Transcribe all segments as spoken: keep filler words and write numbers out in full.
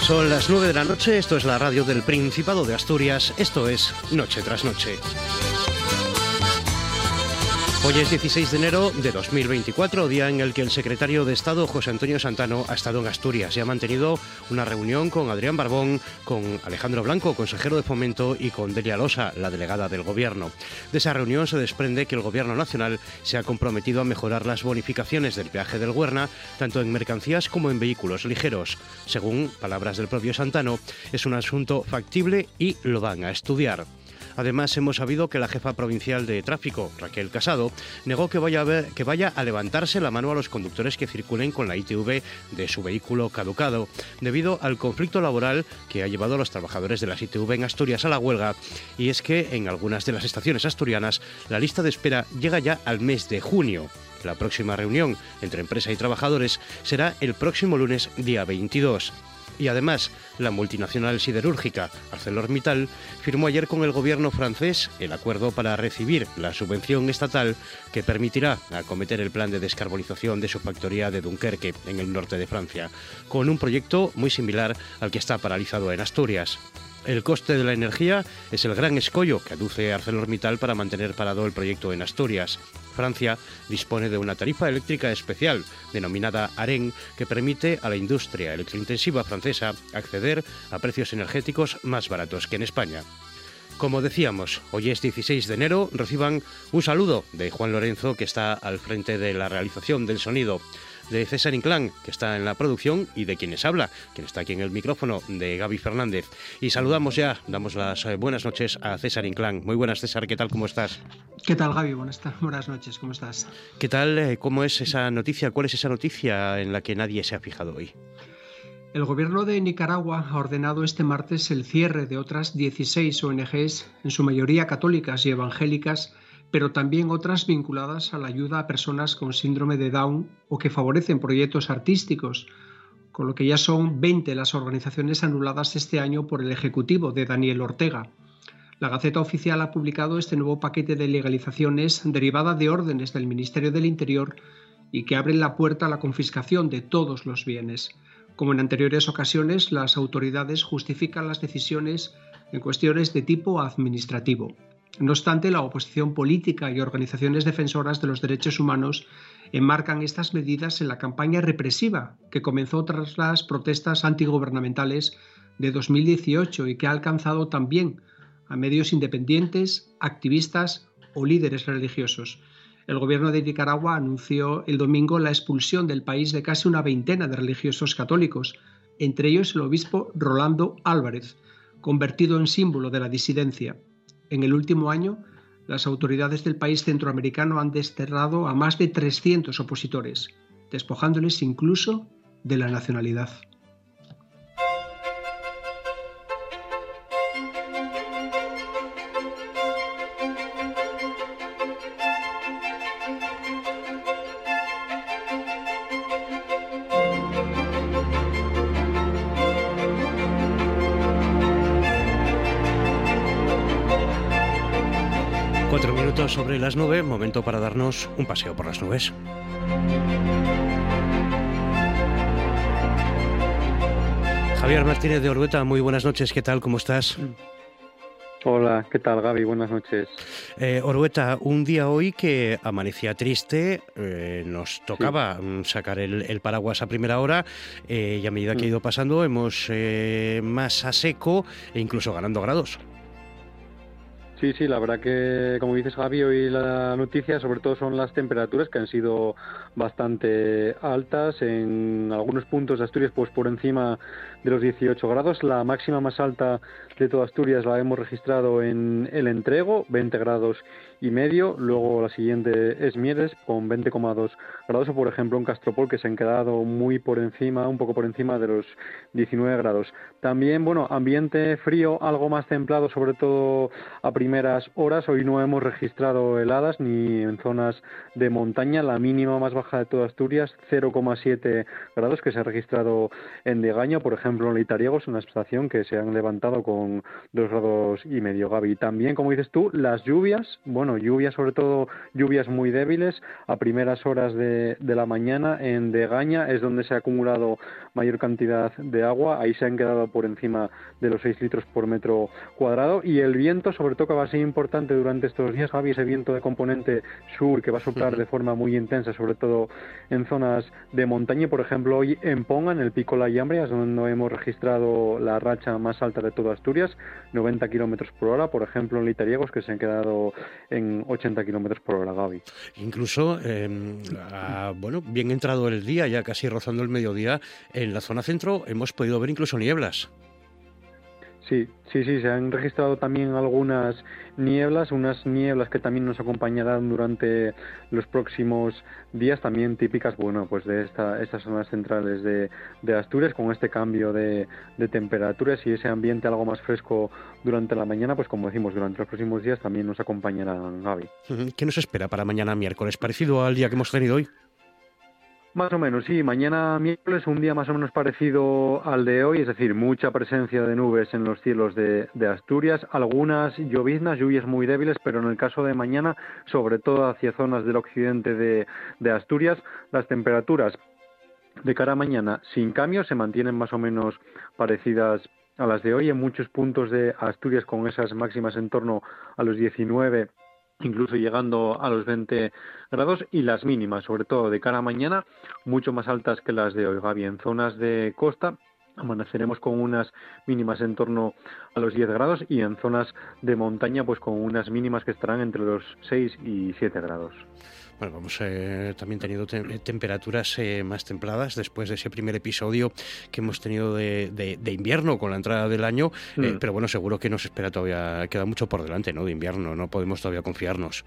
Son las nueve de la noche, esto es la radio del Principado de Asturias, esto es Noche tras Noche. Hoy es dieciséis de enero de dos mil veinticuatro, día en el que el secretario de Estado, José Antonio Santano, ha estado en Asturias y ha mantenido una reunión con Adrián Barbón, con Alejandro Blanco, consejero de Fomento, y con Delia Losa, la delegada del Gobierno. De esa reunión se desprende que el Gobierno nacional se ha comprometido a mejorar las bonificaciones del peaje del Güerna, tanto en mercancías como en vehículos ligeros. Según palabras del propio Santano, es un asunto factible y lo van a estudiar. Además, hemos sabido que la jefa provincial de tráfico, Raquel Casado, negó que vaya, a ver, que vaya a levantarse la mano a los conductores que circulen con la I T V de su vehículo caducado, debido al conflicto laboral que ha llevado a los trabajadores de las I T V en Asturias a la huelga. Y es que en algunas de las estaciones asturianas la lista de espera llega ya al mes de junio. La próxima reunión entre empresa y trabajadores será el próximo lunes, día veintidós. Y además, la multinacional siderúrgica ArcelorMittal firmó ayer con el gobierno francés el acuerdo para recibir la subvención estatal que permitirá acometer el plan de descarbonización de su factoría de Dunkerque, en el norte de Francia, con un proyecto muy similar al que está paralizado en Asturias. El coste de la energía es el gran escollo que aduce ArcelorMittal para mantener parado el proyecto en Asturias. Francia dispone de una tarifa eléctrica especial, denominada AREN, que permite a la industria electrointensiva francesa acceder a precios energéticos más baratos que en España. Como decíamos, hoy es dieciséis de enero, reciban un saludo de Juan Lorenzo, que está al frente de la realización del sonido, de César Inclán, que está en la producción, y de quienes habla, quien está aquí en el micrófono, de Gaby Fernández. Y saludamos ya, damos las buenas noches a César Inclán. Muy buenas, César, ¿qué tal? ¿Cómo estás? ¿Qué tal, Gaby? Buenas, buenas noches, ¿cómo estás? ¿Qué tal? ¿Cómo es esa noticia? ¿Cuál es esa noticia en la que nadie se ha fijado hoy? El gobierno de Nicaragua ha ordenado este martes el cierre de otras dieciséis O N Ges, en su mayoría católicas y evangélicas, pero también otras vinculadas a la ayuda a personas con síndrome de Down o que favorecen proyectos artísticos, con lo que ya son veinte las organizaciones anuladas este año por el Ejecutivo de Daniel Ortega. La Gaceta Oficial ha publicado este nuevo paquete de legalizaciones derivada de órdenes del Ministerio del Interior y que abren la puerta a la confiscación de todos los bienes. Como en anteriores ocasiones, las autoridades justifican las decisiones en cuestiones de tipo administrativo. No obstante, la oposición política y organizaciones defensoras de los derechos humanos enmarcan estas medidas en la campaña represiva que comenzó tras las protestas antigubernamentales de dos mil dieciocho y que ha alcanzado también a medios independientes, activistas o líderes religiosos. El gobierno de Nicaragua anunció el domingo la expulsión del país de casi una veintena de religiosos católicos, entre ellos el obispo Rolando Álvarez, convertido en símbolo de la disidencia. En el último año, las autoridades del país centroamericano han desterrado a más de trescientos opositores, despojándoles incluso de la nacionalidad. Cuatro minutos sobre las nueve, momento para darnos un paseo por las nubes. Javier Martínez de Ordueta, muy buenas noches, ¿qué tal? ¿Cómo estás? Hola, ¿qué tal, Gaby? Buenas noches. Eh, Ordueta, un día hoy que amanecía triste, eh, nos tocaba sí. sacar el, el paraguas a primera hora eh, y a medida que ha ido pasando hemos eh, más a seco e incluso ganando grados. Sí, sí, la verdad que, como dices, Javi, hoy la noticia sobre todo son las temperaturas que han sido bastante altas. En algunos puntos de Asturias, pues por encima de los dieciocho grados. La máxima más alta de toda Asturias la hemos registrado en El Entrego, veinte grados y medio. Luego la siguiente es Mieres, con veinte coma dos grados. O, por ejemplo, en Castropol, que se han quedado muy por encima, un poco por encima de los diecinueve grados. También, bueno, ambiente frío, algo más templado, sobre todo a primeras horas. Hoy no hemos registrado heladas ni en zonas de montaña. La mínima más baja de toda Asturias, cero coma siete grados, que se ha registrado en Degaño, por ejemplo en Leitariegos, una estación que se han levantado con con dos grados y medio, Gaby. También, como dices tú, las lluvias, bueno, lluvias sobre todo, lluvias muy débiles a primeras horas de, de la mañana en Degaña es donde se ha acumulado mayor cantidad de agua, ahí se han quedado por encima de los seis litros por metro cuadrado, y el viento, sobre todo, que va a ser importante durante estos días, Gaby, ese viento de componente sur que va a soplar de forma muy intensa, sobre todo en zonas de montaña. Por ejemplo, hoy en Ponga, en el Pico La Llambria, es donde hemos registrado la racha más alta de toda Asturias, noventa kilómetros por hora, por ejemplo en Litariegos, que se han quedado en ochenta kilómetros por hora, Gaby. Incluso, eh, a, bueno, bien entrado el día, ya casi rozando el mediodía, en la zona centro hemos podido ver incluso nieblas. Sí, sí, sí, se han registrado también algunas nieblas, unas nieblas que también nos acompañarán durante los próximos días, también típicas, bueno, pues de esta, estas zonas centrales de, de Asturias, con este cambio de, de temperaturas y ese ambiente algo más fresco durante la mañana, pues como decimos, durante los próximos días también nos acompañarán, Gaby. ¿Qué nos espera para mañana miércoles? ¿Parecido al día que hemos tenido hoy? Más o menos, sí. Mañana miércoles, un día más o menos parecido al de hoy, es decir, mucha presencia de nubes en los cielos de, de Asturias, algunas lloviznas, lluvias muy débiles, pero en el caso de mañana, sobre todo hacia zonas del occidente de, de Asturias, las temperaturas de cara a mañana sin cambio se mantienen más o menos parecidas a las de hoy en muchos puntos de Asturias, con esas máximas en torno a los diecinueve, incluso llegando a los veinte grados, y las mínimas, sobre todo de cara a mañana, mucho más altas que las de hoy, Gaby. En zonas de costa amaneceremos con unas mínimas en torno a los diez grados y en zonas de montaña pues con unas mínimas que estarán entre los seis y siete grados. Bueno, hemos eh, también tenido te temperaturas eh, más templadas después de ese primer episodio que hemos tenido de, de, de invierno con la entrada del año, mm. eh, pero bueno, seguro que nos espera todavía, queda mucho por delante, ¿no?, de invierno, no podemos todavía confiarnos.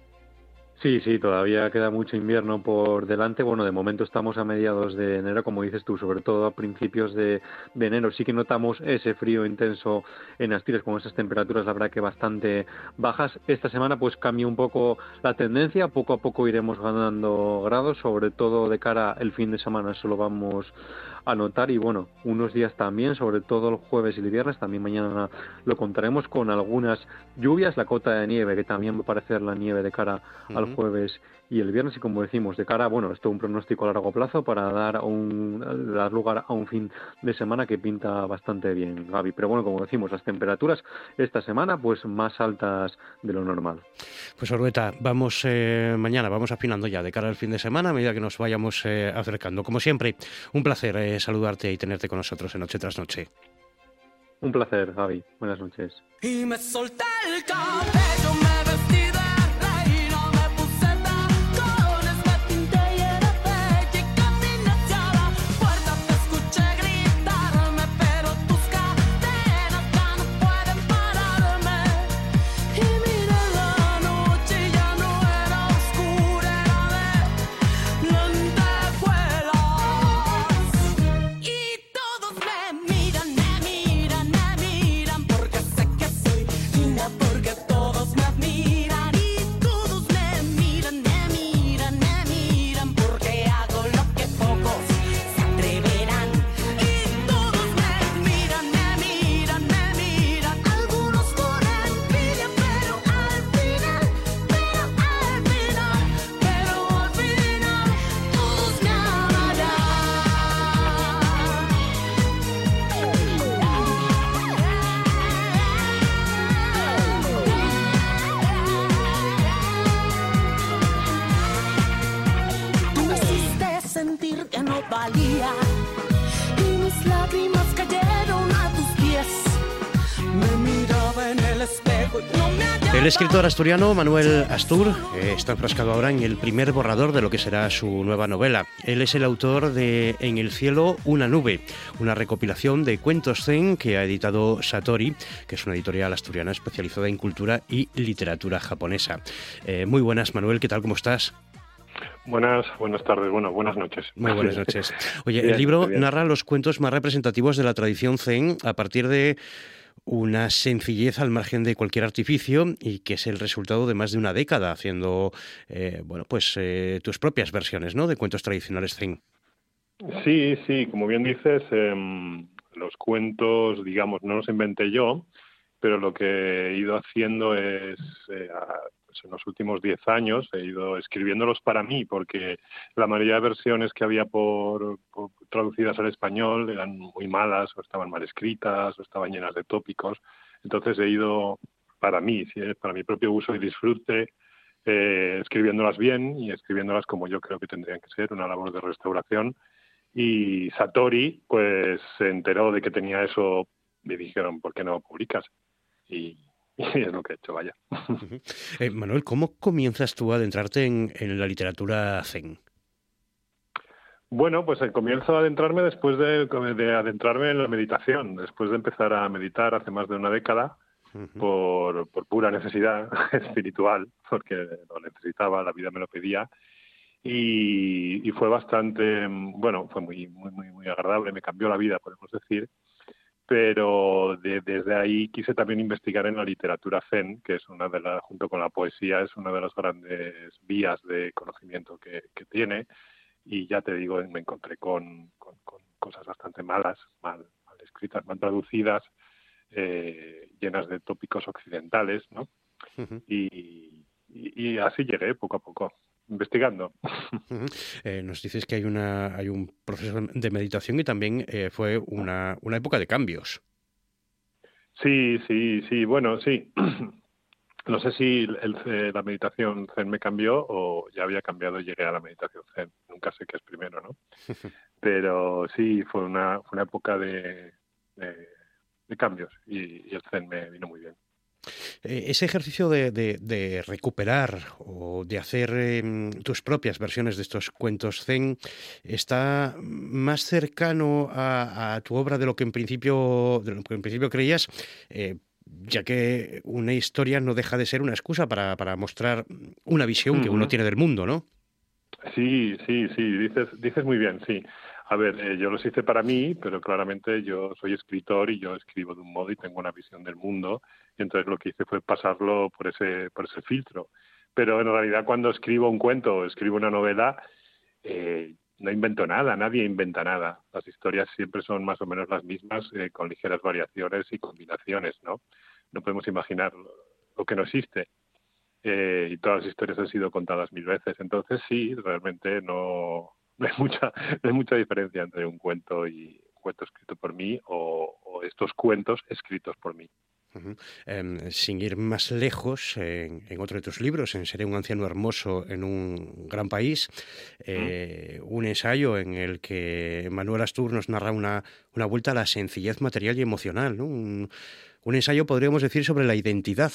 Sí, sí, todavía queda mucho invierno por delante. Bueno, de momento estamos a mediados de enero, como dices tú, sobre todo a principios de, de enero. Sí que notamos ese frío intenso en Asturias con esas temperaturas, la verdad que bastante bajas. Esta semana pues cambia un poco la tendencia, poco a poco iremos ganando grados, sobre todo de cara al fin de semana, eso lo vamos a notar, y bueno, unos días también, sobre todo el jueves y el viernes, también mañana lo contaremos con algunas lluvias, la cota de nieve, que también va a aparecer la nieve de cara uh-huh. al jueves y el viernes, y como decimos, de cara, bueno, esto es un pronóstico a largo plazo para dar un dar lugar a un fin de semana que pinta bastante bien, Gaby. Pero bueno, como decimos, las temperaturas esta semana pues más altas de lo normal. Pues Orueta, vamos eh, mañana, vamos afinando ya de cara al fin de semana a medida que nos vayamos eh, acercando. Como siempre, un placer eh, saludarte y tenerte con nosotros en Noche tras Noche. Un placer, Gaby. Buenas noches. Y me solté el cabello, me vestí de reina, me puse tacones, me pinté y era bella y caminé hacia la puerta. Te escuché gritarme, pero tus cadenas ya no pueden pararme. Y miré la noche y ya no era oscura, era de lentejuelas. Y todos me miran, me miran, me miran, porque sé que soy linda, porque todos me admiran. Y todos me miran, me miran, me miran, porque hago lo que pocos se atreverán. Y todos me miran, me miran, me miran, algunos con envidia, pero al final, pero al final, pero al final, todos me amarán. Tú me hiciste sentir que no valía y mis lágrimas cayeron a tus pies. Me miraba en el espejo y no me hallaba. El escritor asturiano Manuel Astur eh, está enfrascado ahora en el primer borrador de lo que será su nueva novela. Él es el autor de En el cielo una nube, una recopilación de cuentos zen que ha editado Satori, que es una editorial asturiana especializada en cultura y literatura japonesa. Eh, muy buenas, Manuel, ¿qué tal? ¿Cómo estás? Buenas, buenas tardes, bueno, buenas noches. Muy buenas noches. Oye, Bien, el libro bien. narra los cuentos más representativos de la tradición zen a partir de una sencillez al margen de cualquier artificio y que es el resultado de más de una década haciendo, eh, bueno, pues eh, tus propias versiones, ¿no?, de cuentos tradicionales zen. Sí, sí, como bien dices, eh, los cuentos, digamos, no los inventé yo, pero lo que he ido haciendo es, eh, a, pues en los últimos diez años, he ido escribiéndolos para mí, porque la mayoría de versiones que había por, por traducidas al español eran muy malas, o estaban mal escritas, o estaban llenas de tópicos. Entonces he ido para mí, ¿sí? Para mi propio uso y disfrute, eh, escribiéndolas bien y escribiéndolas como yo creo que tendrían que ser, una labor de restauración. Y Satori, pues, se enteró de que tenía eso, me dijeron, ¿por qué no publicas? Y, y es lo que he hecho, vaya. Uh-huh. Eh, Manuel, ¿cómo comienzas tú a adentrarte en, en la literatura zen? Bueno, pues eh, comienzo a adentrarme después de, de adentrarme en la meditación, después de empezar a meditar hace más de una década, uh-huh. por, por pura necesidad espiritual, porque lo necesitaba, la vida me lo pedía. Y, y fue bastante, bueno, fue muy, muy, muy, muy agradable, me cambió la vida, podemos decir, pero de, desde ahí quise también investigar en la literatura zen, que es una de las, junto con la poesía, es una de las grandes vías de conocimiento que, que tiene, y ya te digo, me encontré con, con, con cosas bastante malas, mal, mal escritas, mal traducidas, eh, llenas de tópicos occidentales, ¿no? Uh-huh. y, y, y así llegué poco a poco, investigando. Uh-huh. Eh, nos dices que hay una hay un proceso de meditación y también eh, fue una, una época de cambios. Sí, sí, sí, bueno, sí. No sé si el, el, la meditación zen me cambió o ya había cambiado y llegué a la meditación zen. Nunca sé qué es primero, ¿no? Pero sí, fue una, fue una época de, de, de cambios y, y el zen me vino muy bien. Ese ejercicio de, de, de recuperar o de hacer eh, tus propias versiones de estos cuentos zen está más cercano a, a tu obra de lo que en principio, de lo que en principio creías, eh, ya que una historia no deja de ser una excusa para, para mostrar una visión uh-huh. que uno tiene del mundo, ¿no? Sí, sí, sí, dices, dices muy bien, sí. A ver, eh, yo los hice para mí, pero claramente yo soy escritor y yo escribo de un modo y tengo una visión del mundo, y entonces lo que hice fue pasarlo por ese, por ese filtro. Pero en realidad cuando escribo un cuento o escribo una novela, eh, no invento nada, nadie inventa nada. Las historias siempre son más o menos las mismas, eh, con ligeras variaciones y combinaciones, ¿no? No podemos imaginar lo, lo que no existe. Eh, y todas las historias han sido contadas mil veces. Entonces sí, realmente no... No hay mucha, no hay mucha diferencia entre un cuento y un cuento escrito por mí o, o estos cuentos escritos por mí. Uh-huh. Eh, sin ir más lejos, en, en otro de tus libros, en Seré un anciano hermoso en un gran país, eh, uh-huh. un ensayo en el que Manuel Astur nos narra una, una vuelta a la sencillez material y emocional, ¿no? Un, un ensayo, podríamos decir, sobre la identidad.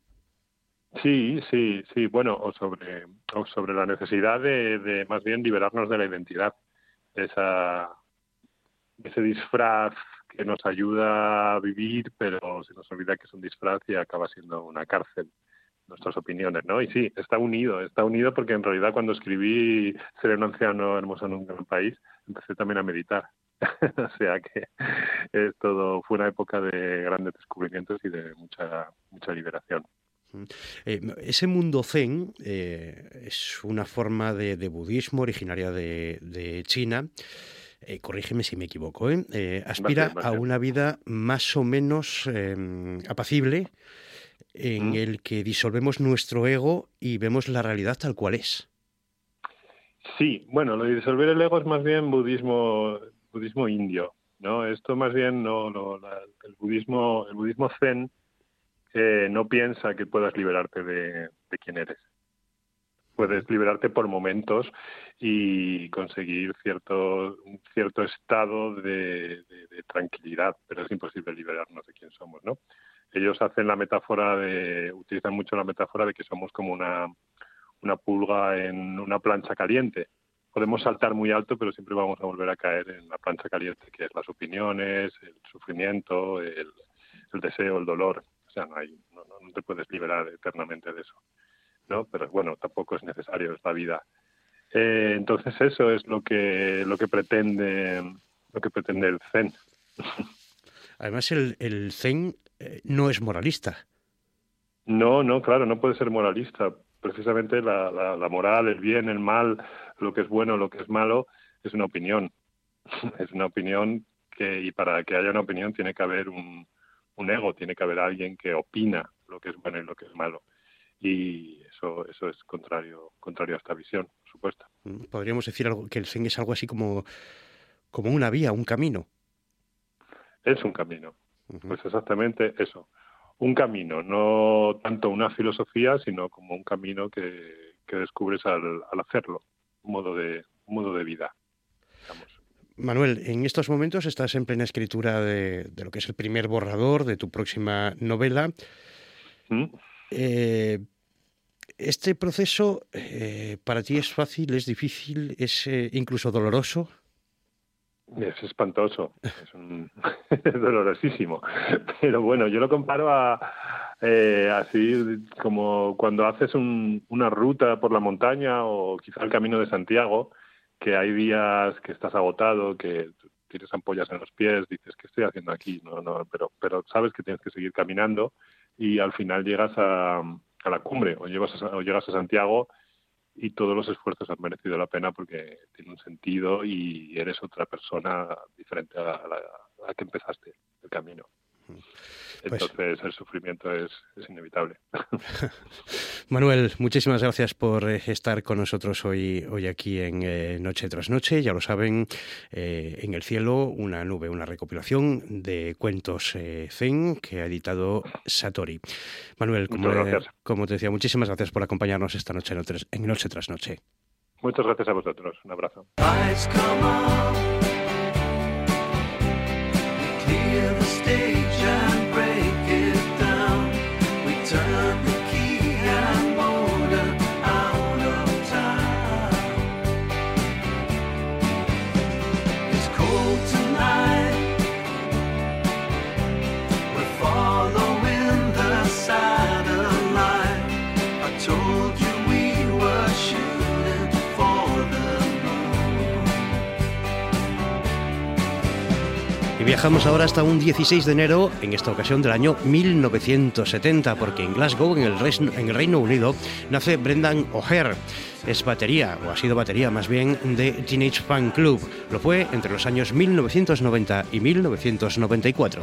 Sí, sí, sí, bueno, o sobre, o sobre la necesidad de, de más bien liberarnos de la identidad, de esa, ese disfraz que nos ayuda a vivir, pero se nos olvida que es un disfraz y acaba siendo una cárcel, nuestras opiniones, ¿no? Y sí, está unido, está unido porque en realidad cuando escribí Seré un anciano hermoso en un gran país, empecé también a meditar. O sea que es todo, fue una época de grandes descubrimientos y de mucha, mucha liberación. Eh, ese mundo zen eh, es una forma de, de budismo originaria de, de China. Eh, corrígeme si me equivoco. ¿eh? Eh, aspira a una vida más o menos eh, apacible, en ¿Mm? el que disolvemos nuestro ego y vemos la realidad tal cual es. Sí, bueno, lo de disolver el ego es más bien budismo, budismo indio, ¿no? Esto más bien no, no la, el budismo, el budismo zen. Eh, no piensa que puedas liberarte de, de quién eres. Puedes liberarte por momentos y conseguir cierto, un cierto estado de, de, de tranquilidad, pero es imposible liberarnos de quién somos, ¿no? Ellos hacen la metáfora de, utilizan mucho la metáfora de que somos como una, una pulga en una plancha caliente. Podemos saltar muy alto, pero siempre vamos a volver a caer en la plancha caliente, que es las opiniones, el sufrimiento, el, el deseo, el dolor. O sea, no, hay, no, no te puedes liberar eternamente de eso, ¿no? Pero bueno, tampoco es necesario, es la vida. Eh, entonces eso es lo que lo que pretende lo que pretende el zen. Además, el, el zen eh, no es moralista. No, no, claro, no puede ser moralista. Precisamente la, la, la moral, el bien, el mal, lo que es bueno, lo que es malo, es una opinión. Es una opinión que y para que haya una opinión tiene que haber un, un ego, tiene que haber alguien que opina lo que es bueno y lo que es malo. Y eso eso es contrario contrario a esta visión, por supuesto. Podríamos decir algo, que el Zen es algo así como, como una vía, un camino. Es un camino, Uh-huh. pues exactamente eso. Un camino, no tanto una filosofía, sino como un camino que, que descubres al, al hacerlo, un modo de, un modo de vida, digamos. Manuel, en estos momentos estás en plena escritura de, de lo que es el primer borrador de tu próxima novela. ¿Mm? Eh, ¿Este proceso eh, para ti es fácil, es difícil, es eh, incluso doloroso? Es espantoso, es, un, es dolorosísimo, pero bueno, yo lo comparo a eh, así como cuando haces un, una ruta por la montaña o quizá el Camino de Santiago, que hay días que estás agotado, que tienes ampollas en los pies, dices, ¿qué estoy haciendo aquí? No, no, pero, pero sabes que tienes que seguir caminando y al final llegas a, a la cumbre o llegas a, o llegas a Santiago y todos los esfuerzos han merecido la pena porque tiene un sentido y eres otra persona diferente a la, a la, a la que empezaste el camino. Pues, entonces el sufrimiento es, es inevitable. Manuel, muchísimas gracias por eh, estar con nosotros hoy, hoy aquí en eh, Noche tras Noche. Ya lo saben, eh, en el cielo una nube, una recopilación de cuentos eh, zen que ha editado Satori. Manuel, como, eh, como te decía, muchísimas gracias por acompañarnos esta noche en Noche tras Noche. Muchas gracias a vosotros. Un abrazo. Viajamos ahora hasta un dieciséis de enero, en esta ocasión del año mil novecientos setenta, porque en Glasgow, en el, Reino, en el Reino Unido, nace Brendan O'Hare. Es batería, o ha sido batería más bien, de Teenage Fan Club. Lo fue entre los años mil novecientos noventa y mil novecientos noventa y cuatro.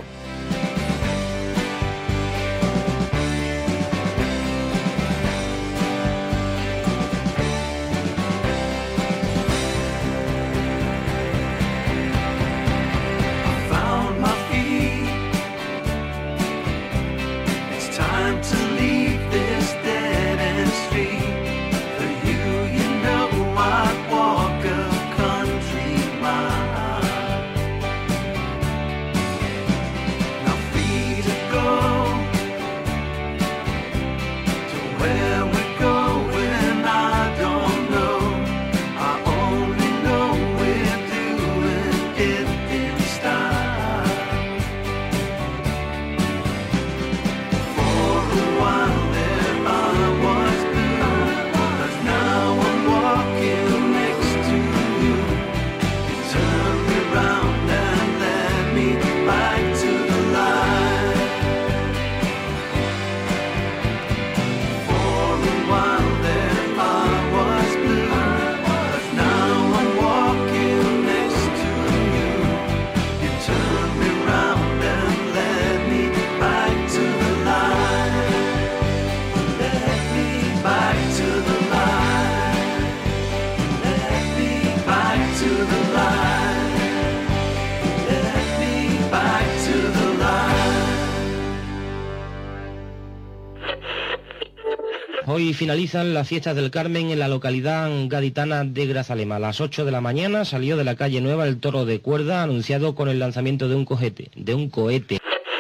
Hoy finalizan las fiestas del Carmen en la localidad gaditana de Grazalema. A las ocho de la mañana salió de la calle Nueva el toro de cuerda anunciado con el lanzamiento de un cohete, de un cohete.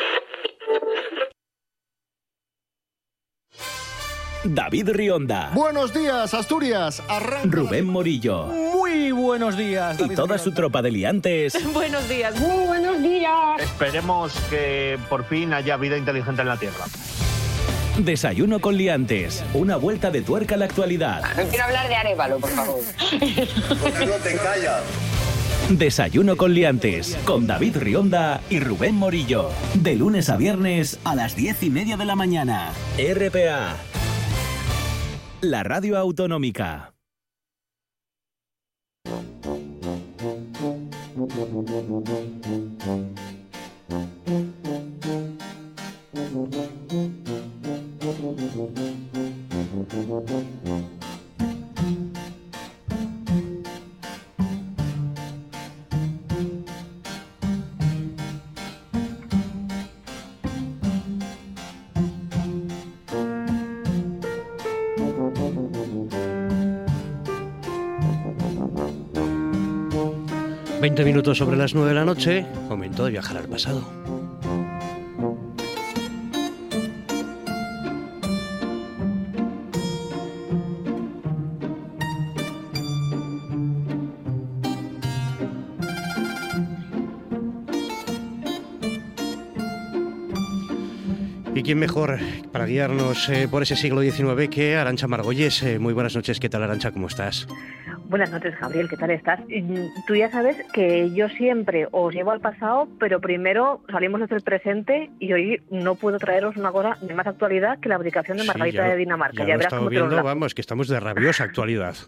David Rionda. Buenos días, Asturias. Arranca Rubén Morillo. Muy buenos días, David Y toda Rionda. su tropa de liantes. Buenos días. Muy buenos días. Esperemos que por fin haya vida inteligente en la Tierra. Desayuno con liantes. Una vuelta de tuerca a la actualidad. No quiero hablar de Arévalo, por favor. ¿Por qué no te callas? Desayuno con liantes. Con David Rionda y Rubén Morillo. De lunes a viernes a las diez y media de la mañana. R P A. La radio autonómica. veinte minutos sobre las nueve de la noche, momento de viajar al pasado. ¿Y quién mejor para guiarnos eh, por ese siglo diecinueve que Arantxa Margolles? Eh, muy buenas noches, ¿qué tal, Arantxa? ¿Cómo estás? Buenas noches, Gabriel, ¿qué tal estás? Tú ya sabes que yo siempre os llevo al pasado, pero primero salimos desde el presente y hoy no puedo traeros una cosa de más actualidad que la abdicación de Margarita sí, ya, de Dinamarca. Ya, ya lo verás estamos cómo te viendo, lo vamos, que estamos de rabiosa actualidad.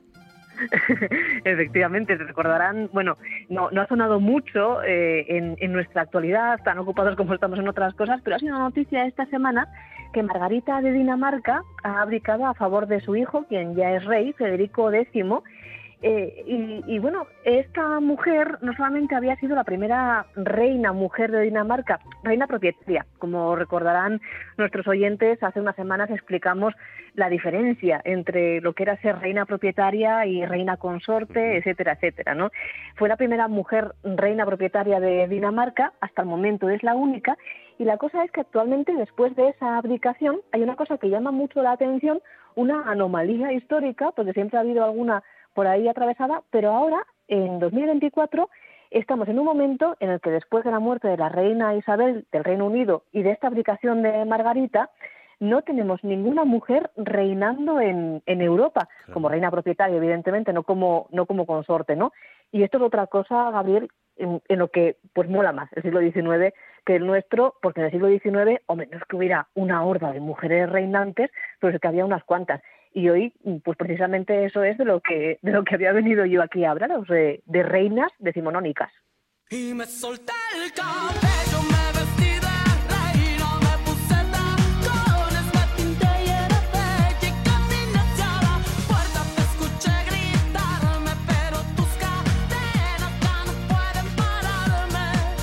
Efectivamente, te recordarán, bueno, no, no ha sonado mucho eh, en, en nuestra actualidad, tan ocupados como estamos en otras cosas, pero ha sido una noticia esta semana que Margarita de Dinamarca ha abdicado a favor de su hijo, quien ya es rey, Federico décimo. Eh, y, y bueno, esta mujer no solamente había sido la primera reina mujer de Dinamarca, reina propietaria, como recordarán nuestros oyentes, hace unas semanas explicamos la diferencia entre lo que era ser reina propietaria y reina consorte, etcétera, etcétera, ¿no? Fue la primera mujer reina propietaria de Dinamarca, hasta el momento es la única, y la cosa es que actualmente, después de esa abdicación, hay una cosa que llama mucho la atención, una anomalía histórica, porque siempre ha habido alguna por ahí atravesada, pero ahora, en dos mil veinticuatro, estamos en un momento en el que después de la muerte de la reina Isabel del Reino Unido y de esta abdicación de Margarita, no tenemos ninguna mujer reinando en, en Europa, claro, como reina propietaria, evidentemente, no como, no como consorte, ¿no? Y esto es otra cosa, Gabriel, en, en lo que pues mola más el siglo diecinueve que el nuestro, porque en el siglo diecinueve, hombre, no es que hubiera una horda de mujeres reinantes, pero es que había unas cuantas. Y hoy, pues precisamente eso es de lo que de lo que había venido yo aquí a hablaros, de, de reinas decimonónicas. Y me solté el cabello, me vestí de reina, me puse tacones, me pinté y era bella y caminé hacia la puerta, te escuché gritarme, pero tus cadenas ya no pueden pararme.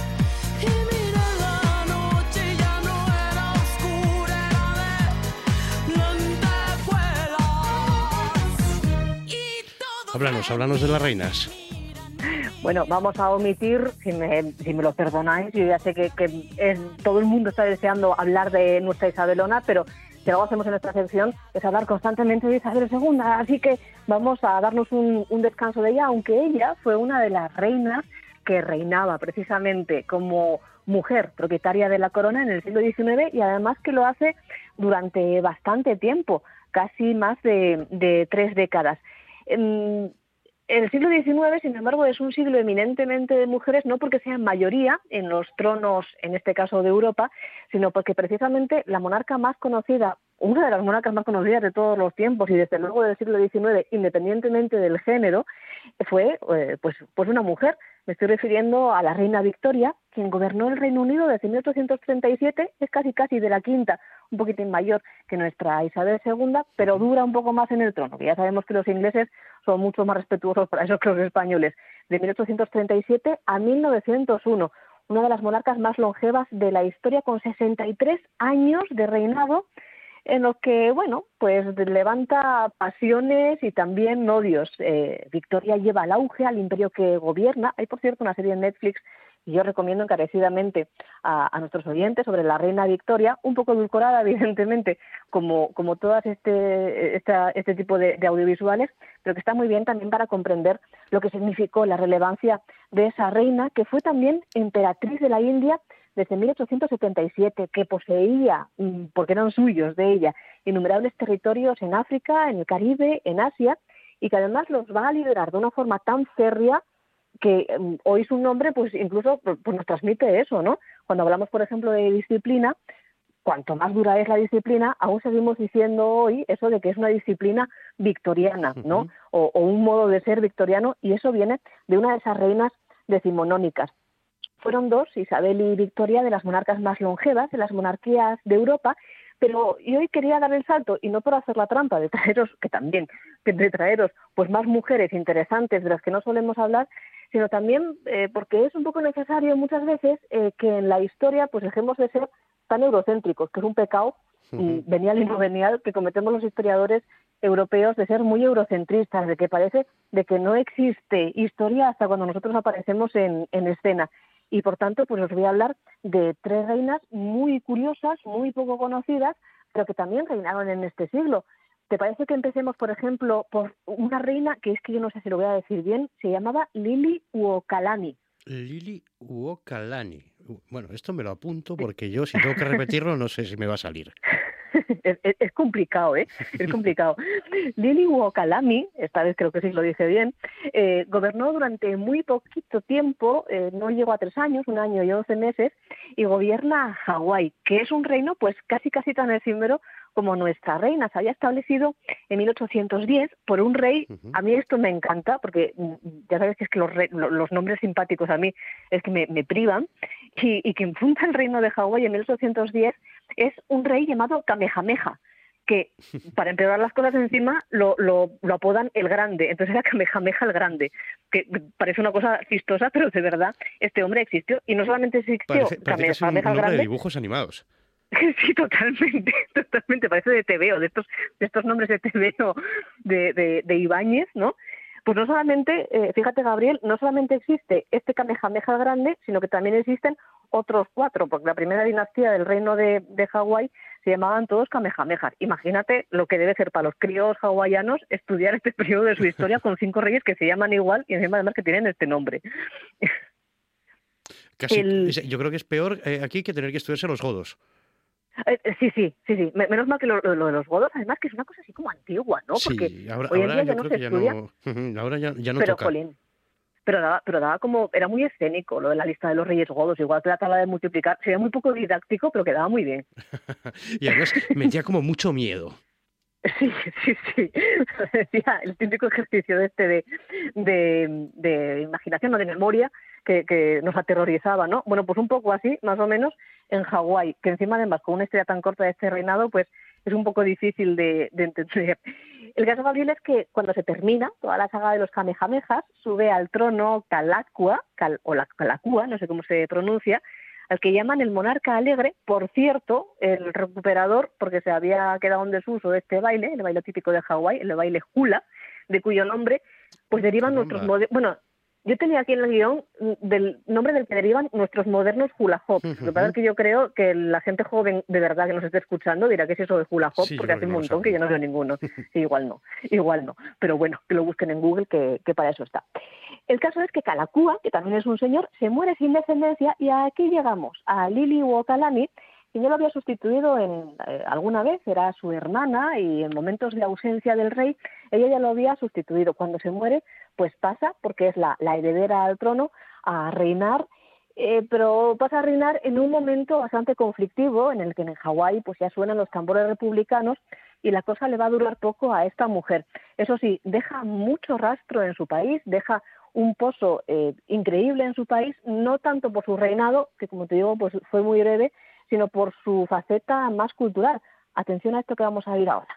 Y miré la noche y ya no era oscura, era de lentejuelas. Y todo Háblanos, háblanos de las reinas. Bueno, vamos a omitir, si me, si me lo perdonáis, yo ya sé que, que es, todo el mundo está deseando hablar de nuestra Isabelona, pero si algo hacemos en esta sección es hablar constantemente de Isabel segunda, así que vamos a darnos un, un descanso de ella, aunque ella fue una de las reinas que reinaba precisamente como mujer propietaria de la corona en el siglo diecinueve y además que lo hace durante bastante tiempo, casi más de, de tres décadas. En, El siglo diecinueve, sin embargo, es un siglo eminentemente de mujeres, no porque sean mayoría en los tronos, en este caso de Europa, sino porque precisamente la monarca más conocida, una de las monarcas más conocidas de todos los tiempos y desde luego del siglo diecinueve, independientemente del género, fue eh, pues, pues una mujer. Me estoy refiriendo a la reina Victoria, quien gobernó el Reino Unido desde mil ochocientos treinta y siete, es casi casi de la quinta, un poquitín mayor que nuestra Isabel segunda, pero dura un poco más en el trono, que ya sabemos que los ingleses son mucho más respetuosos para eso que los españoles. De mil ochocientos treinta y siete a mil novecientos uno, una de las monarcas más longevas de la historia, con sesenta y tres años de reinado, en los que, bueno, pues levanta pasiones y también odios. Eh, Victoria lleva al auge al imperio que gobierna. Hay, por cierto, una serie en Netflix y yo recomiendo encarecidamente a, a nuestros oyentes sobre la reina Victoria, un poco edulcorada, evidentemente, como, como todas este, esta, este tipo de, de audiovisuales, pero que está muy bien también para comprender lo que significó la relevancia de esa reina, que fue también emperatriz de la India desde mil ochocientos setenta y siete, que poseía, porque eran suyos de ella, innumerables territorios en África, en el Caribe, en Asia, y que además los va a liderar de una forma tan férrea que um, hoy su nombre pues incluso pues, nos transmite eso, ¿no? Cuando hablamos, por ejemplo, de disciplina, cuanto más dura es la disciplina, aún seguimos diciendo hoy eso de que es una disciplina victoriana, ¿no? Uh-huh. O, o un modo de ser victoriano, y eso viene de una de esas reinas decimonónicas. Fueron dos, Isabel y Victoria, de las monarcas más longevas de las monarquías de Europa, pero yo hoy quería dar el salto, y no por hacer la trampa de traeros, que también, de traeros pues más mujeres interesantes de las que no solemos hablar, sino también eh, porque es un poco necesario muchas veces eh, que en la historia pues dejemos de ser tan eurocéntricos, que es un pecado uh-huh. venial y no venial que cometemos los historiadores europeos, de ser muy eurocentristas, de que parece de que no existe historia hasta cuando nosotros aparecemos en, en escena. Y por tanto, pues os voy a hablar de tres reinas muy curiosas, muy poco conocidas, pero que también reinaron en este siglo. ¿Te parece que empecemos, por ejemplo, por una reina que es que yo no sé si lo voy a decir bien, se llamaba Lili Uokalani? Lili Uokalani. Bueno, esto me lo apunto porque yo, si tengo que repetirlo, no sé si me va a salir. Es, es, es complicado, ¿eh? Es complicado. Lili Uokalani, esta vez creo que sí lo dije bien, eh, gobernó durante muy poquito tiempo, eh, no llegó a tres años, un año y once meses, y gobierna Hawái, que es un reino pues casi casi tan efímero como nuestra reina. Se había establecido en mil ochocientos diez por un rey. Uh-huh. A mí esto me encanta, porque ya sabes que es que los, re, los nombres simpáticos a mí es que me, me privan, y, y quien funda el reino de Hawái en mil ochocientos diez es un rey llamado Kamehameha, que para empeorar las cosas encima lo, lo, lo apodan el Grande. Entonces era Kamehameha el Grande, que parece una cosa chistosa, pero de verdad este hombre existió, y no solamente existió parece, parece Kamehameha el Grande, de dibujos animados. Sí, totalmente, totalmente, parece de tebeo, de estos, de estos nombres de tebeo de, de, de Ibáñez, ¿no? Pues no solamente, eh, fíjate Gabriel, no solamente existe este Kamehameha Grande, sino que también existen otros cuatro, porque la primera dinastía del reino de, de Hawái se llamaban todos Kamehamehas. Imagínate lo que debe ser para los críos hawaianos estudiar este periodo de su historia con cinco reyes que se llaman igual y encima además que tienen este nombre. Casi, el... Yo creo que es peor eh, aquí que tener que estudiarse los godos. Eh, sí, sí, sí, sí. Menos mal que lo, lo, lo de los godos, además que es una cosa así como antigua, ¿no? Porque sí, ahora, hoy en ahora día yo ya no creo se que estudia. Ya no, ahora ya, ya no pero, toca. Jolín, pero daba, pero daba como, era muy escénico lo de la lista de los reyes godos, igual que la tabla de multiplicar, sería muy poco didáctico, pero quedaba muy bien. Y además metía como mucho miedo. Sí, sí, sí. Decía el típico ejercicio de este de, de, de imaginación o de memoria que, que nos aterrorizaba, ¿no? Bueno, pues un poco así, más o menos, en Hawái, que encima además con una historia tan corta de este reinado, pues es un poco difícil de, de entender. El caso, Gabriel, es que cuando se termina toda la saga de los Kamehamehas, sube al trono Kalakua, Kal, o la Kalakua, no sé cómo se pronuncia, al que llaman el monarca alegre. Por cierto, el recuperador, porque se había quedado en desuso de este baile, el baile típico de Hawái, el baile hula, de cuyo nombre pues derivan nuestros modernos... Bueno, yo tenía aquí en el guión del nombre del que derivan nuestros modernos hula hop. Uh-huh. Lo que pasa es que yo creo que la gente joven de verdad que nos esté escuchando dirá que es eso de hula hop, sí, porque hace un no montón que yo no veo ninguno. Sí, igual no, igual no. Pero bueno, que lo busquen en Google, que, que para eso está. El caso es que Kalakua, que también es un señor, se muere sin descendencia, y aquí llegamos a Lili Uokalani, que yo lo había sustituido en eh, alguna vez, era su hermana, y en momentos de ausencia del rey, ella ya lo había sustituido. Cuando se muere, pues pasa, porque es la, la heredera al trono, a reinar, eh, pero pasa a reinar en un momento bastante conflictivo, en el que en Hawái pues ya suenan los tambores republicanos, y la cosa le va a durar poco a esta mujer. Eso sí, deja mucho rastro en su país, deja un pozo eh, increíble en su país, no tanto por su reinado, que como te digo, pues fue muy breve, sino por su faceta más cultural. Atención a esto que vamos a oír ahora.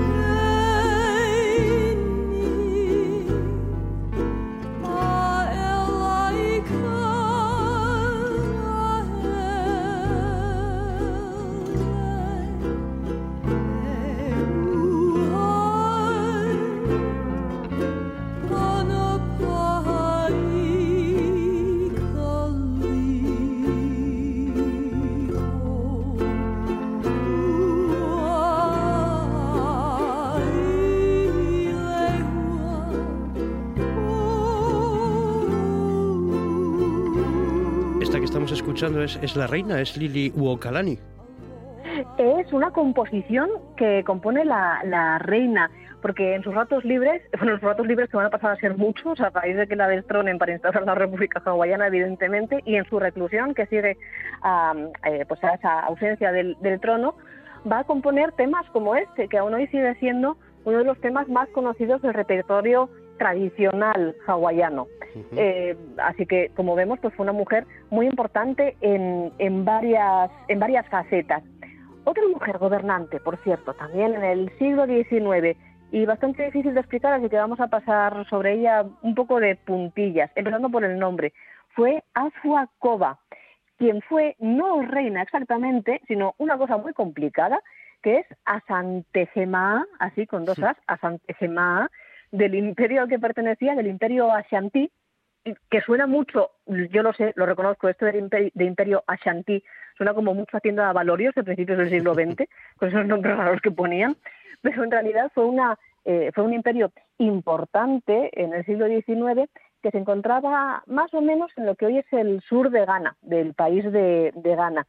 Escuchando es, es la reina, es Lili Uokalani. Es una composición que compone la, la reina, porque en sus ratos libres, bueno, en sus ratos libres que van a pasar a ser muchos a raíz de que la destronen para instaurar la República Hawaiana, evidentemente, y en su reclusión, que sigue a, eh, pues a esa ausencia del, del trono, va a componer temas como este, que aún hoy sigue siendo uno de los temas más conocidos del repertorio tradicional hawaiano. Uh-huh. Eh, así que, como vemos, pues fue una mujer muy importante en, en, varias, en varias facetas. Otra mujer gobernante, por cierto, también en el siglo diecinueve, y bastante difícil de explicar, así que vamos a pasar sobre ella un poco de puntillas, empezando por el nombre. Fue Afua Coba, quien fue no reina exactamente, sino una cosa muy complicada, que es Asantehema, así con dos as, Asantehema, del imperio al que pertenecía, del imperio Ashanti, que suena mucho, yo lo sé, lo reconozco, esto del imperio, de imperio Ashanti, suena como mucho a tienda de avalorios de principios del siglo veinte, con esos nombres raros que ponían, pero en realidad fue, una, eh, fue un imperio importante en el siglo diecinueve que se encontraba más o menos en lo que hoy es el sur de Ghana, del país de, de Ghana.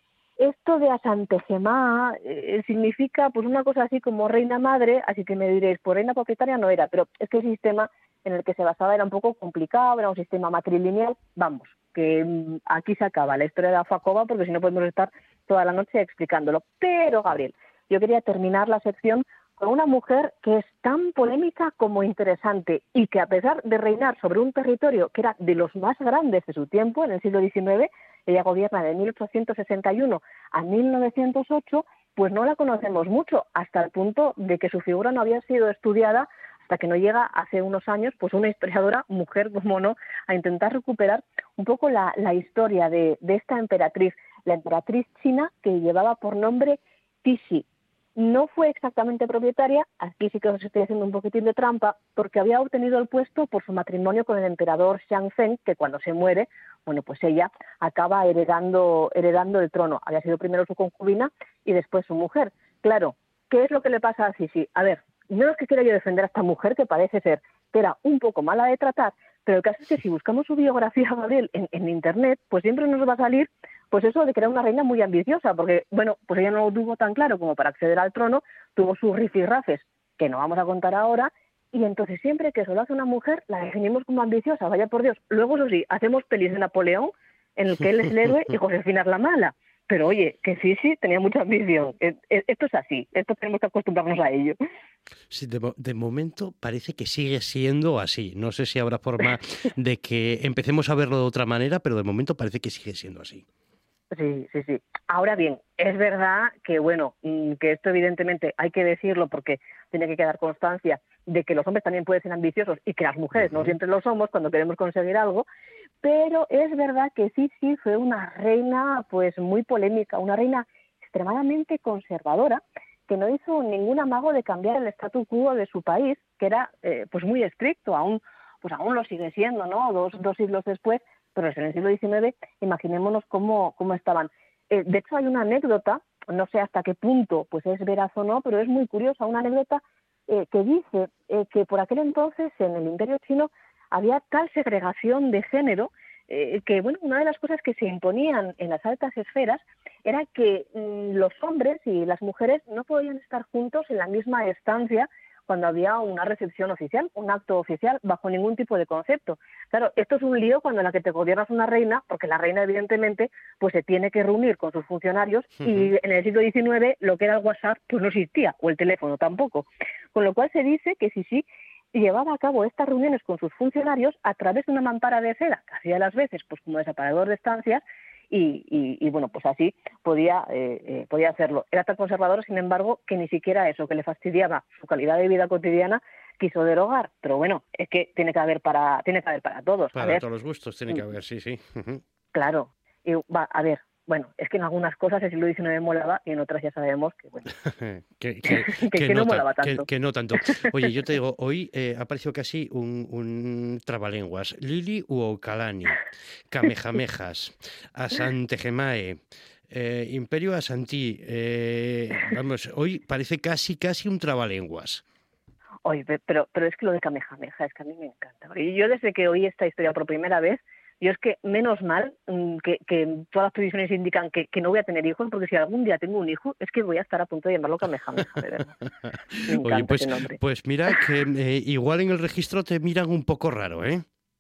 Esto de Asantehema eh, significa pues una cosa así como reina madre, así que me diréis, pues reina propietaria no era, pero es que el sistema en el que se basaba era un poco complicado, era un sistema matrilineal, vamos, que mmm, aquí se acaba la historia de Afua Coba porque si no podemos estar toda la noche explicándolo. Pero, Gabriel, yo quería terminar la sección con una mujer que es tan polémica como interesante y que a pesar de reinar sobre un territorio que era de los más grandes de su tiempo, en el siglo diecinueve, ella gobierna de mil ochocientos sesenta y uno a mil novecientos ocho, pues no la conocemos mucho, hasta el punto de que su figura no había sido estudiada hasta que no llega hace unos años pues una historiadora, mujer como no, a intentar recuperar un poco la, la historia de, de esta emperatriz, la emperatriz china que llevaba por nombre Cixi. No fue exactamente propietaria, aquí sí que os estoy haciendo un poquitín de trampa, porque había obtenido el puesto por su matrimonio con el emperador Xianzhen, que cuando se muere, bueno, pues ella acaba heredando, heredando el trono. Había sido primero su concubina y después su mujer. Claro, ¿qué es lo que le pasa a Cixi? A ver, no es que quiera yo defender a esta mujer, que parece ser que era un poco mala de tratar, pero el caso es que si buscamos su biografía, Gabriel, en, en Internet, pues siempre nos va a salir pues eso de que era una reina muy ambiciosa, porque, bueno, pues ella no lo tuvo tan claro como para acceder al trono, tuvo sus rifirrafes, que no vamos a contar ahora, y entonces siempre que eso lo hace una mujer, la definimos como ambiciosa, vaya por Dios. Luego, eso sí, hacemos pelis de Napoleón, en el que él es el héroe y Josefina es la mala. Pero oye, que sí, sí, tenía mucha ambición. Esto es así, esto tenemos que acostumbrarnos a ello. Sí, de, de momento parece que sigue siendo así. No sé si habrá forma de que empecemos a verlo de otra manera, pero de momento parece que sigue siendo así. Sí, sí, sí. Ahora bien, es verdad que, bueno, que esto evidentemente hay que decirlo porque tiene que quedar constancia de que los hombres también pueden ser ambiciosos y que las mujeres no siempre lo somos cuando queremos conseguir algo, pero es verdad que sí, sí, fue una reina pues muy polémica, una reina extremadamente conservadora que no hizo ningún amago de cambiar el statu quo de su país, que era eh, pues muy estricto, aún, pues aún lo sigue siendo, ¿no? Dos, dos siglos después, pero en el siglo diecinueve, imaginémonos cómo, cómo estaban. Eh, de hecho, hay una anécdota, no sé hasta qué punto pues es veraz o no, pero es muy curiosa, una anécdota eh, que dice eh, que por aquel entonces en el Imperio Chino había tal segregación de género eh, que, bueno, una de las cosas que se imponían en las altas esferas era que mmm, los hombres y las mujeres no podían estar juntos en la misma estancia cuando había una recepción oficial, un acto oficial, bajo ningún tipo de concepto. Claro, esto es un lío cuando en la que te gobiernas una reina, porque la reina, evidentemente, pues se tiene que reunir con sus funcionarios, uh-huh. y en el siglo diecinueve lo que era el WhatsApp pues no existía, o el teléfono tampoco. Con lo cual se dice que sí, sí, llevaba a cabo estas reuniones con sus funcionarios a través de una mampara de seda, que hacía las veces pues como desaparador de estancias, Y, y, y bueno, pues así podía, eh, eh, podía hacerlo. Era tan conservador, sin embargo, que ni siquiera eso, que le fastidiaba su calidad de vida cotidiana, quiso derogar. Pero bueno, es que tiene que haber para, tiene que haber para todos. Para a ver. todos los gustos tiene que haber, sí, sí. Uh-huh. Claro. Y, va, a ver, bueno, es que en algunas cosas el siglo diecinueve molaba y en otras ya sabemos que, bueno, que, que, que, que, que no, no molaba Que, tanto. que no tanto. Oye, yo te digo, hoy eh, ha aparecido casi un, un trabalenguas. Lili Uokalani, Kamehamejas, Asantehemae, eh, Imperio Asantí. Eh, vamos, hoy parece casi, casi un trabalenguas. Oye, pero, pero es que lo de Kamehameha es que a mí me encanta. Y yo desde que oí esta historia por primera vez, yo es que menos mal que, que todas las previsiones indican que, que no voy a tener hijos, porque si algún día tengo un hijo, es que voy a estar a punto de llamarlo Kamehameha, de verdad. Me encanta. Oye, pues, ese nombre. Pues mira que eh, igual en el registro te miran un poco raro, ¿eh?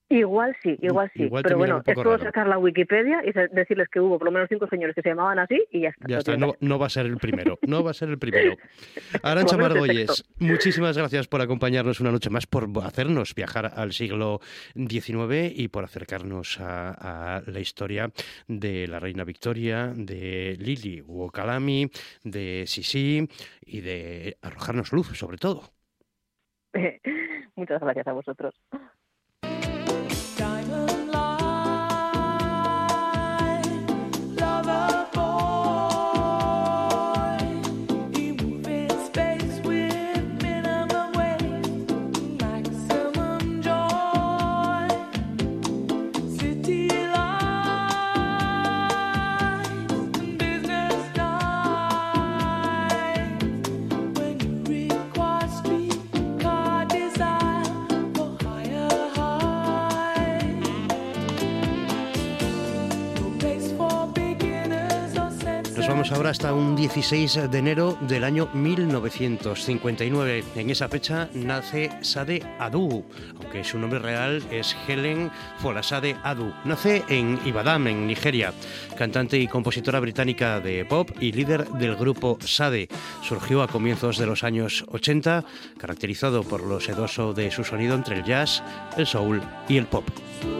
Igual sí, igual sí. Igual te pero miran bueno, un poco es todo raro. sacar la Wikipedia y decirles que hubo por lo menos cinco señores que se llamaban así y ya está. Ya No está, tiene no, no va a ser el primero, no va a ser el primero. Arantxa Por lo menos el Margolles, texto. muchísimas gracias por acompañarnos una noche más, por hacernos viajar al siglo diecinueve y por acercarnos a, a la historia de la reina Victoria, de Lili Uokalami, de Sisi y de arrojarnos luz, sobre todo. Muchas gracias a vosotros. Diamond line, lover boy. You move in space with minimum wage, maximum joy. City life, business night. When you require streetcar desire for higher high. No place for beginners or Nos vamos ahora hasta un dieciséis de enero del año mil novecientos cincuenta y nueve. En esa fecha nace Sade Adu, aunque su nombre real es Helen Folasade Adu. Nace en Ibadan, en Nigeria. Cantante y compositora británica de pop y líder del grupo Sade. Surgió a comienzos de los años ochenta, caracterizado por lo sedoso de su sonido entre el jazz, el soul y el pop.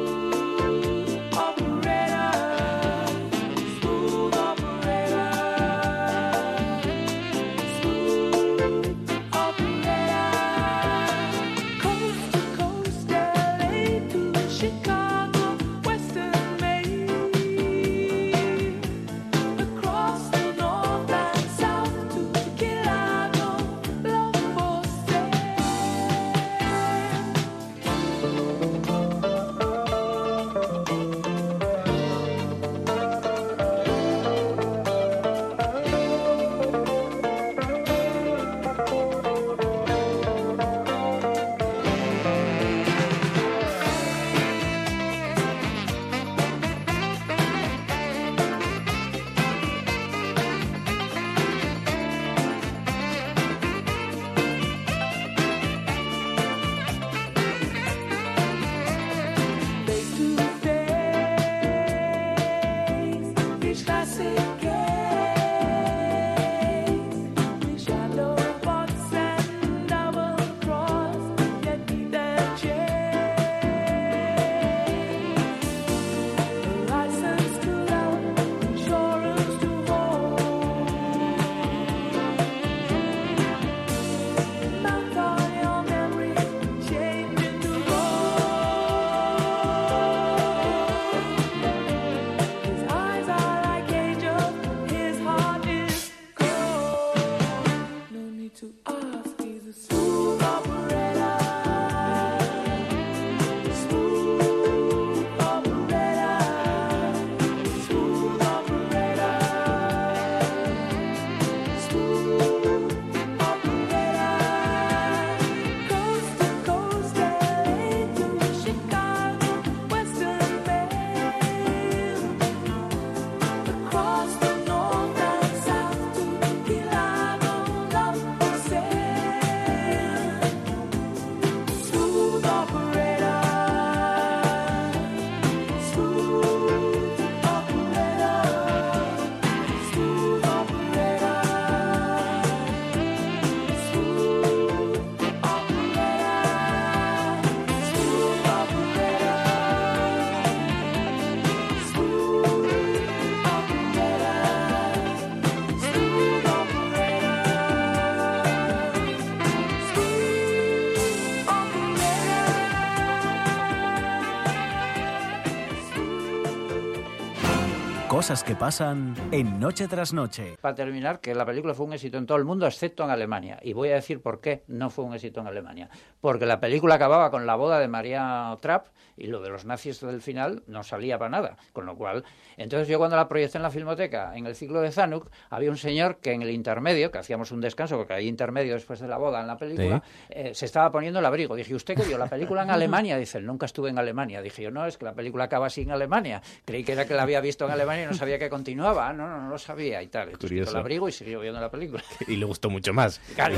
Cosas que pasan en Noche tras Noche. Para terminar, que la película fue un éxito en todo el mundo, excepto en Alemania. Y voy a decir por qué no fue un éxito en Alemania. Porque la película acababa con la boda de María Trapp y lo de los nazis del final no salía para nada. Con lo cual, entonces yo cuando la proyecté en la Filmoteca, en el ciclo de Zanuck, había un señor que en el intermedio, que hacíamos un descanso, porque hay intermedio después de la boda en la película, sí. eh, se estaba poniendo el abrigo. Dije, ¿usted qué vio la película en Alemania? Dice, nunca estuve en Alemania. Dije yo, no, es que la película acaba así en Alemania. Creí que era que la había visto en Alemania y no sabía que continuaba. No, no, no lo sabía y tal. Entonces quitó el abrigo y siguió viendo la película. Y le gustó mucho más. Claro.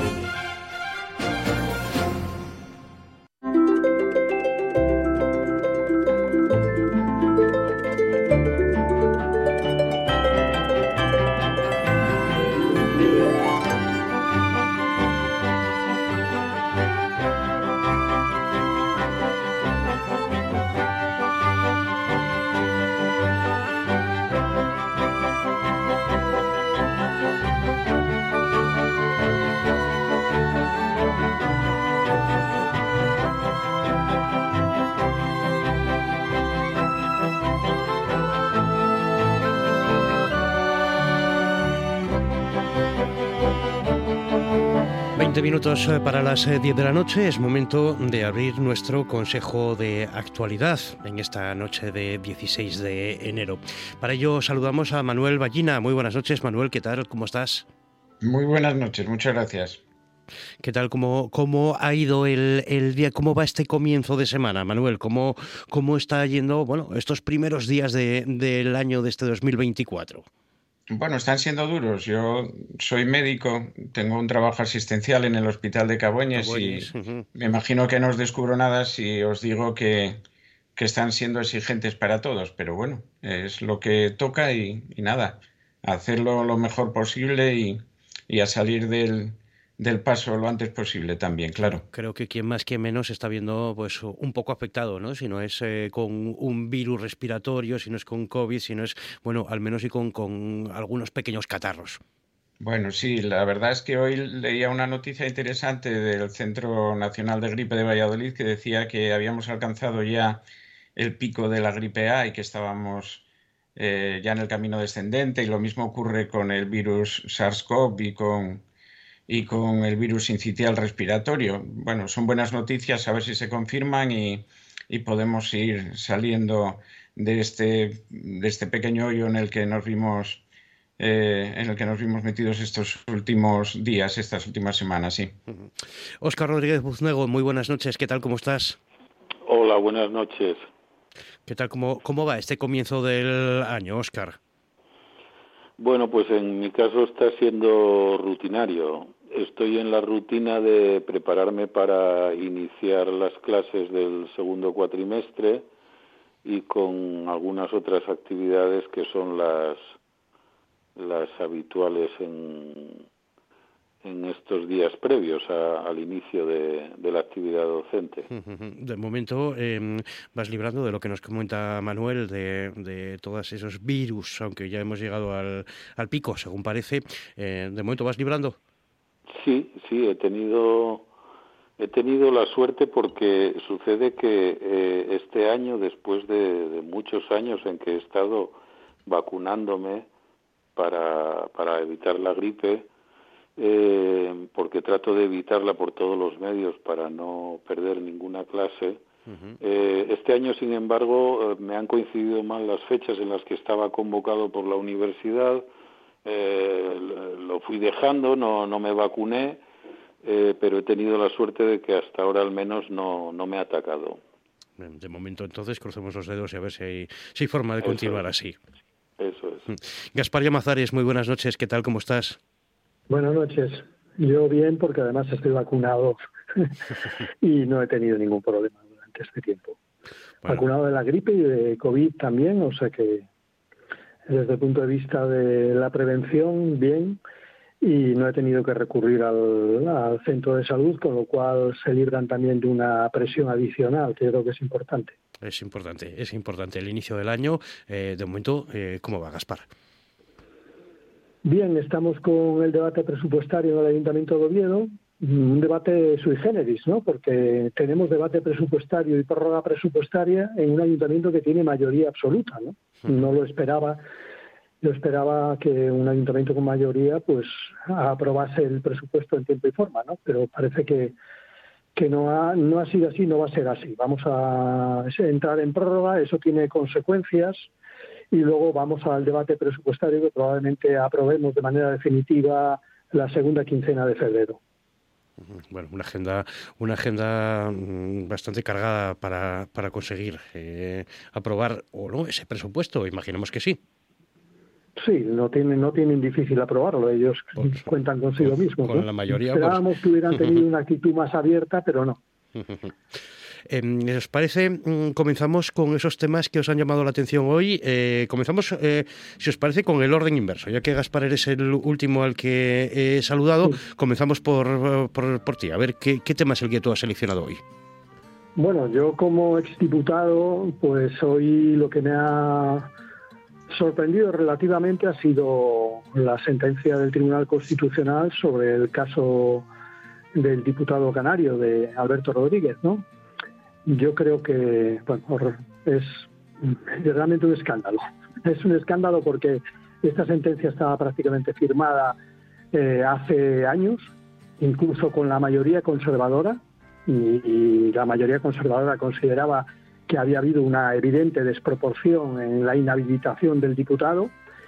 veinte minutos para las diez de la noche. Es momento de abrir nuestro consejo de actualidad en esta noche de dieciséis de enero. Para ello saludamos a Manuel Ballina. Muy buenas noches, Manuel. ¿Qué tal? ¿Cómo estás? Muy buenas noches. Muchas gracias. ¿Qué tal? ¿Cómo, cómo ha ido el, el día? ¿Cómo va este comienzo de semana, Manuel? ¿Cómo, cómo está yendo, bueno, estos primeros días de, del año de este dos mil veinticuatro? Bueno, están siendo duros. Yo soy médico, tengo un trabajo asistencial en el Hospital de Cabueñes, Cabueñes y uh-huh. me imagino que no os descubro nada si os digo que, que están siendo exigentes para todos, pero bueno, es lo que toca y, y nada, hacerlo lo mejor posible y, y a salir del... del paso lo antes posible también, claro. Creo que quien más, quien menos está viendo pues un poco afectado, ¿no? Si no es eh, con un virus respiratorio, si no es con COVID, si no es, bueno, al menos y con, con algunos pequeños catarros. Bueno, sí, la verdad es que hoy leía una noticia interesante del Centro Nacional de Gripe de Valladolid que decía que habíamos alcanzado ya el pico de la gripe A y que estábamos eh, ya en el camino descendente, y lo mismo ocurre con el virus SARS-CoV y con... y con el virus sincitial respiratorio. Bueno, son buenas noticias, a ver si se confirman y, y podemos ir saliendo de este, de este pequeño hoyo en el que nos vimos eh, en el que nos vimos metidos estos últimos días, estas últimas semanas, sí. Óscar Rodríguez Buznego, muy buenas noches, ¿qué tal, cómo estás? Hola, buenas noches. ¿Qué tal, cómo, cómo va este comienzo del año, Óscar? Bueno, pues en mi caso está siendo rutinario. Estoy en la rutina de prepararme para iniciar las clases del segundo cuatrimestre y con algunas otras actividades que son las las habituales en, en estos días previos a, al inicio de, de la actividad docente. De momento eh, vas librando de lo que nos comenta Manuel, de, de todos esos virus, aunque ya hemos llegado al, al pico, según parece. Eh, de momento vas librando. Sí, sí, he tenido he tenido la suerte porque sucede que eh, este año, después de, de muchos años en que he estado vacunándome para, para evitar la gripe, eh, porque trato de evitarla por todos los medios para no perder ninguna clase, uh-huh. eh, este año, sin embargo, me han coincidido mal las fechas en las que estaba convocado por la universidad. Eh, lo fui dejando, no, no me vacuné, eh, pero he tenido la suerte de que hasta ahora al menos no, no me ha atacado. De momento, entonces, crucemos los dedos y a ver si hay, si hay forma de Eso continuar es. así. Eso es. Gaspar Llamazares, muy buenas noches, ¿qué tal, cómo estás? Buenas noches, yo bien porque además estoy vacunado y no he tenido ningún problema durante este tiempo. Bueno. Vacunado de la gripe y de COVID también, o sea que desde el punto de vista de la prevención, bien, y no he tenido que recurrir al, al centro de salud, con lo cual se libran también de una presión adicional, que yo creo que es importante. Es importante, es importante. El inicio del año, eh, de momento, eh, ¿cómo va, Gaspar? Bien, estamos con el debate presupuestario en el Ayuntamiento de Oviedo, un debate sui generis, ¿no? Porque tenemos debate presupuestario y prórroga presupuestaria en un ayuntamiento que tiene mayoría absoluta, ¿no? No lo esperaba, yo esperaba que un ayuntamiento con mayoría pues aprobase el presupuesto en tiempo y forma, ¿no? Pero parece que que no ha no ha sido así, no va a ser así. Vamos a entrar en prórroga, eso tiene consecuencias, y luego vamos al debate presupuestario que probablemente aprobemos de manera definitiva la segunda quincena de febrero. Bueno, una agenda una agenda bastante cargada para, para conseguir eh, aprobar o no ese presupuesto, imaginemos que sí. Sí, no tienen, no tienen difícil aprobarlo, ellos pues, cuentan consigo mismos. Con ¿no? la mayoría. Esperábamos pues... que hubieran tenido una actitud más abierta, pero no. Eh, ¿Os parece? Comenzamos con esos temas que os han llamado la atención hoy. Eh, comenzamos, eh, si os parece, con el orden inverso. Ya que Gaspar eres el último al que he saludado, sí. Comenzamos por, por, por ti. A ver, ¿qué, ¿qué tema es el que tú has seleccionado hoy? Bueno, yo como exdiputado, pues hoy lo que me ha sorprendido relativamente ha sido la sentencia del Tribunal Constitucional sobre el caso del diputado canario, de Alberto Rodríguez, ¿no? Yo creo que, bueno, es realmente un escándalo. Es un escándalo porque esta sentencia estaba prácticamente firmada eh, hace años incluso con la mayoría conservadora, y, y la mayoría conservadora consideraba que había habido una evidente desproporción en la inhabilitación del diputado,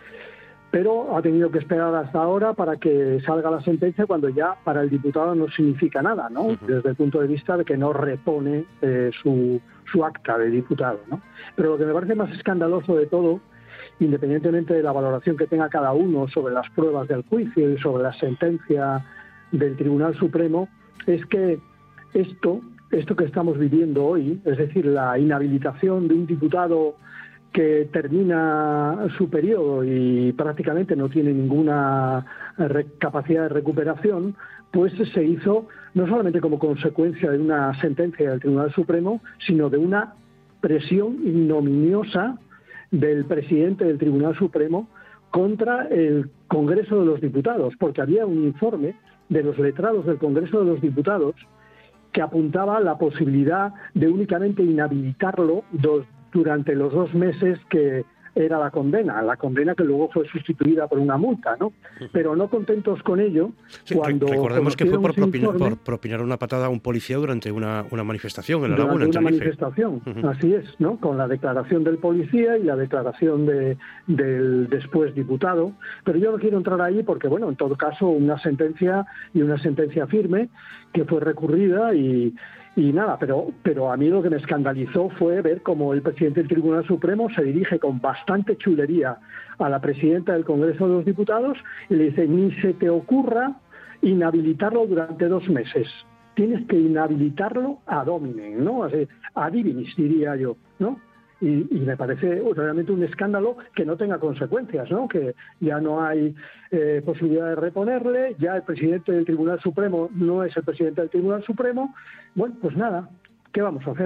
pero ha tenido que esperar hasta ahora para que salga la sentencia, cuando ya para el diputado no significa nada, ¿no? Uh-huh. Desde el punto de vista de que no repone eh, su, su acta de diputado, ¿no? Pero lo que me parece más escandaloso de todo, independientemente de la valoración que tenga cada uno sobre las pruebas del juicio y sobre la sentencia del Tribunal Supremo, es que esto, esto que estamos viviendo hoy, es decir, la inhabilitación de un diputado que termina su periodo y prácticamente no tiene ninguna capacidad de recuperación, pues se hizo no solamente como consecuencia de una sentencia del Tribunal Supremo, sino de una presión ignominiosa del presidente del Tribunal Supremo contra el Congreso de los Diputados, porque había un informe de los letrados del Congreso de los Diputados que apuntaba a la posibilidad de únicamente inhabilitarlo dos durante los dos meses que era la condena, la condena que luego fue sustituida por una multa, ¿no? Pero no contentos con ello, sí, cuando recordemos que fue por propinar, informe, por propinar una patada a un policía durante una, una manifestación en la durante Laguna, en una Tenerife. manifestación, Uh-huh. Así es, ¿no? Con la declaración del policía y la declaración de, del después diputado. Pero yo no quiero entrar ahí porque, bueno, en todo caso, una sentencia y una sentencia firme que fue recurrida y Y nada, pero, pero a mí lo que me escandalizó fue ver cómo el presidente del Tribunal Supremo se dirige con bastante chulería a la presidenta del Congreso de los Diputados y le dice: ni se te ocurra inhabilitarlo durante dos meses. Tienes que inhabilitarlo ad hominem, ¿no? Así, ad divinis, diría yo, ¿no? Y, y me parece realmente un escándalo que no tenga consecuencias, ¿no? Que ya no hay eh, posibilidad de reponerle, ya el presidente del Tribunal Supremo no es el presidente del Tribunal Supremo. Bueno, pues nada, ¿qué vamos a hacer?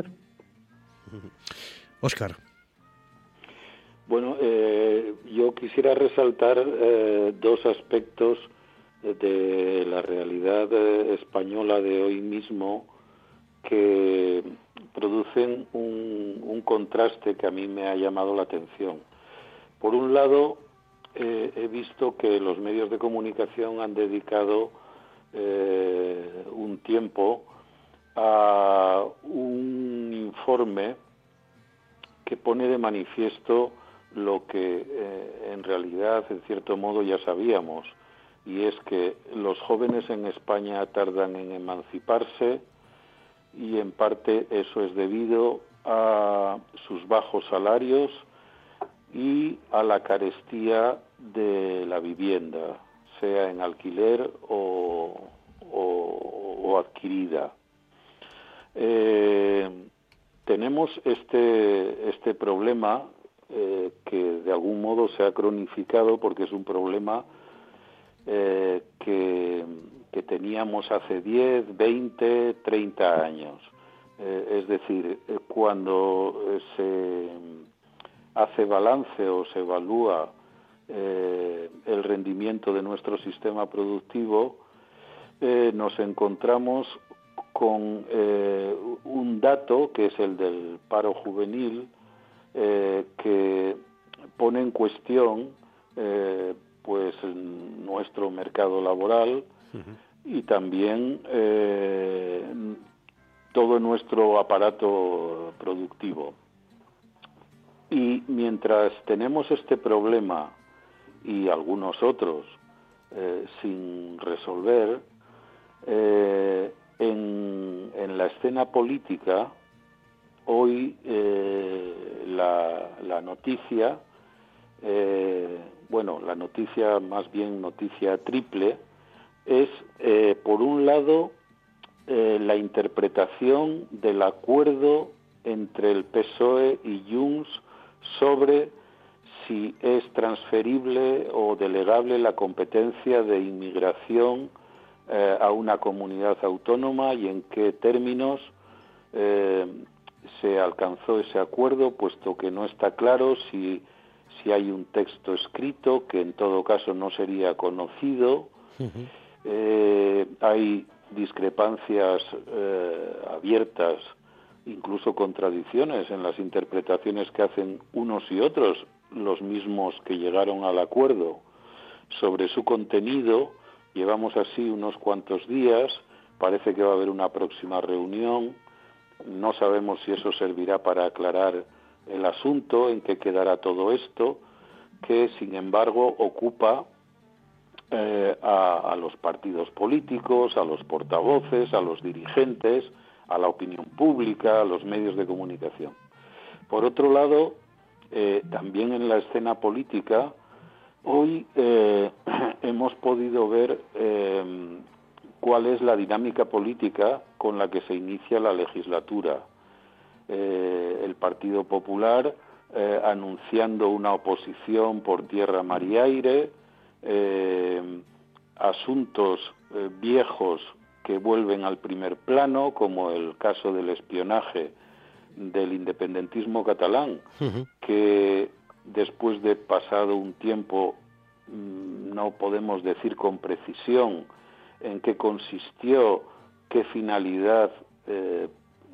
Óscar. Bueno, eh, yo quisiera resaltar eh, dos aspectos de la realidad eh, española de hoy mismo que producen un, un contraste que a mí me ha llamado la atención. Por un lado, eh, he visto que los medios de comunicación han dedicado eh, un tiempo a un informe que pone de manifiesto lo que eh, en realidad, en cierto modo, ya sabíamos, y es que los jóvenes en España tardan en emanciparse, y en parte eso es debido a sus bajos salarios y a la carestía de la vivienda, sea en alquiler o, o, o adquirida. Eh, tenemos este, este problema eh, que de algún modo se ha cronificado porque es un problema eh, que... que teníamos hace diez, veinte, treinta años. Eh, es decir, eh, cuando eh, se hace balance o se evalúa eh, el rendimiento de nuestro sistema productivo, eh, nos encontramos con eh, un dato que es el del paro juvenil, eh, que pone en cuestión eh, pues nuestro mercado laboral, y también eh, todo nuestro aparato productivo. Y mientras tenemos este problema y algunos otros eh, sin resolver, eh, en, en la escena política, hoy eh, la, la noticia, eh, bueno, la noticia, más bien noticia triple, es, eh, por un lado, eh, la interpretación del acuerdo entre el P S O E y Junts sobre si es transferible o delegable la competencia de inmigración eh, a una comunidad autónoma y en qué términos eh, se alcanzó ese acuerdo, puesto que no está claro si, si hay un texto escrito, que en todo caso no sería conocido. Uh-huh. Eh, hay discrepancias eh, abiertas, incluso contradicciones en las interpretaciones que hacen unos y otros, los mismos que llegaron al acuerdo, sobre su contenido, Llevamos así unos cuantos días, parece que va a haber una próxima reunión, no sabemos si eso servirá para aclarar el asunto, en qué quedará todo esto, que sin embargo ocupa eh, a, a los partidos políticos, a los portavoces, a los dirigentes, a la opinión pública, a los medios de comunicación. Por otro lado, eh, también en la escena política, hoy eh, hemos podido ver eh, cuál es la dinámica política con la que se inicia la legislatura. Eh, el Partido Popular eh, anunciando una oposición por tierra, mar y aire, eh, asuntos eh, viejos que vuelven al primer plano, como el caso del espionaje del independentismo catalán, uh-huh. que después de pasado un tiempo no podemos decir con precisión en qué consistió, qué finalidad eh,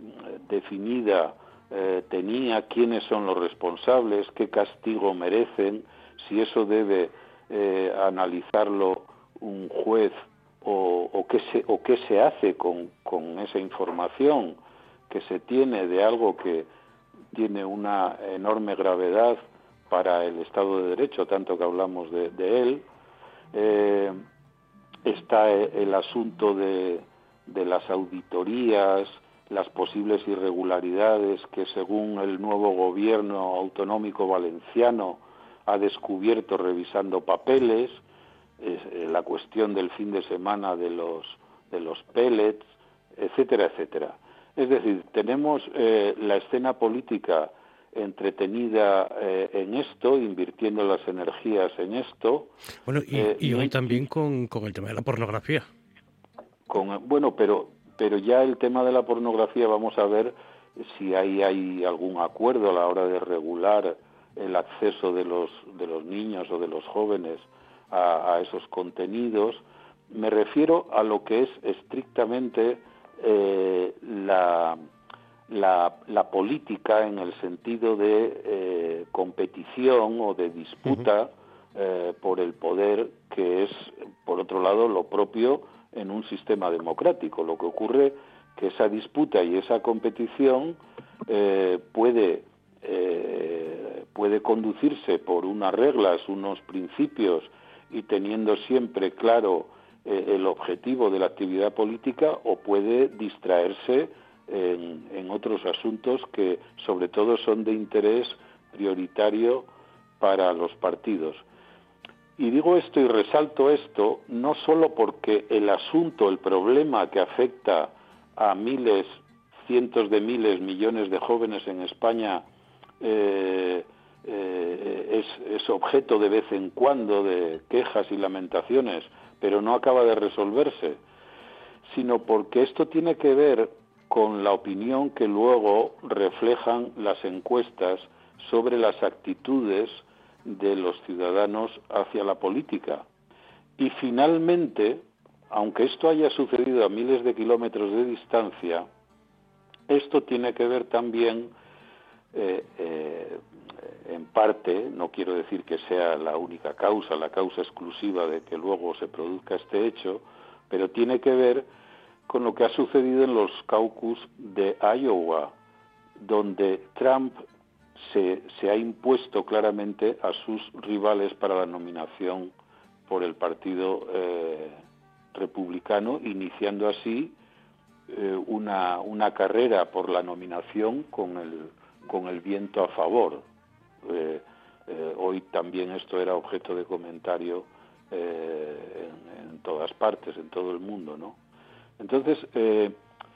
definida eh, tenía, quiénes son los responsables, qué castigo merecen, si eso debe eh, analizarlo un juez o, o, qué se, o qué se hace con, con esa información que se tiene de algo que tiene una enorme gravedad para el Estado de Derecho, tanto que hablamos de, de él. Eh, está el asunto de, de las auditorías, las posibles irregularidades que según el nuevo gobierno autonómico valenciano ha descubierto revisando papeles, eh, la cuestión del fin de semana de los, de los pellets, etcétera, etcétera. Es decir, tenemos eh, la escena política entretenida eh, en esto, invirtiendo las energías en esto. Bueno, y, eh, y hoy y, también con, con el tema de la pornografía. Con, bueno, pero, pero ya el tema de la pornografía, vamos a ver si hay, hay algún acuerdo a la hora de regular el acceso de los, de los niños o de los jóvenes a, a esos contenidos. Me refiero a lo que es estrictamente eh, la... La, la política en el sentido de eh, competición o de disputa uh-huh. eh, por el poder, que es, por otro lado, lo propio en un sistema democrático. Lo que ocurre que esa disputa y esa competición eh, puede, eh, puede conducirse por unas reglas, unos principios, y teniendo siempre claro eh, el objetivo de la actividad política, o puede distraerse En, en otros asuntos que sobre todo son de interés prioritario para los partidos. Y digo esto y resalto esto no solo porque el asunto, el problema que afecta a miles, cientos de miles, millones de jóvenes en España eh, eh, es, es objeto de vez en cuando de quejas y lamentaciones, pero no acaba de resolverse, sino porque esto tiene que ver con la opinión que luego reflejan las encuestas sobre las actitudes de los ciudadanos hacia la política. Y finalmente, aunque esto haya sucedido a miles de kilómetros de distancia, esto tiene que ver también, eh, eh, en parte, no quiero decir que sea la única causa, la causa exclusiva de que luego se produzca este hecho, pero tiene que ver con lo que ha sucedido en los caucus de Iowa, donde Trump se, se ha impuesto claramente a sus rivales para la nominación por el Partido eh, Republicano, iniciando así eh, una, una carrera por la nominación con el, con el viento a favor. Eh, eh, hoy también esto era objeto de comentario eh, en, en todas partes, en todo el mundo, ¿no? Entonces, eh,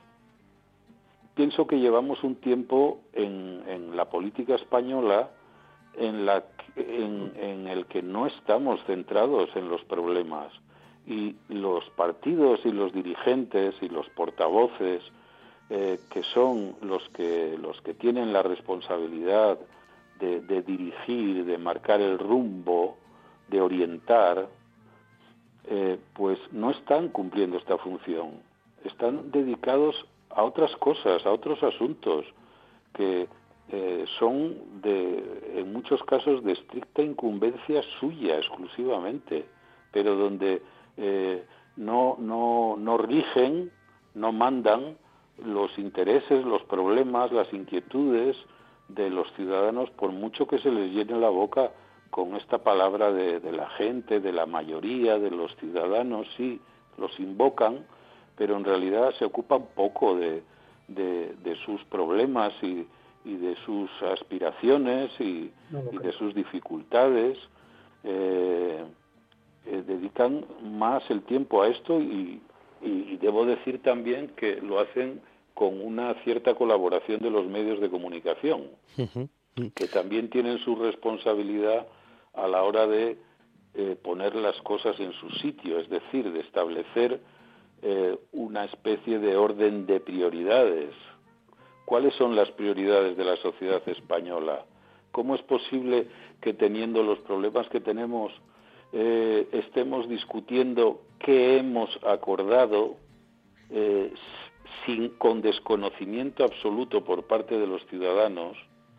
pienso que llevamos un tiempo en, en la política española en, la, en, en el que no estamos centrados en los problemas, y los partidos y los dirigentes y los portavoces eh, que son los que, los que tienen la responsabilidad de, de dirigir, de marcar el rumbo, de orientar, eh, pues no están cumpliendo esta función. Están dedicados a otras cosas, a otros asuntos que eh, son de, en muchos casos de estricta incumbencia suya exclusivamente, pero donde eh, no, no, no rigen, no mandan los intereses, los problemas, las inquietudes de los ciudadanos, por mucho que se les llene la boca con esta palabra de, de la gente, de la mayoría, de los ciudadanos, sí, los invocan, pero en realidad se ocupan poco de, de, de sus problemas y, y de sus aspiraciones y, y de sus dificultades. Eh, eh, dedican más el tiempo a esto y, y, y debo decir también que lo hacen con una cierta colaboración de los medios de comunicación, uh-huh. que también tienen su responsabilidad a la hora de eh, poner las cosas en su sitio, es decir, de establecer eh, una especie de orden de prioridades. ¿Cuáles son las prioridades de la sociedad española? ¿Cómo es posible que, teniendo los problemas que tenemos, eh, estemos discutiendo qué hemos acordado eh, sin, con desconocimiento absoluto por parte de los ciudadanos?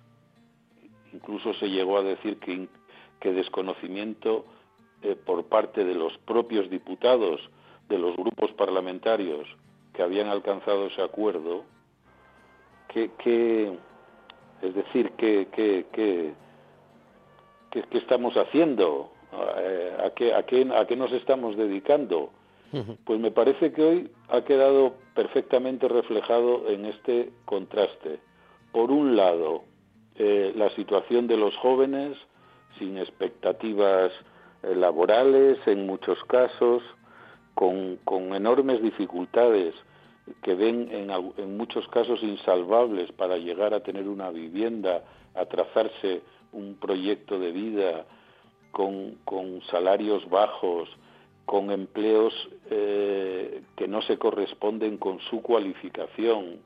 Incluso se llegó a decir que, que desconocimiento eh, por parte de los propios diputados de los grupos parlamentarios que habían alcanzado ese acuerdo. Que, que es decir, ¿qué que, que, que, que estamos haciendo? ¿A qué, a, qué, ¿A qué nos estamos dedicando? Pues me parece que hoy ha quedado perfectamente reflejado en este contraste. Por un lado, eh, la situación de los jóvenes sin expectativas eh, laborales en muchos casos, con, con enormes dificultades que ven en, en muchos casos insalvables para llegar a tener una vivienda, a trazarse un proyecto de vida, con, con salarios bajos, con empleos eh, que no se corresponden con su cualificación,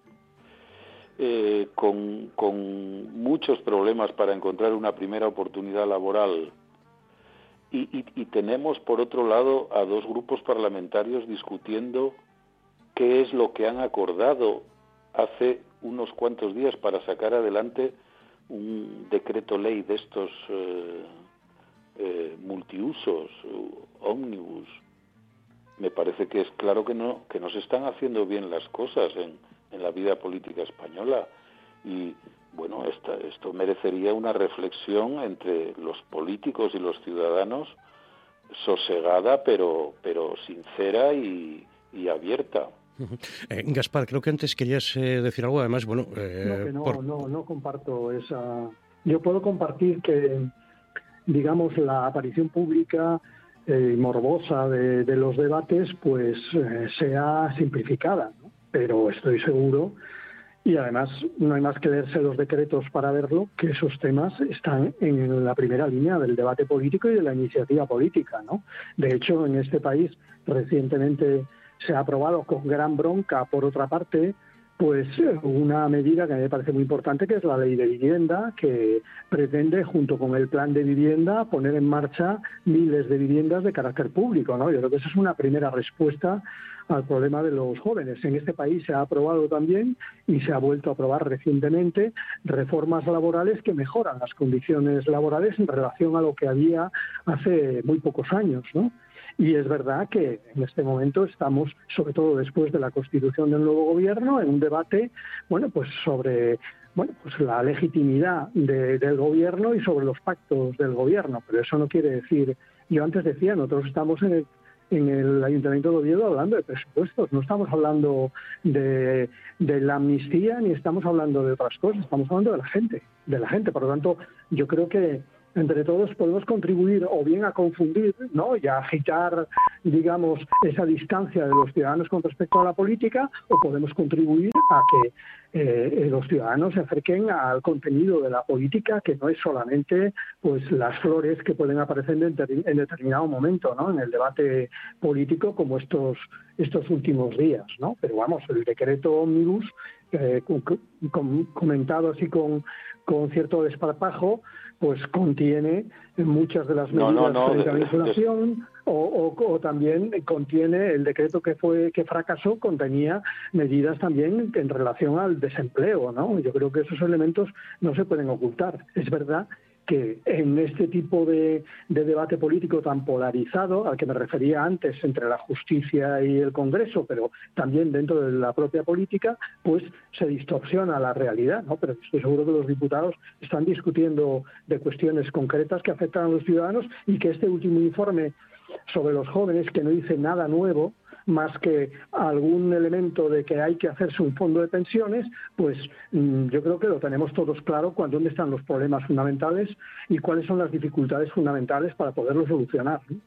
eh, con, con muchos problemas para encontrar una primera oportunidad laboral. Y, y, y tenemos, por otro lado, a dos grupos parlamentarios discutiendo qué es lo que han acordado hace unos cuantos días para sacar adelante un decreto ley de estos eh, eh, multiusos, ómnibus. Me parece que es claro que no que no se están haciendo bien las cosas en, en la vida política española y bueno, esta, esto merecería una reflexión entre los políticos y los ciudadanos sosegada pero pero sincera y, y abierta. Eh, Gaspar, creo que antes querías eh, decir algo, además, bueno... Eh, no, que no, por... no, no comparto esa... Yo puedo compartir que, digamos, la aparición pública eh, morbosa de, de los debates, pues eh, sea simplificada, ¿no? Pero estoy seguro, y además no hay más que leerse los decretos para verlo, que esos temas están en la primera línea del debate político y de la iniciativa política, ¿no? De hecho, en este país recientemente se ha aprobado con gran bronca, por otra parte, pues una medida que a mí me parece muy importante, que es la ley de vivienda, que pretende, junto con el plan de vivienda, poner en marcha miles de viviendas de carácter público, ¿no? Yo creo que esa es una primera respuesta al problema de los jóvenes. En este país se ha aprobado también, y se ha vuelto a aprobar recientemente, reformas laborales que mejoran las condiciones laborales en relación a lo que había hace muy pocos años, ¿no? Y es verdad que en este momento estamos, sobre todo después de la constitución del nuevo gobierno, en un debate, bueno, pues sobre, bueno, pues la legitimidad de, del gobierno y sobre los pactos del gobierno. Pero eso no quiere decir, yo antes decía, nosotros estamos en el en el Ayuntamiento de Oviedo hablando de presupuestos, no estamos hablando de, de la amnistía ni estamos hablando de otras cosas, estamos hablando de la gente, de la gente. Por lo tanto, yo creo que entre todos podemos contribuir o bien a confundir, ¿no?, y a agitar, digamos, esa distancia de los ciudadanos con respecto a la política, o podemos contribuir a que eh, los ciudadanos se acerquen al contenido de la política, que no es solamente pues las flores que pueden aparecer en, ter- en determinado momento, ¿no?, en el debate político, como estos estos últimos días, ¿no? Pero vamos, el decreto ómnibus, eh, com- com- comentado así con, con cierto desparpajo, pues contiene muchas de las medidas no, no, no, frente a la de, inflación, de... O, o, o también contiene el decreto que fue que fracasó, contenía medidas también en relación al desempleo, ¿no? Yo creo que esos elementos no se pueden ocultar. Es verdad que en este tipo de, de debate político tan polarizado, al que me refería antes entre la justicia y el Congreso, pero también dentro de la propia política, pues se distorsiona la realidad, ¿no? Pero estoy seguro que los diputados están discutiendo de cuestiones concretas que afectan a los ciudadanos y que este último informe sobre los jóvenes, que no dice nada nuevo, más que algún elemento de que hay que hacerse un fondo de pensiones, pues mmm, yo creo que lo tenemos todos claro cuando dónde están los problemas fundamentales y cuáles son las dificultades fundamentales para poderlos solucionar, ¿no?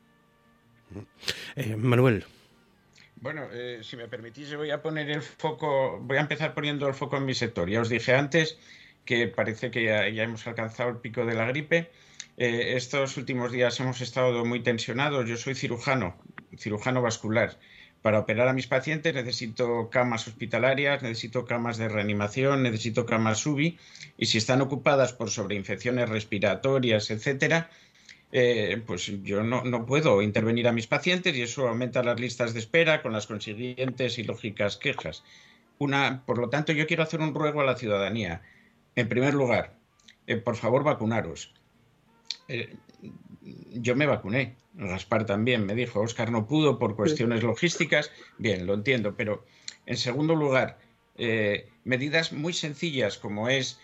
Eh, Manuel. Bueno, eh, si me permitís, yo voy a poner el foco, voy a empezar poniendo el foco en mi sector. Ya os dije antes que parece que ya, ya hemos alcanzado el pico de la gripe. Eh, estos últimos días hemos estado muy tensionados. Yo soy cirujano, cirujano vascular. Para operar a mis pacientes necesito camas hospitalarias, necesito camas de reanimación, necesito camas U B I, y si están ocupadas por sobreinfecciones respiratorias, etcétera, eh, pues yo no, no puedo intervenir a mis pacientes y eso aumenta las listas de espera con las consiguientes y lógicas quejas. Una, por lo tanto, yo quiero hacer un ruego a la ciudadanía. En primer lugar, eh, por favor, vacunaros. Eh, yo me vacuné, Gaspar también me dijo, Óscar no pudo por cuestiones logísticas, bien, lo entiendo, pero en segundo lugar, eh, medidas muy sencillas como es,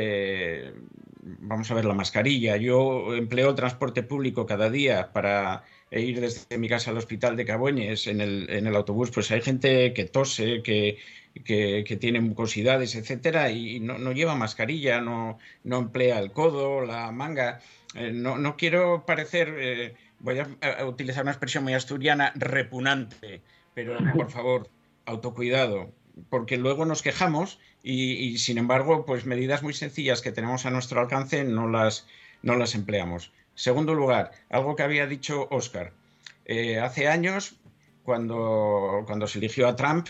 eh, vamos a ver, la mascarilla. Yo empleo el transporte público cada día para ir desde mi casa al hospital de Caboñes en el, en el autobús, pues hay gente que tose, que, que, que tiene mucosidades, etcétera, y no, no lleva mascarilla, no, no emplea el codo, la manga. Eh, no, no quiero parecer, eh, voy a, a utilizar una expresión muy asturiana, repugnante, pero por favor, autocuidado, porque luego nos quejamos y, y sin embargo, pues medidas muy sencillas que tenemos a nuestro alcance no las, no las empleamos. Segundo lugar, algo que había dicho Óscar. Eh, hace años, cuando, cuando se eligió a Trump,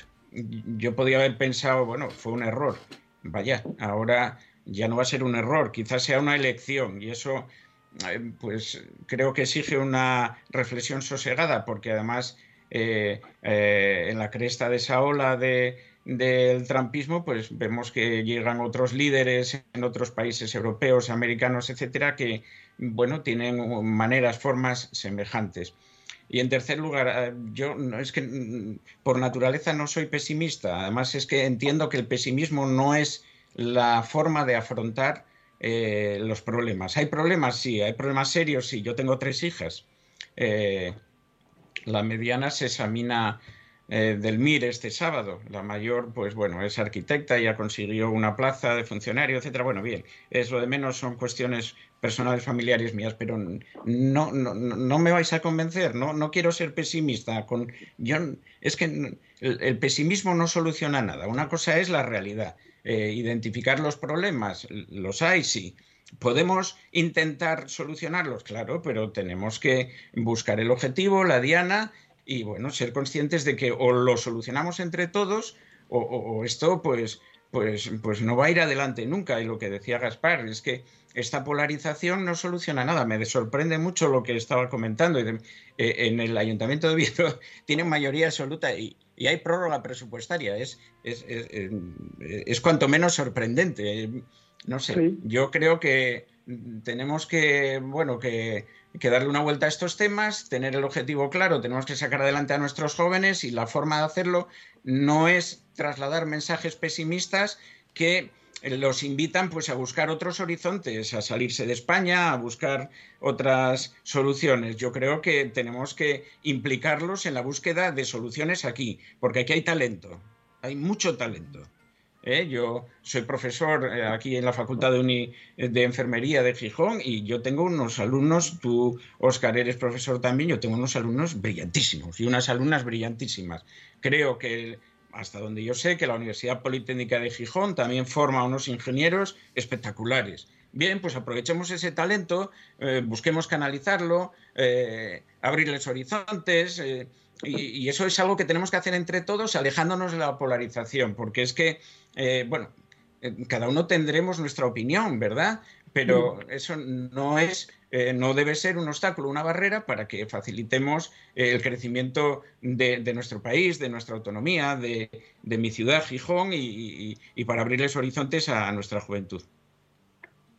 yo podía haber pensado, bueno, fue un error. Vaya, ahora ya no va a ser un error, quizás sea una elección y eso eh, pues creo que exige una reflexión sosegada porque además eh, eh, en la cresta de esa ola de, del trumpismo pues vemos que llegan otros líderes en otros países europeos, americanos, etcétera, que bueno, tienen maneras, formas semejantes. Y en tercer lugar, yo no, es que por naturaleza no soy pesimista, además es que entiendo que el pesimismo no es la forma de afrontar eh, los problemas. ¿Hay problemas? Sí. ¿Hay problemas serios? Sí. Yo tengo tres hijas. Eh, la mediana se examina eh, del M I R este sábado. La mayor, pues bueno, es arquitecta, ya consiguió una plaza de funcionario, etcétera. Bueno, bien, es lo de menos, son cuestiones personales, familiares mías, pero no, no, no me vais a convencer, no, no quiero ser pesimista. Con, yo, es que el, el pesimismo no soluciona nada. Una cosa es la realidad. Eh, identificar los problemas, los hay, sí. ¿Podemos intentar solucionarlos? Claro, pero tenemos que buscar el objetivo, la diana, y bueno, ser conscientes de que o lo solucionamos entre todos o, o, o esto pues, pues, pues no va a ir adelante nunca. Y lo que decía Gaspar es que esta polarización no soluciona nada. Me sorprende mucho lo que estaba comentando. Eh, en el Ayuntamiento de Oviedo tienen mayoría absoluta y Y hay prórroga presupuestaria, es, es, es, es cuanto menos sorprendente. No sé, sí. Yo creo que tenemos que, bueno, que, que darle una vuelta a estos temas, tener el objetivo claro, tenemos que sacar adelante a nuestros jóvenes y la forma de hacerlo no es trasladar mensajes pesimistas que los invitan pues a buscar otros horizontes, a salirse de España, a buscar otras soluciones. Yo creo que tenemos que implicarlos en la búsqueda de soluciones aquí, porque aquí hay talento, hay mucho talento. ¿Eh? Yo soy profesor aquí en la Facultad de, Uni, de Enfermería de Gijón y yo tengo unos alumnos, tú, Óscar, eres profesor también, yo tengo unos alumnos brillantísimos y unas alumnas brillantísimas. Creo que hasta donde yo sé que la Universidad Politécnica de Gijón también forma a unos ingenieros espectaculares. Bien, pues aprovechemos ese talento, eh, busquemos canalizarlo, eh, abrirles horizontes, eh, y, y eso es algo que tenemos que hacer entre todos, alejándonos de la polarización, porque es que, eh, bueno, eh, cada uno tendremos nuestra opinión, ¿verdad? Pero eso no es, eh, no debe ser un obstáculo, una barrera para que facilitemos el crecimiento de, de nuestro país, de nuestra autonomía, de, de mi ciudad, Gijón, y, y, y para abrirles horizontes a nuestra juventud.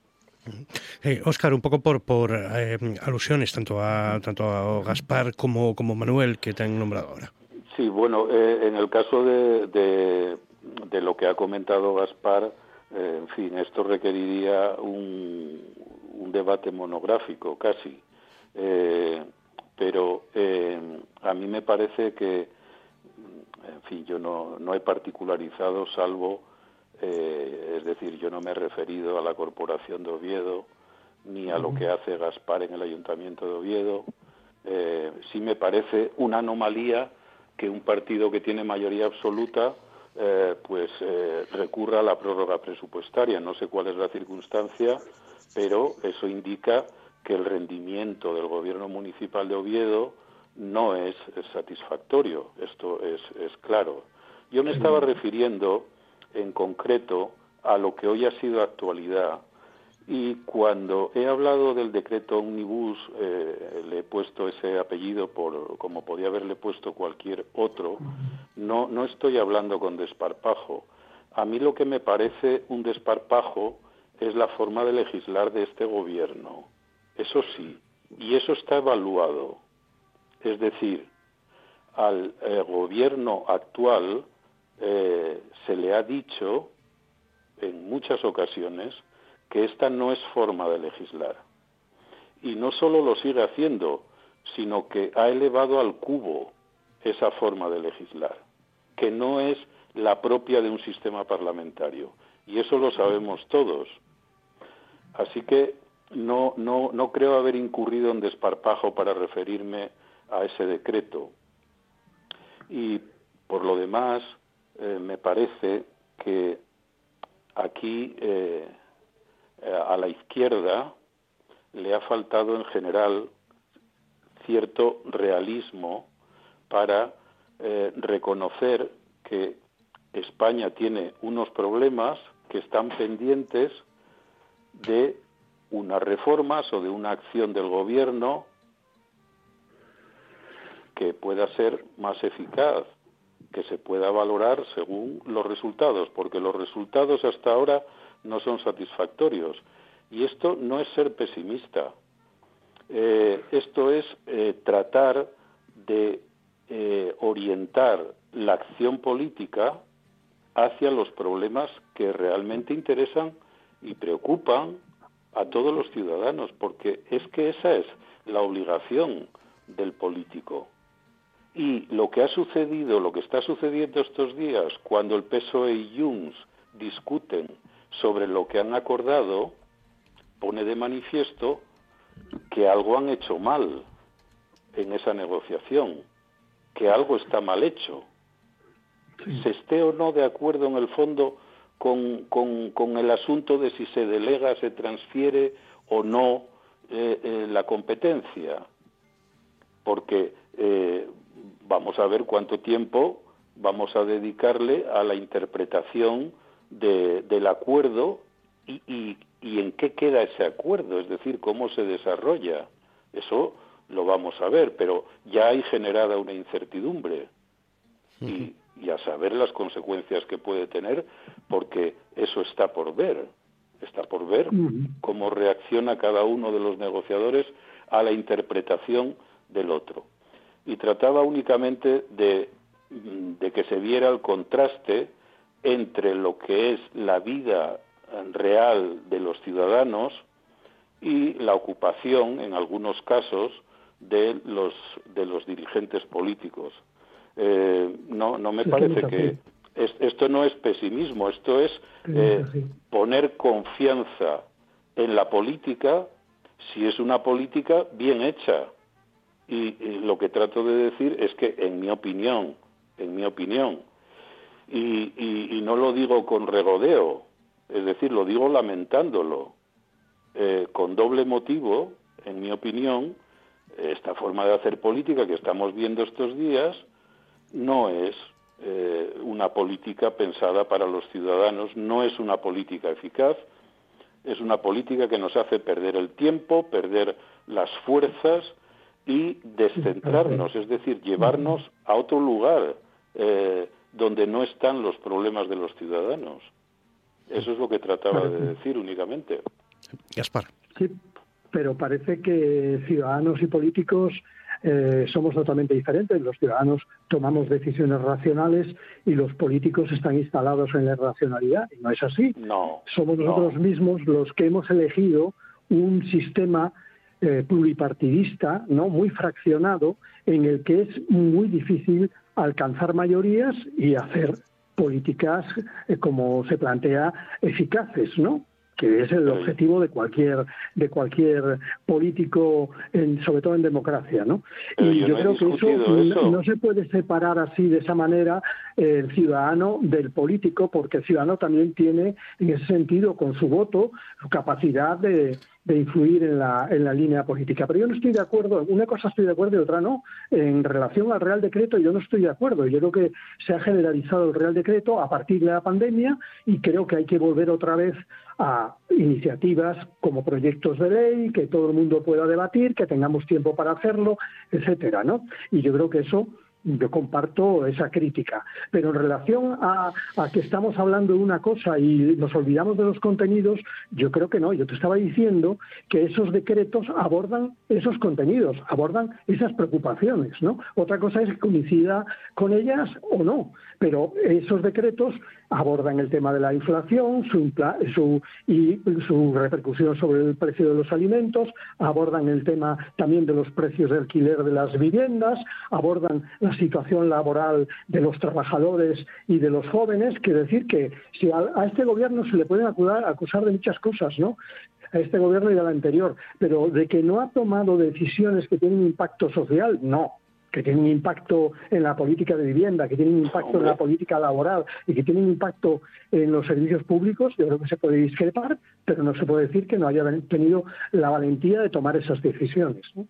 Eh, Óscar, un poco por, por eh, alusiones tanto a tanto a Gaspar como, como Manuel, que te han nombrado ahora. Sí, bueno, eh, en el caso de, de, de lo que ha comentado Gaspar, eh, en fin, esto requeriría un, un debate monográfico casi, eh, pero eh, a mí me parece que, en fin, yo no, no he particularizado salvo, eh, es decir, yo no me he referido a la Corporación de Oviedo ni a lo que hace Gaspar en el Ayuntamiento de Oviedo. Eh, sí me parece una anomalía que un partido que tiene mayoría absoluta eh, pues eh, recurra a la prórroga presupuestaria. No sé cuál es la circunstancia, pero eso indica que el rendimiento del gobierno municipal de Oviedo no es, es satisfactorio. Esto es, es claro. Yo me estaba refiriendo en concreto a lo que hoy ha sido actualidad, y cuando he hablado del decreto Omnibus eh, le he puesto ese apellido por como podía haberle puesto cualquier otro. No, no estoy hablando con desparpajo. A mí lo que me parece un desparpajo es la forma de legislar de este gobierno. Eso sí, y eso está evaluado. Es decir, al eh, gobierno actual eh, se le ha dicho en muchas ocasiones que esta no es forma de legislar. Y no solo lo sigue haciendo, sino que ha elevado al cubo esa forma de legislar, que no es la propia de un sistema parlamentario. Y eso lo sabemos todos. Así que no, no, no creo haber incurrido en desparpajo para referirme a ese decreto. Y por lo demás, eh, me parece que aquí eh, a la izquierda le ha faltado en general cierto realismo para eh, reconocer que España tiene unos problemas que están pendientes de unas reformas o de una acción del gobierno que pueda ser más eficaz, que se pueda valorar según los resultados, porque los resultados hasta ahora no son satisfactorios. Y esto no es ser pesimista. Eh, esto es eh, tratar de eh, orientar la acción política hacia los problemas que realmente interesan y preocupan a todos los ciudadanos, porque es que esa es la obligación del político. Y lo que ha sucedido, lo que está sucediendo estos días, cuando el P S O E y Junts discuten sobre lo que han acordado, pone de manifiesto que algo han hecho mal en esa negociación, que algo está mal hecho. Se esté o no de acuerdo en el fondo con, con, con el asunto de si se delega, se transfiere o no eh, eh, la competencia, porque eh, vamos a ver cuánto tiempo vamos a dedicarle a la interpretación de, del acuerdo y, y, y en qué queda ese acuerdo, es decir, cómo se desarrolla. Eso lo vamos a ver, pero ya hay generada una incertidumbre y, y a saber las consecuencias que puede tener, porque eso está por ver. Está por ver cómo reacciona cada uno de los negociadores a la interpretación del otro. Y trataba únicamente de, de que se viera el contraste entre lo que es la vida real de los ciudadanos y la ocupación, en algunos casos, de los, de los dirigentes políticos. Eh, no, no me parece que... Es, esto no es pesimismo, esto es eh, poner confianza en la política si es una política bien hecha. Y, y lo que trato de decir es que, en mi opinión, en mi opinión, y, y, y no lo digo con regodeo, es decir, lo digo lamentándolo, eh, con doble motivo, en mi opinión, esta forma de hacer política que estamos viendo estos días no es eh, una política pensada para los ciudadanos, no es una política eficaz, es una política que nos hace perder el tiempo, perder las fuerzas y descentrarnos, es decir, llevarnos a otro lugar eh, donde no están los problemas de los ciudadanos. Eso es lo que trataba de decir únicamente. Gaspar. Sí, pero parece que ciudadanos y políticos eh, somos totalmente diferentes. Los ciudadanos tomamos decisiones racionales y los políticos están instalados en la irracionalidad. Y no es así. No. Somos nosotros no. mismos los que hemos elegido un sistema eh, pluripartidista, ¿no?, muy fraccionado, en el que es muy difícil alcanzar mayorías y hacer políticas, eh, como se plantea, eficaces, ¿no?, que es el objetivo de cualquier de cualquier político, en, sobre todo en democracia, ¿no? Pero y yo, yo no creo que eso, eso. No, no se puede separar así, de esa manera, el ciudadano del político, porque el ciudadano también tiene, en ese sentido, con su voto, su capacidad de, de influir en la, en la línea política. Pero yo no estoy de acuerdo, una cosa estoy de acuerdo y otra no. En relación al Real Decreto, yo no estoy de acuerdo. Yo creo que se ha generalizado el Real Decreto a partir de la pandemia y creo que hay que volver otra vez a iniciativas como proyectos de ley, que todo el mundo pueda debatir, que tengamos tiempo para hacerlo, etcétera, ¿no? Y yo creo que eso, yo comparto esa crítica. Pero en relación a, a que estamos hablando de una cosa y nos olvidamos de los contenidos, yo creo que no. Yo te estaba diciendo que esos decretos abordan esos contenidos, abordan esas preocupaciones, ¿no? Otra cosa es que coincida con ellas o no, pero esos decretos abordan el tema de la inflación, su, su, y su repercusión sobre el precio de los alimentos, abordan el tema también de los precios de alquiler de las viviendas, abordan la situación laboral de los trabajadores y de los jóvenes. Quiero decir que si a, a este gobierno se le pueden acusar, acusar de muchas cosas, ¿no?, a este gobierno y al anterior, pero de que no ha tomado decisiones que tienen impacto social, no. Que tienen impacto en la política de vivienda, que tienen impacto en la política laboral y que tienen impacto en los servicios públicos, yo creo que se puede discrepar, pero no se puede decir que no haya tenido la valentía de tomar esas decisiones, ¿no?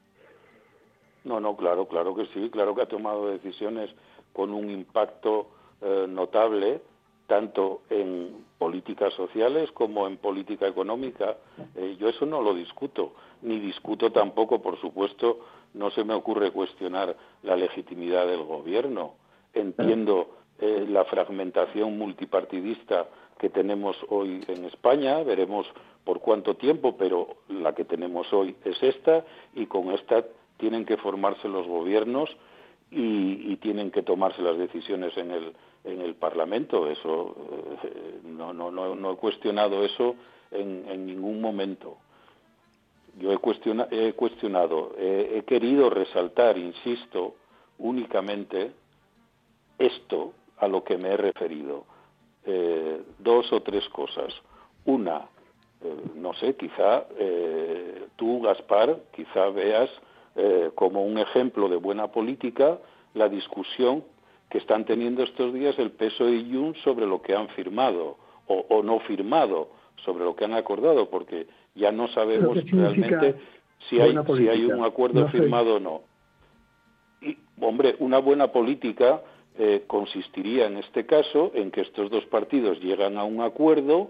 No, no, claro, claro que sí, claro que ha tomado decisiones con un impacto eh, notable, tanto en políticas sociales como en política económica. Eh, yo eso no lo discuto, ni discuto tampoco, por supuesto, no se me ocurre cuestionar la legitimidad del gobierno. Entiendo eh, la fragmentación multipartidista que tenemos hoy en España, veremos por cuánto tiempo, pero la que tenemos hoy es esta, y con esta tienen que formarse los gobiernos y, y tienen que tomarse las decisiones en el en el Parlamento. Eso eh, no, no, no, no he cuestionado eso en, en ningún momento. Yo he, cuestiona, he cuestionado, he, he querido resaltar, insisto, únicamente esto a lo que me he referido. Eh, dos o tres cosas. Una, eh, no sé, quizá eh, tú, Gaspar, quizá veas eh, como un ejemplo de buena política la discusión que están teniendo estos días el P S O E y Junts sobre lo que han firmado o, o no firmado, sobre lo que han acordado, porque ya no sabemos realmente si hay, si hay un acuerdo no firmado o no. Y, hombre, una buena política eh, consistiría en este caso en que estos dos partidos llegan a un acuerdo,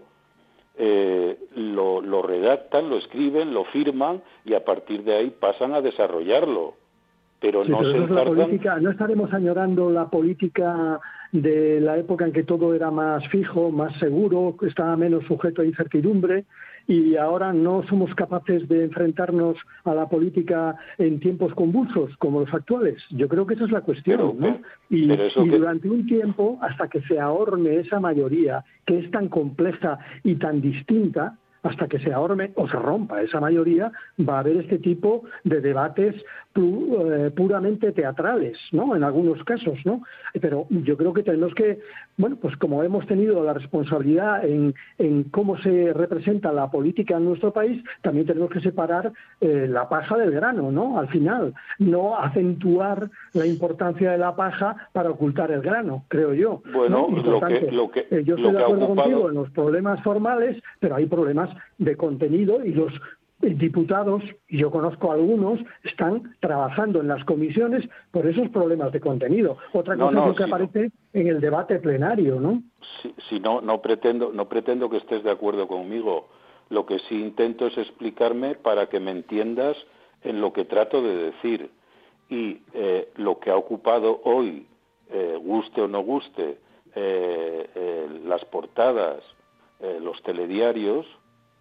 eh, lo, lo redactan, lo escriben, lo firman y a partir de ahí pasan a desarrollarlo. Pero sí, no pero se eso es la encargan... política, no estaremos añorando la política de la época en que todo era más fijo, más seguro, estaba menos sujeto a incertidumbre, y ahora no somos capaces de enfrentarnos a la política en tiempos convulsos como los actuales. Yo creo que esa es la cuestión, pero, ¿no? Y, pero eso y que... durante un tiempo, hasta que se ahorme esa mayoría, que es tan compleja y tan distinta, hasta que se ahorme o se rompa esa mayoría, va a haber este tipo de debates pu eh, puramente teatrales, ¿no?, en algunos casos, ¿no? Pero yo creo que tenemos que, bueno, pues como hemos tenido la responsabilidad en, en cómo se representa la política en nuestro país, también tenemos que separar eh, la paja del grano, ¿no?, al final, no acentuar la importancia de la paja para ocultar el grano, creo yo. Bueno, ¿no? lo que, lo que, eh, yo estoy lo de acuerdo ocupado... contigo en los problemas formales, pero hay problemas de contenido y los diputados, y yo conozco algunos, están trabajando en las comisiones por esos problemas de contenido. Otra cosa no, no, es lo que si aparece no. en el debate plenario, ¿no? Si, si no, no pretendo, no pretendo que estés de acuerdo conmigo. Lo que sí intento es explicarme para que me entiendas en lo que trato de decir. Y eh, lo que ha ocupado hoy, eh, guste o no guste, eh, eh, las portadas, eh, los telediarios,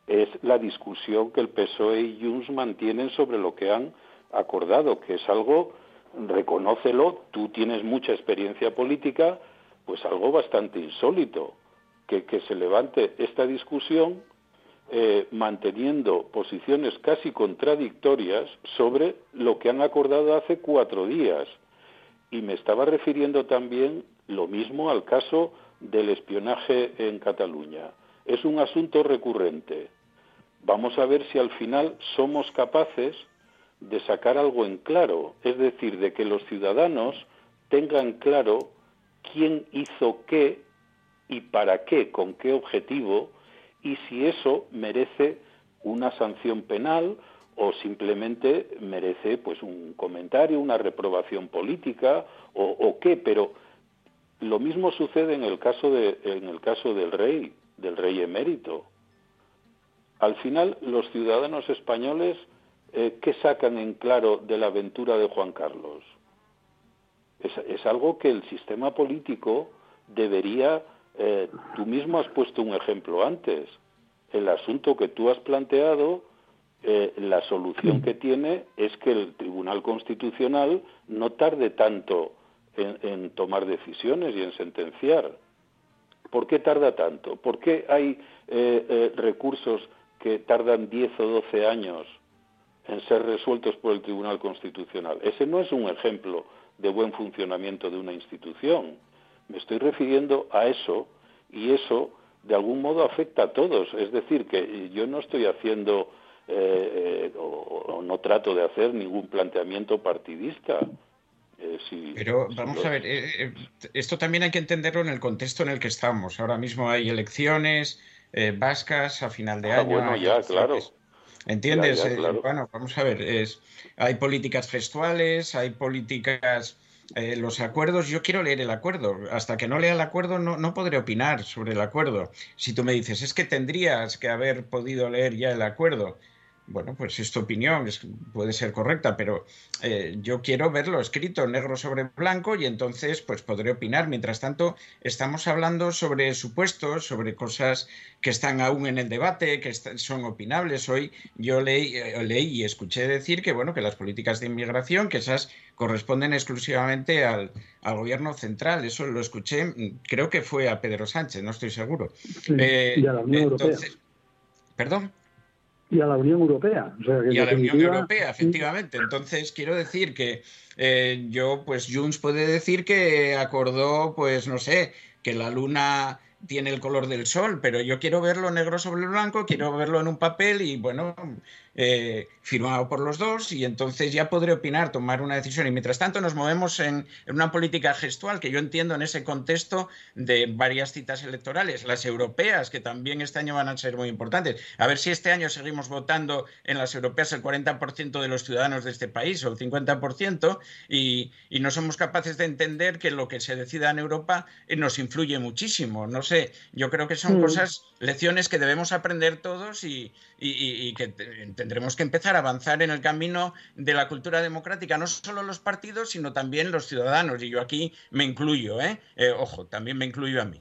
es la discusión que el P S O E y Junts mantienen sobre lo que han acordado, que es algo, reconócelo, tú tienes mucha experiencia política, pues algo bastante insólito, que, que se levante esta discusión eh, manteniendo posiciones casi contradictorias sobre lo que han acordado hace cuatro días. Y me estaba refiriendo también lo mismo al caso del espionaje en Cataluña. Es un asunto recurrente. Vamos a ver si al final somos capaces de sacar algo en claro, es decir, de que los ciudadanos tengan claro quién hizo qué y para qué, con qué objetivo, y si eso merece una sanción penal o simplemente merece pues un comentario, una reprobación política o, o qué, pero lo mismo sucede en el caso de en el caso del rey, del rey emérito. Al final, los ciudadanos españoles, eh, ¿qué sacan en claro de la aventura de Juan Carlos? Es, es algo que el sistema político debería... Eh, tú mismo has puesto un ejemplo antes. El asunto que tú has planteado, eh, la solución que tiene es que el Tribunal Constitucional no tarde tanto en, en tomar decisiones y en sentenciar. ¿Por qué tarda tanto? ¿Por qué hay eh, eh, recursos que tardan diez o doce años en ser resueltos por el Tribunal Constitucional? Ese no es un ejemplo de buen funcionamiento de una institución. Me estoy refiriendo a eso, y eso de algún modo afecta a todos. Es decir, que yo no estoy haciendo eh, eh, o, o no trato de hacer ningún planteamiento partidista. Eh, si, Pero si vamos lo... a ver, eh, esto también hay que entenderlo en el contexto en el que estamos. Ahora mismo hay elecciones eh, vascas a final de ah, año. Bueno, ya, claro. ¿Entiendes? Ya, ya, claro. Eh, bueno, vamos a ver, es, hay políticas gestuales, hay políticas... Eh, los acuerdos, yo quiero leer el acuerdo. Hasta que no lea el acuerdo no, no podré opinar sobre el acuerdo. Si tú me dices, es que tendrías que haber podido leer ya el acuerdo. Bueno, pues es tu opinión, es, puede ser correcta, pero eh, yo quiero verlo escrito negro sobre blanco y entonces pues podré opinar. Mientras tanto, estamos hablando sobre supuestos, sobre cosas que están aún en el debate, que son opinables. Hoy yo leí, eh, leí y escuché decir que, bueno, que las políticas de inmigración, que esas corresponden exclusivamente al, al gobierno central. Eso lo escuché, creo que fue a Pedro Sánchez, no estoy seguro. Sí, eh, y a la Unión entonces, Europea. ¿Perdón? Y a la Unión Europea. O sea, que y a la definitiva... Unión Europea, efectivamente. Entonces, quiero decir que eh, yo, pues Junts puede decir que acordó, pues no sé, que la luna tiene el color del sol, pero yo quiero verlo negro sobre blanco, quiero verlo en un papel y, bueno, eh, firmado por los dos, y entonces ya podré opinar, tomar una decisión. Y mientras tanto nos movemos en, en una política gestual que yo entiendo en ese contexto de varias citas electorales, las europeas, que también este año van a ser muy importantes. A ver si este año seguimos votando en las europeas el cuarenta por ciento de los ciudadanos de este país o el cincuenta por ciento, y, y no somos capaces de entender que lo que se decida en Europa eh, nos influye muchísimo. No sé, yo creo que son mm. cosas, lecciones que debemos aprender todos y, y, y, y que tendremos que empezar a avanzar en el camino de la cultura democrática, no solo los partidos, sino también los ciudadanos. Y yo aquí me incluyo, ¿eh? eh ojo, también me incluyo a mí.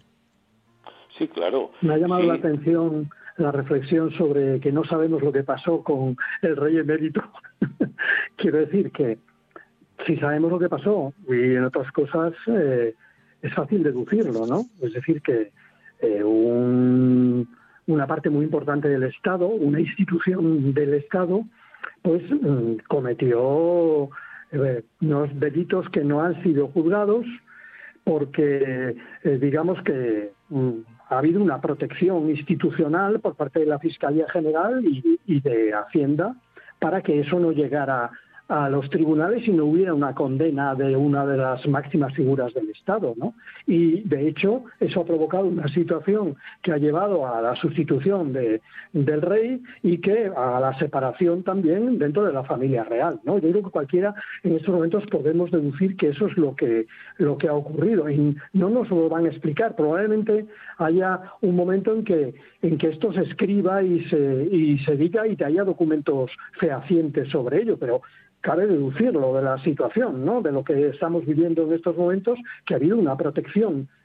Sí, claro. Me ha llamado sí. la atención la reflexión sobre que no sabemos lo que pasó con el rey emérito. Quiero decir que si sabemos lo que pasó, y en otras cosas eh, es fácil deducirlo, ¿no? Es decir, que eh, un, una parte muy importante del Estado, una institución del Estado, pues mm, cometió eh, unos delitos que no han sido juzgados porque, eh, digamos que mm, ha habido una protección institucional por parte de la Fiscalía General y, y de Hacienda para que eso no llegara a los tribunales y no hubiera una condena de una de las máximas figuras del Estado, ¿no? Y, de hecho, eso ha provocado una situación que ha llevado a la sustitución de, del rey y que a la separación también dentro de la familia real, ¿no? Yo creo que cualquiera en estos momentos podemos deducir que eso es lo que, lo que ha ocurrido y no nos lo van a explicar. Probablemente haya un momento en que, en que esto se escriba y se, y se diga y que haya documentos fehacientes sobre ello, pero cabe deducirlo de la situación, ¿no? De lo que estamos viviendo en estos momentos, que ha habido una protección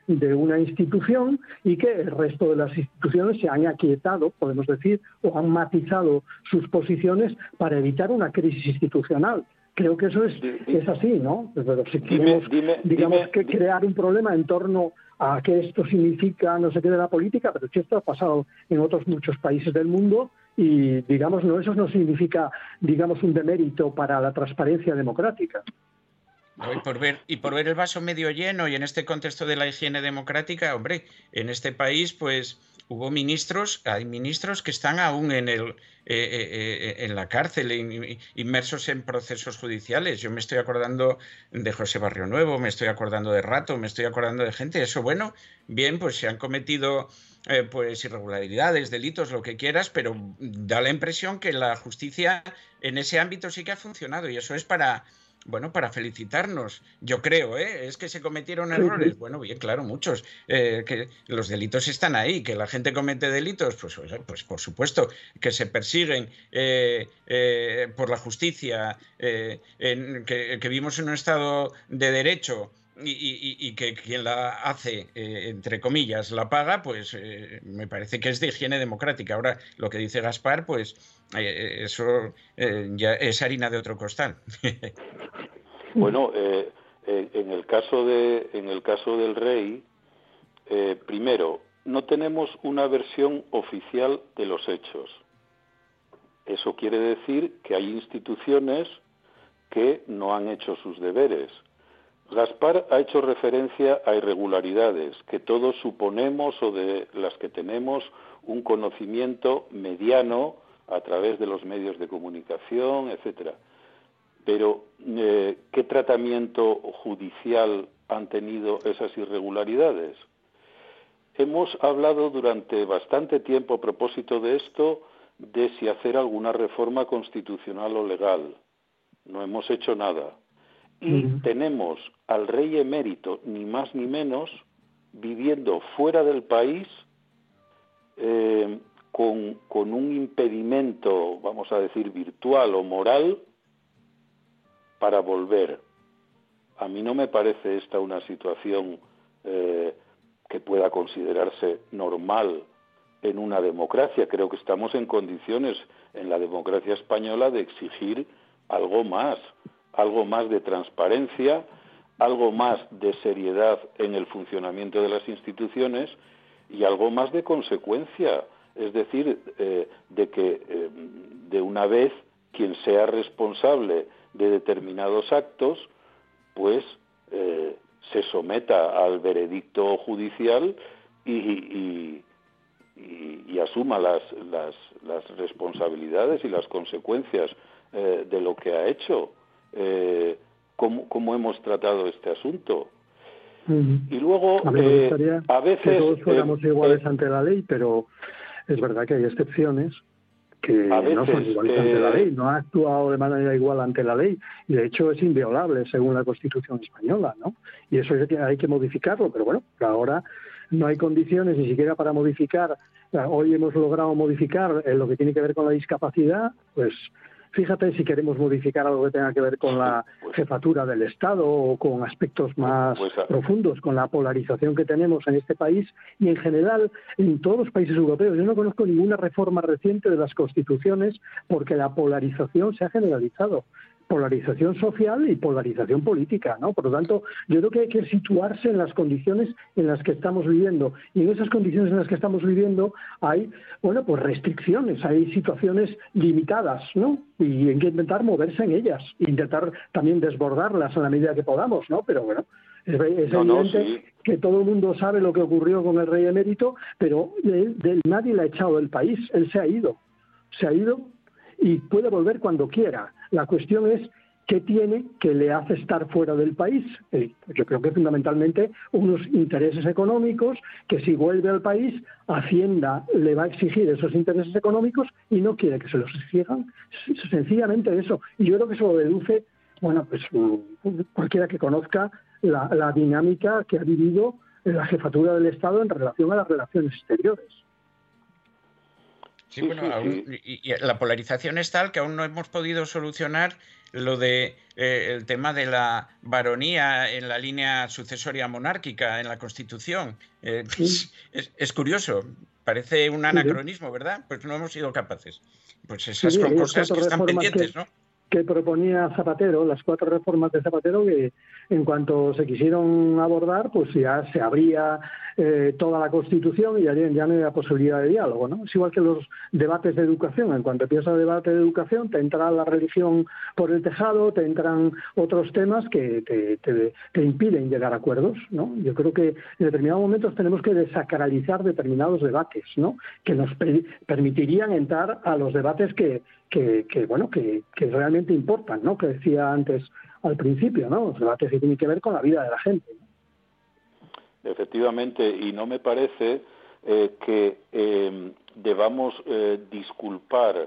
de una institución y que el resto de las instituciones se han aquietado, podemos decir, o han matizado sus posiciones para evitar una crisis institucional. Creo que eso es, es así, ¿no? Pero si queremos, dime, digamos, dime, que dime. crear un problema en torno a qué esto significa no sé qué de la política, pero que esto ha pasado en otros muchos países del mundo y, digamos, no eso no significa, digamos, un demérito para la transparencia democrática. No, y, por ver, y por ver el vaso medio lleno y en este contexto de la higiene democrática, hombre, en este país pues hubo ministros, hay ministros que están aún en, el, eh, eh, en la cárcel, in, inmersos en procesos judiciales. Yo me estoy acordando de José Barrio Nuevo, me estoy acordando de Rato, me estoy acordando de gente. Eso, bueno, bien, pues se han cometido eh, pues irregularidades, delitos, lo que quieras, pero da la impresión que la justicia en ese ámbito sí que ha funcionado y eso es para... Bueno, para felicitarnos, yo creo, ¿eh? Es que se cometieron errores. Bueno, bien, claro, muchos. Eh, que los delitos están ahí, que la gente comete delitos, pues, pues por supuesto, que se persiguen eh, eh, por la justicia, eh, en, que, que vivimos en un Estado de Derecho y, y, y que quien la hace, eh, entre comillas, la paga, pues eh, me parece que es de higiene democrática. Ahora, lo que dice Gaspar, pues eh, eso eh, ya es harina de otro costal. Bueno, eh, en el caso de, en el caso del rey, eh, primero, no tenemos una versión oficial de los hechos. Eso quiere decir que hay instituciones que no han hecho sus deberes. Gaspar ha hecho referencia a irregularidades que todos suponemos o de las que tenemos un conocimiento mediano a través de los medios de comunicación, etcétera. Pero, eh, ¿qué tratamiento judicial han tenido esas irregularidades? Hemos hablado durante bastante tiempo a propósito de esto, de si hacer alguna reforma constitucional o legal. No hemos hecho nada. Y uh-huh. tenemos al rey emérito, ni más ni menos, viviendo fuera del país, eh, con, con un impedimento, vamos a decir, virtual o moral, para volver. A mí no me parece esta una situación eh, que pueda considerarse normal en una democracia. Creo que estamos en condiciones en la democracia española de exigir algo más, algo más de transparencia, algo más de seriedad en el funcionamiento de las instituciones y algo más de consecuencia. Es decir, eh, de que eh, de una vez quien sea responsable de determinados actos, pues eh, se someta al veredicto judicial y, y, y, y asuma las, las, las responsabilidades y las consecuencias eh, de lo que ha hecho. Eh, ¿cómo, ¿Cómo hemos tratado este asunto? Uh-huh. Y luego, a, me gustaría eh, a veces... que todos fuéramos eh, iguales eh, ante la ley, pero es verdad que hay excepciones que veces, no son iguales eh, ante la ley, no ha actuado de manera igual ante la ley y de hecho es inviolable según la Constitución española, ¿no? Y eso hay que, hay que modificarlo, pero bueno, ahora no hay condiciones ni siquiera para modificar. Hoy hemos logrado modificar en lo que tiene que ver con la discapacidad, pues fíjate si queremos modificar algo que tenga que ver con la jefatura del Estado o con aspectos más pues, profundos, con la polarización que tenemos en este país y en general en todos los países europeos. Yo no conozco ninguna reforma reciente de las constituciones porque la polarización se ha generalizado. Polarización social y polarización política, ¿no? Por lo tanto, yo creo que hay que situarse en las condiciones en las que estamos viviendo. Y en esas condiciones en las que estamos viviendo hay, bueno, pues restricciones, hay situaciones limitadas, ¿no? Y hay que intentar moverse en ellas, intentar también desbordarlas en la medida que podamos, ¿no? Pero bueno, es, es no, evidente no, sí. que todo el mundo sabe lo que ocurrió con el rey emérito, pero de, de, nadie le ha echado del país, él se ha ido, se ha ido y puede volver cuando quiera. La cuestión es qué tiene que le hace estar fuera del país. Eh, yo creo que fundamentalmente unos intereses económicos que si vuelve al país, Hacienda le va a exigir esos intereses económicos y no quiere que se los exijan. Sencillamente eso. Y yo creo que eso lo deduce, bueno, pues cualquiera que conozca la, la dinámica que ha vivido la jefatura del Estado en relación a las relaciones exteriores. Sí, bueno, aún, y, y la polarización es tal que aún no hemos podido solucionar lo de eh, el tema de la varonía en la línea sucesoria monárquica en la Constitución. Eh, sí. es, es curioso, parece un anacronismo, ¿verdad? Pues no hemos sido capaces. Pues esas sí, son cosas que están pendientes, que, ¿no? Que proponía Zapatero, las cuatro reformas de Zapatero, que en cuanto se quisieron abordar, pues ya se abría eh, toda la Constitución y ya, ya no había posibilidad de diálogo, ¿no? Es igual que los debates de educación. En cuanto empieza el debate de educación, te entra la religión por el tejado, te entran otros temas que te, te, te impiden llegar a acuerdos, ¿no? Yo creo que en determinados momentos tenemos que desacralizar determinados debates, ¿no? Que nos per permitirían entrar a los debates que Que, que bueno que, que realmente importan, ¿no? Que decía antes al principio, ¿no? Los debates que tienen que ver con la vida de la gente, ¿no? Efectivamente, y no me parece eh, que eh, debamos eh, disculpar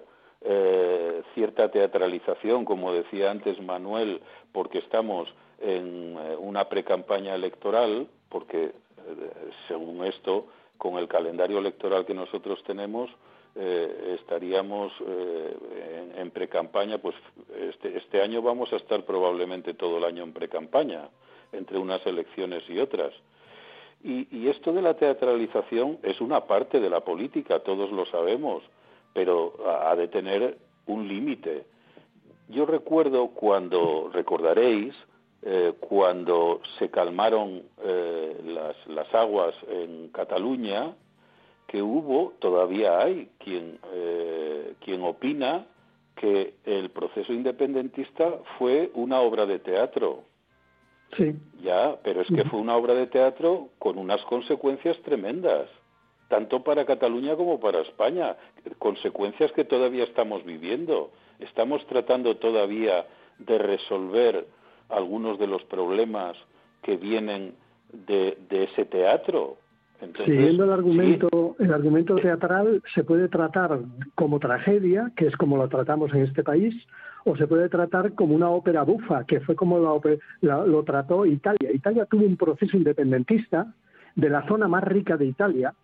eh, cierta teatralización, como decía antes Manuel, porque estamos en eh, una precampaña electoral, porque eh, según esto, con el calendario electoral que nosotros tenemos, Eh, estaríamos eh, en, en precampaña, pues este, este año vamos a estar probablemente todo el año en precampaña, entre unas elecciones y otras. Y, y esto de la teatralización es una parte de la política, todos lo sabemos, pero ha, ha de tener un límite. Yo recuerdo cuando, recordaréis, eh, cuando se calmaron eh, las, las aguas en Cataluña, que hubo, todavía hay, quien, eh, quien opina que el proceso independentista fue una obra de teatro. Sí. Ya, pero es que fue una obra de teatro con unas consecuencias tremendas, tanto para Cataluña como para España, consecuencias que todavía estamos viviendo. Estamos tratando todavía de resolver algunos de los problemas que vienen de, de ese teatro. Entonces, siguiendo el argumento, sí. el argumento teatral, se puede tratar como tragedia, que es como lo tratamos en este país, o se puede tratar como una ópera bufa, que fue como la, la, lo trató Italia. Italia tuvo un proceso independentista de la zona más rica de Italia,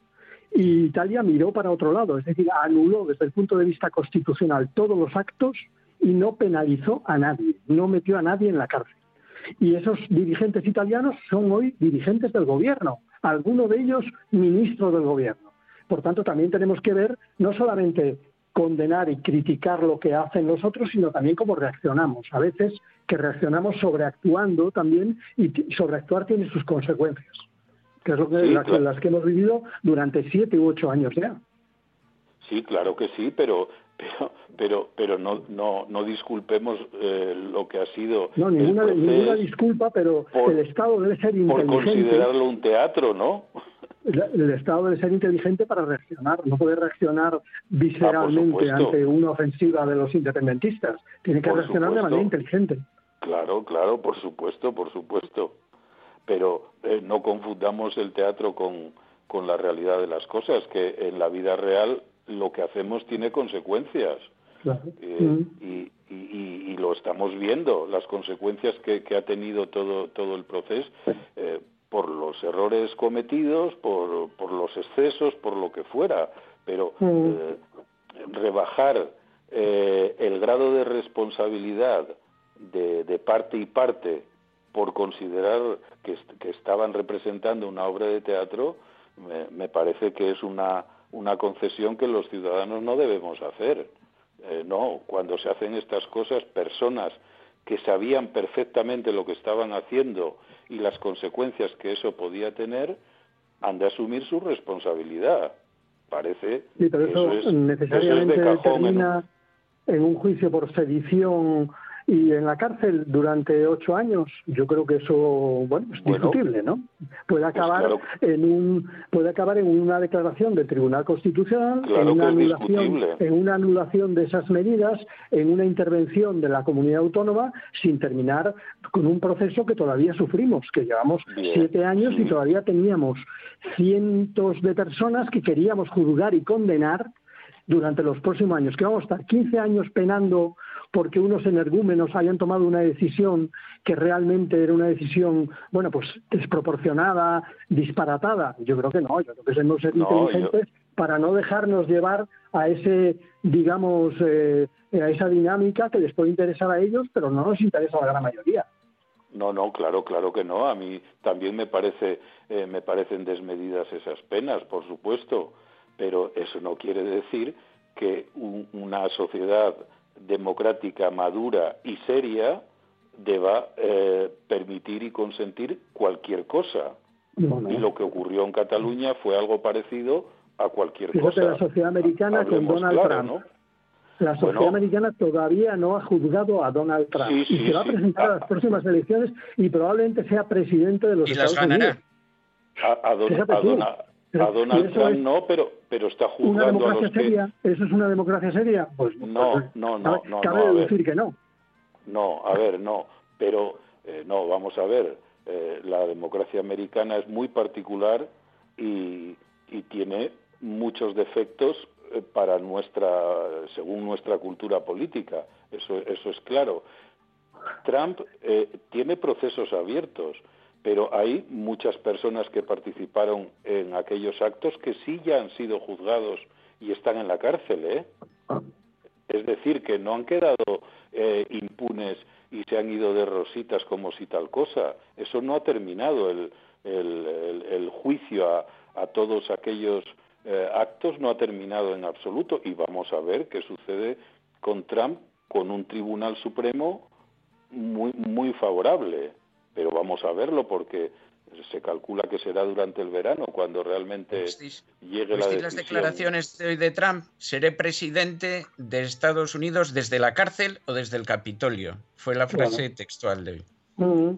y Italia miró para otro lado, es decir, anuló desde el punto de vista constitucional todos los actos y no penalizó a nadie, no metió a nadie en la cárcel. Y esos dirigentes italianos son hoy dirigentes del gobierno, algunos de ellos ministros del gobierno. Por tanto, también tenemos que ver, no solamente condenar y criticar lo que hacen los otros, sino también cómo reaccionamos. A veces que reaccionamos sobreactuando también, y sobreactuar tiene sus consecuencias, que es lo que, sí, las, claro. las que hemos vivido durante siete u ocho años ya. Sí, claro que sí, pero pero pero pero no no no disculpemos eh, lo que ha sido no ninguna el proceso, ninguna disculpa, pero por, el Estado debe ser inteligente. Por considerarlo un teatro, ¿no? El, el Estado debe ser inteligente para reaccionar, no puede reaccionar visceralmente ah, ante una ofensiva de los independentistas. Tiene que por reaccionar supuesto. de manera inteligente. Claro, claro, por supuesto, por supuesto. Pero eh, no confundamos el teatro con con la realidad de las cosas, que en la vida real lo que hacemos tiene consecuencias. Claro. Eh, mm. y, y, y lo estamos viendo, las consecuencias que, que ha tenido todo, todo el proceso, eh, por los errores cometidos, por, por los excesos, por lo que fuera, pero mm. eh, rebajar eh, el grado de responsabilidad de, de parte y parte por considerar que, que estaban representando una obra de teatro, me, me parece que es una, una concesión que los ciudadanos no debemos hacer. Eh, no, cuando se hacen estas cosas, personas que sabían perfectamente lo que estaban haciendo y las consecuencias que eso podía tener, han de asumir su responsabilidad. Parece sí, pero que eso, eso es, necesariamente eso es de cajón termina en un... en un juicio por sedición y en la cárcel durante ocho años. Yo creo que eso, bueno, es bueno, discutible, ¿no? Puede acabar pues claro. en un puede acabar en una declaración del Tribunal Constitucional, claro en una que es anulación, discutible. en una anulación de esas medidas, en una intervención de la comunidad autónoma, sin terminar con un proceso que todavía sufrimos, que llevamos Bien, siete años sí. y todavía teníamos cientos de personas que queríamos juzgar y condenar durante los próximos años, que vamos a estar quince años penando porque unos energúmenos hayan tomado una decisión que realmente era una decisión, bueno, pues desproporcionada, disparatada. Yo creo que no, yo creo que debemos ser no, inteligentes yo... para no dejarnos llevar a ese, digamos, eh, a esa dinámica que les puede interesar a ellos, pero no nos interesa a la gran mayoría. No, no, claro, claro que no. A mí también me parece, eh, me parecen desmedidas esas penas, por supuesto, pero eso no quiere decir que un, una sociedad democrática, madura y seria deba eh, permitir y consentir cualquier cosa. No, no. Y lo que ocurrió en Cataluña fue algo parecido a cualquier Fíjate, cosa. La sociedad americana con Donald claro, Trump. ¿no? La sociedad bueno, americana todavía no ha juzgado a Donald Trump sí, sí, y se va a presentar sí. a las próximas elecciones y probablemente sea presidente de los y Estados las ganará. Unidos. A, a, don, a, Don, a Donald Trump no, pero pero está juzgando ¿Una democracia a los seria? que... ¿Eso es una democracia seria? Pues no, pues, no, no, no. Cabe no, deducir que no. No, a ver, no. Pero, eh, no, vamos a ver. Eh, la democracia americana es muy particular y, y tiene muchos defectos eh, para nuestra, según nuestra cultura política. Eso, eso es claro. Trump eh, tiene procesos abiertos, pero hay muchas personas que participaron en aquellos actos que sí ya han sido juzgados y están en la cárcel, ¿eh? Es decir, que no han quedado eh, impunes y se han ido de rositas como si tal cosa. Eso no ha terminado. El, el, el, el juicio a, a todos aquellos eh, actos no ha terminado en absoluto. Y vamos a ver qué sucede con Trump, con un Tribunal Supremo muy, muy favorable. Pero vamos a verlo porque se calcula que será durante el verano cuando realmente ¿Vistís? llegue ¿Vistís la decisión. las declaraciones de, de Trump? Seré presidente de Estados Unidos desde la cárcel o desde el Capitolio. Fue la frase bueno. textual de hoy. Uh-huh.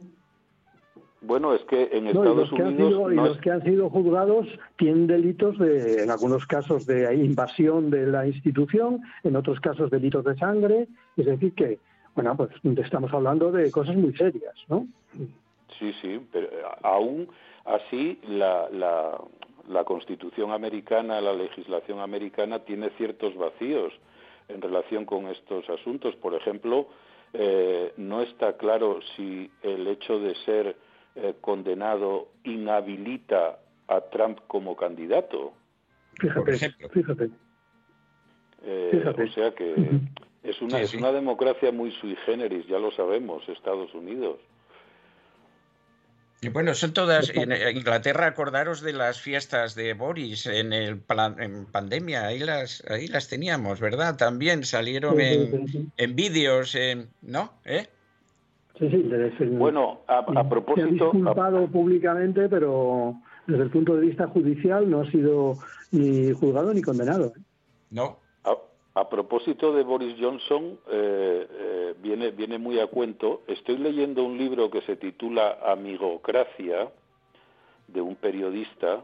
Bueno, es que en no, Estados y los que Unidos... Han sido, no y es... los que han sido juzgados tienen delitos, de, en algunos casos de invasión de la institución, en otros casos delitos de sangre. Es decir que, bueno, pues estamos hablando de cosas muy serias, ¿no? Sí, sí, pero aún así la, la, la Constitución americana, la legislación americana tiene ciertos vacíos en relación con estos asuntos. Por ejemplo, eh, no está claro si el hecho de ser eh, condenado inhabilita a Trump como candidato. Fíjate, por ejemplo. Fíjate. Eh, fíjate. O sea que uh-huh. es una, sí, es sí. una democracia muy sui generis, ya lo sabemos, Estados Unidos. Y bueno, son todas. En Inglaterra, acordaros de las fiestas de Boris en el plan, en pandemia, ahí las ahí las teníamos, ¿verdad? También salieron sí, en, sí, sí. en vídeos, en, ¿no? ¿Eh? Sí, sí, desde el, bueno, a, a propósito... Se ha disculpado a... públicamente, pero desde el punto de vista judicial no ha sido ni juzgado ni condenado. ¿eh? No. A, a propósito de Boris Johnson, eh, eh, viene, viene muy a cuento. Estoy leyendo un libro que se titula Amigocracia, de un periodista,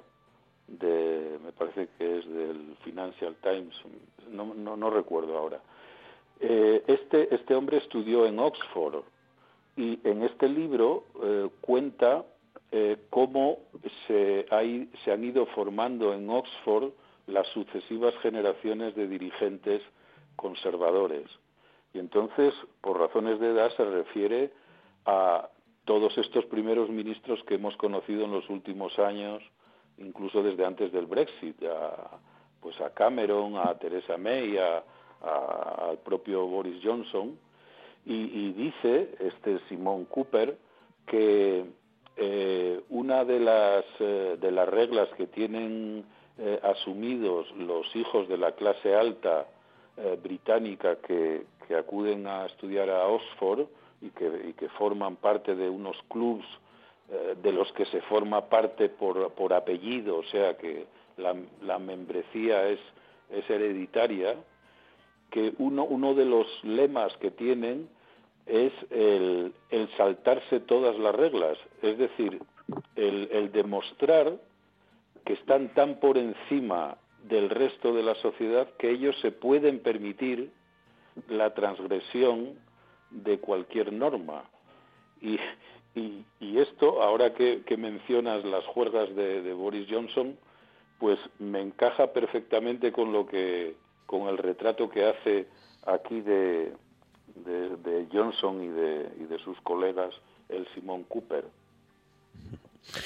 de me parece que es del Financial Times, no, no, no recuerdo ahora. Eh, este, este hombre estudió en Oxford y en este libro eh, cuenta eh, cómo se, hay, se han ido formando en Oxford las sucesivas generaciones de dirigentes conservadores. Y entonces, por razones de edad, se refiere a todos estos primeros ministros que hemos conocido en los últimos años, incluso desde antes del Brexit, a, pues a Cameron, a Theresa May, a, a, al propio Boris Johnson, y, y dice este Simon Cooper que eh, una de las, eh, de las reglas que tienen Eh, asumidos los hijos de la clase alta eh, británica que, que acuden a estudiar a Oxford y que, y que forman parte de unos clubs eh, de los que se forma parte por, por apellido, o sea que la, la membresía es, es hereditaria, que uno, uno de los lemas que tienen es el, el saltarse todas las reglas, es decir, el, el demostrar que están tan por encima del resto de la sociedad que ellos se pueden permitir la transgresión de cualquier norma. Y, y, y esto, ahora que, que mencionas las juergas de, de Boris Johnson, pues me encaja perfectamente con lo que, con el retrato que hace aquí de, de, de Johnson y de, y de sus colegas, el Simon Cooper.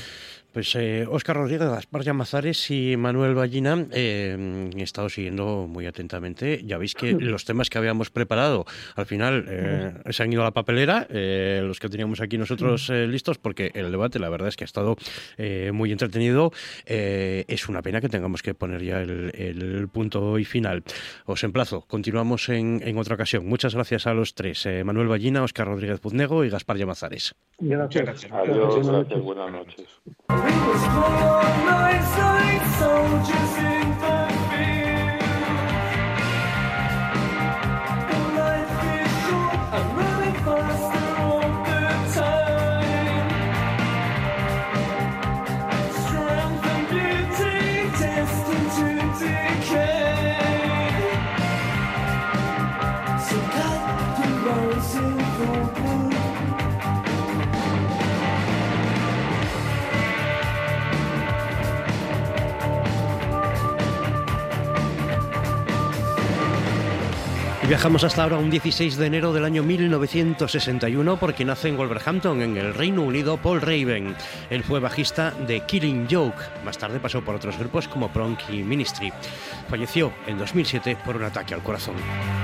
Pues eh, Óscar Rodríguez, Gaspar Llamazares y Manuel Ballina eh, he estado siguiendo muy atentamente. Ya veis que los temas que habíamos preparado al final eh, se han ido a la papelera, eh, los que teníamos aquí nosotros eh, listos, porque el debate la verdad es que ha estado eh, muy entretenido. Eh, es una pena que tengamos que poner ya el, el punto y final. Os emplazo, continuamos en, en otra ocasión. Muchas gracias a los tres, eh, Manuel Ballina, Óscar Rodríguez Puznego y Gaspar Llamazares. Gracias. gracias. Adiós, gracias, buenas noches. Viajamos hasta ahora un dieciséis de enero del año mil novecientos sesenta y uno porque nace en Wolverhampton, en el Reino Unido, Paul Raven. Él fue bajista de Killing Joke. Más tarde pasó por otros grupos como Prong y Ministry. Falleció en dos mil siete por un ataque al corazón.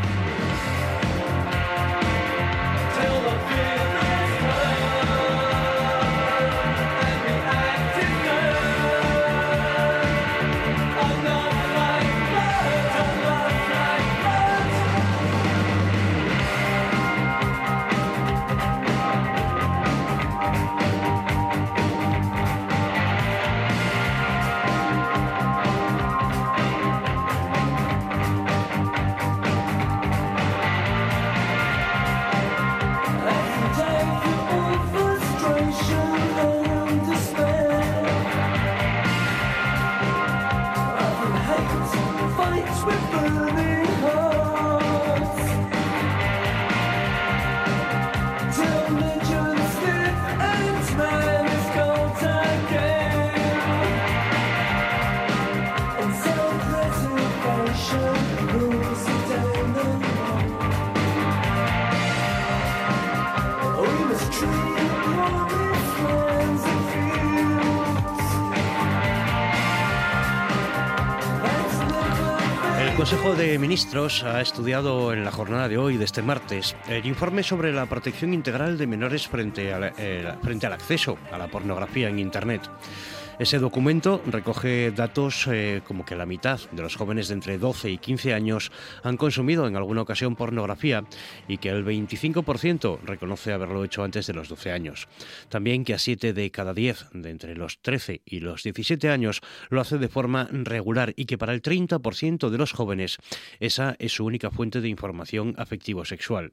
El Consejo de Ministros ha estudiado en la jornada de hoy, de este martes, el informe sobre la protección integral de menores frente, a la, eh, frente al acceso a la pornografía en Internet. Ese documento recoge datos eh, como que la mitad de los jóvenes de entre doce y quince años han consumido en alguna ocasión pornografía y que el veinticinco por ciento reconoce haberlo hecho antes de los doce años. También que a siete de cada diez de entre los trece y los diecisiete años lo hace de forma regular y que para el treinta por ciento de los jóvenes esa es su única fuente de información afectivo-sexual.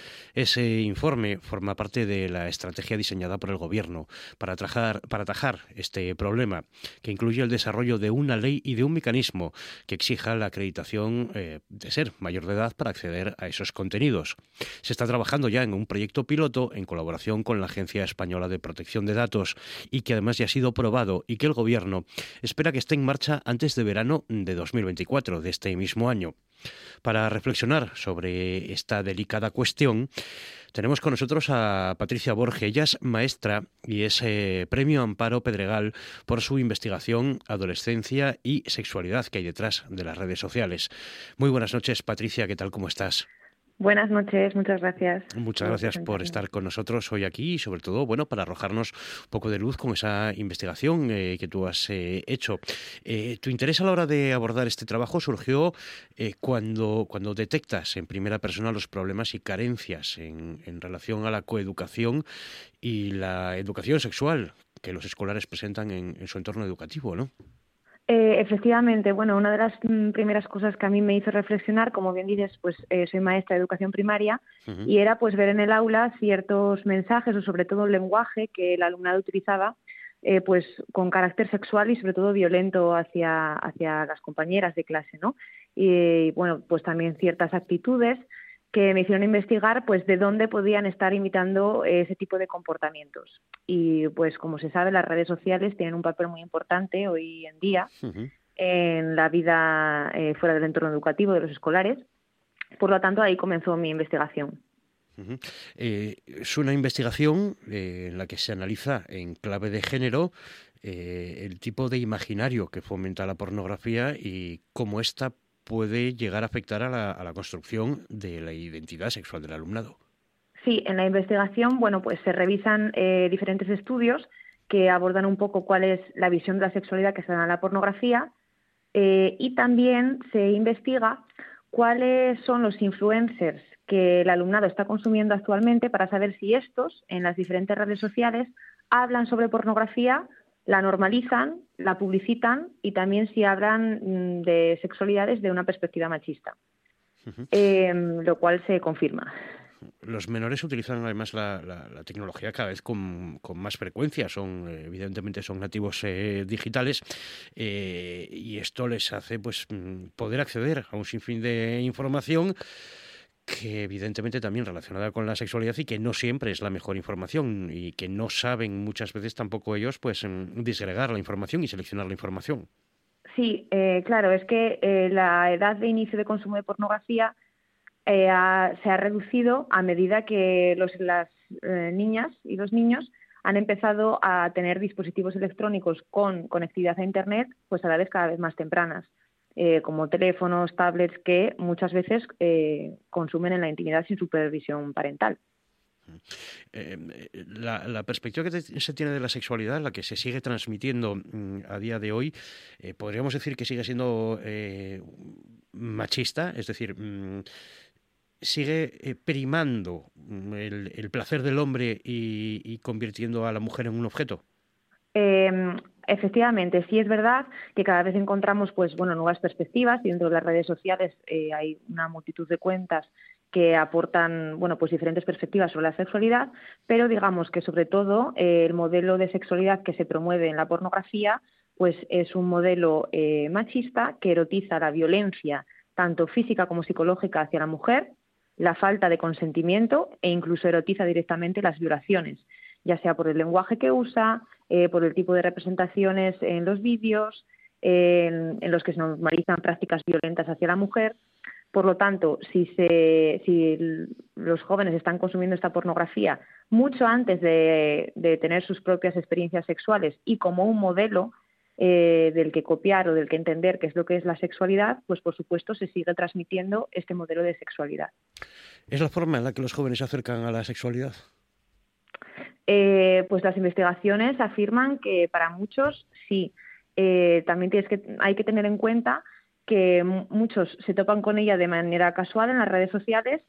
Ese informe forma parte de la estrategia diseñada por el Gobierno para atajar, para atajar este problema, que incluye el desarrollo de una ley y de un mecanismo que exija la acreditación eh, de ser mayor de edad para acceder a esos contenidos. Se está trabajando ya en un proyecto piloto en colaboración con la Agencia Española de Protección de Datos y que además ya ha sido probado y que el Gobierno espera que esté en marcha antes de verano de dos mil veinticuatro, de este mismo año. Para reflexionar sobre esta delicada cuestión, tenemos con nosotros a Patricia Borge. Ella es maestra y es eh, Premio Amparo Pedregal por su investigación Adolescencia y Sexualidad que hay detrás de las redes sociales. Muy buenas noches, Patricia, ¿qué tal? ¿Cómo estás? Buenas noches, muchas gracias. Muchas gracias por estar con nosotros hoy aquí y sobre todo, bueno, para arrojarnos un poco de luz con esa investigación eh, que tú has eh, hecho. Eh, tu interés a la hora de abordar este trabajo surgió eh, cuando, cuando detectas en primera persona los problemas y carencias en, en relación a la coeducación y la educación sexual que los escolares presentan en, en su entorno educativo, ¿no? Eh, efectivamente, bueno, una de las mm, primeras cosas que a mí me hizo reflexionar, como bien dices, pues eh, soy maestra de educación primaria uh-huh. y era pues ver en el aula ciertos mensajes o sobre todo el lenguaje que el alumnado utilizaba eh, pues con carácter sexual y sobre todo violento hacia, hacia las compañeras de clase, ¿no? Y bueno, pues también ciertas actitudes que me hicieron investigar pues de dónde podían estar imitando ese tipo de comportamientos. Y pues como se sabe, las redes sociales tienen un papel muy importante hoy en día uh-huh. en la vida eh, fuera del entorno educativo de los escolares. Por lo tanto, ahí comenzó mi investigación. Uh-huh. Eh, es una investigación eh, en la que se analiza en clave de género eh, el tipo de imaginario que fomenta la pornografía y cómo ésta puede llegar a afectar a la, a la construcción de la identidad sexual del alumnado. Sí, en la investigación, bueno, pues se revisan eh, diferentes estudios que abordan un poco cuál es la visión de la sexualidad que se da en la pornografía eh, y también se investiga cuáles son los influencers que el alumnado está consumiendo actualmente para saber si estos, en las diferentes redes sociales, hablan sobre pornografía, la normalizan, la publicitan y también si hablan mm, de sexualidades de una perspectiva machista, uh-huh. eh, lo cual se confirma. Los menores utilizan además la, la, la tecnología cada vez con, con más frecuencia, son evidentemente son nativos eh, digitales eh, y esto les hace pues poder acceder a un sinfín de información que evidentemente también relacionada con la sexualidad y que no siempre es la mejor información y que no saben muchas veces tampoco ellos pues disgregar la información y seleccionar la información. Sí, eh, claro, es que eh, la edad de inicio de consumo de pornografía Eh, ha, se ha reducido a medida que los, las eh, niñas y los niños han empezado a tener dispositivos electrónicos con conectividad a Internet pues a edades cada vez más tempranas, eh, como teléfonos, tablets, que muchas veces eh, consumen en la intimidad sin supervisión parental. Eh, la, la perspectiva que te, se tiene de la sexualidad, la que se sigue transmitiendo mm, a día de hoy, eh, podríamos decir que sigue siendo eh, machista, es decir, mm, sigue eh, primando el, el placer del hombre y, y convirtiendo a la mujer en un objeto. Eh, efectivamente, sí es verdad que cada vez encontramos pues bueno nuevas perspectivas y dentro de las redes sociales eh, hay una multitud de cuentas que aportan bueno pues diferentes perspectivas sobre la sexualidad, pero digamos que sobre todo eh, el modelo de sexualidad que se promueve en la pornografía pues es un modelo eh, machista que erotiza la violencia tanto física como psicológica hacia la mujer, la falta de consentimiento e incluso erotiza directamente las violaciones, ya sea por el lenguaje que usa, eh, por el tipo de representaciones en los vídeos, eh, en, en los que se normalizan prácticas violentas hacia la mujer. Por lo tanto, si, se, si los jóvenes están consumiendo esta pornografía mucho antes de, de tener sus propias experiencias sexuales y como un modelo eh, del que copiar o del que entender qué es lo que es la sexualidad, pues por supuesto se sigue transmitiendo este modelo de sexualidad. ¿Es la forma en la que los jóvenes se acercan a la sexualidad? Eh, pues las investigaciones afirman que para muchos sí. Eh, también tienes que, hay que tener en cuenta que muchos se topan con ella de manera casual en las redes sociales,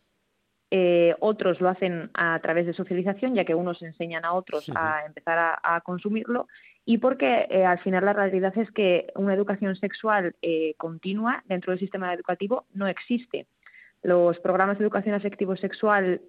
eh, otros lo hacen a través de socialización, ya que unos enseñan a otros sí. a empezar a, a consumirlo, y porque eh, al final la realidad es que una educación sexual eh, continua dentro del sistema educativo no existe. Los programas de educación afectivo-sexual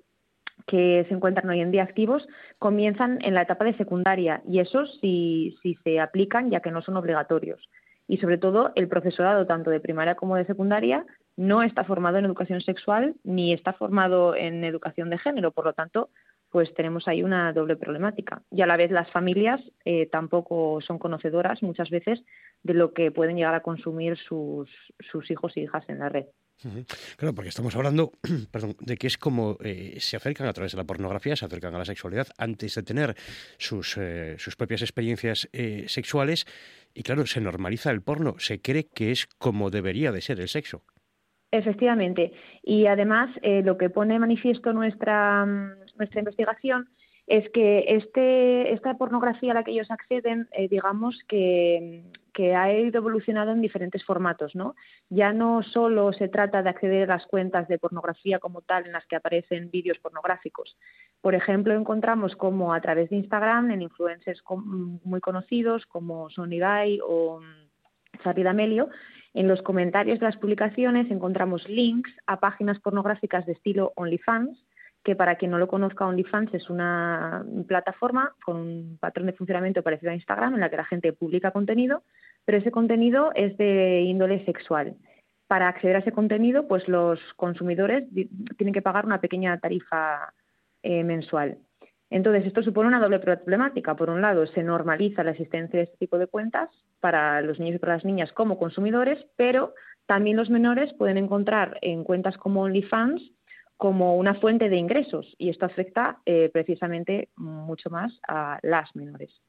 que se encuentran hoy en día activos comienzan en la etapa de secundaria y esos sí, sí se aplican ya que no son obligatorios. Y sobre todo el profesorado tanto de primaria como de secundaria no está formado en educación sexual ni está formado en educación de género, por lo tanto pues tenemos ahí una doble problemática. Y a la vez las familias eh, tampoco son conocedoras muchas veces de lo que pueden llegar a consumir sus, sus hijos e hijas en la red. Claro, porque estamos hablando perdón, de que es como eh, se acercan a través de la pornografía, se acercan a la sexualidad antes de tener sus, eh, sus propias experiencias eh, sexuales y claro, se normaliza el porno, se cree que es como debería de ser el sexo. Efectivamente, y además eh, lo que pone de manifiesto nuestra, nuestra investigación es que este, esta pornografía a la que ellos acceden, eh, digamos que, que ha ido evolucionando en diferentes formatos, ¿no? Ya no solo se trata de acceder a las cuentas de pornografía como tal en las que aparecen vídeos pornográficos. Por ejemplo, encontramos como a través de Instagram, en influencers muy conocidos como Son Ibai o Xavi D'Amelio, en los comentarios de las publicaciones encontramos links a páginas pornográficas de estilo OnlyFans, que para quien no lo conozca, OnlyFans es una plataforma con un patrón de funcionamiento parecido a Instagram en la que la gente publica contenido, pero ese contenido es de índole sexual. Para acceder a ese contenido, pues los consumidores tienen que pagar una pequeña tarifa eh, mensual. Entonces, esto supone una doble problemática. Por un lado, se normaliza la existencia de este tipo de cuentas para los niños y para las niñas como consumidores, pero también los menores pueden encontrar en cuentas como OnlyFans como una fuente de ingresos y esto afecta eh, precisamente mucho más a las menores.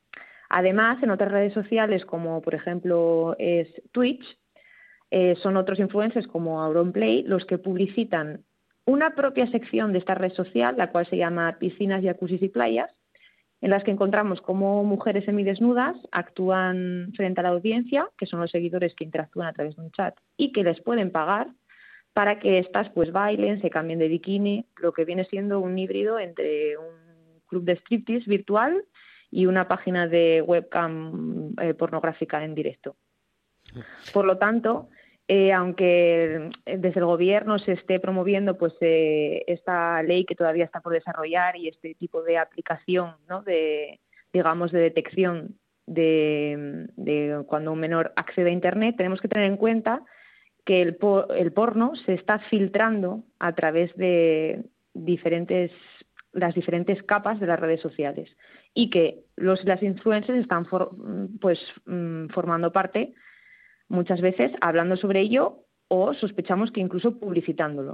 Además, en otras redes sociales, como por ejemplo es Twitch, eh, son otros influencers como Auronplay los que publicitan una propia sección de esta red social, la cual se llama Piscinas, Jacuzzis y Playas, en las que encontramos cómo mujeres semidesnudas actúan frente a la audiencia, que son los seguidores que interactúan a través de un chat y que les pueden pagar para que éstas pues bailen, se cambien de bikini, lo que viene siendo un híbrido entre un club de striptease virtual y una página de webcam eh, pornográfica en directo. Por lo tanto, eh, aunque desde el gobierno se esté promoviendo pues eh, esta ley que todavía está por desarrollar y este tipo de aplicación, ¿no?, de, digamos, de detección de, de cuando un menor accede a Internet, tenemos que tener en cuenta que el, por, el porno se está filtrando a través de diferentes las diferentes capas de las redes sociales y que los las influencers están for, pues formando parte muchas veces hablando sobre ello o sospechamos que incluso publicitándolo.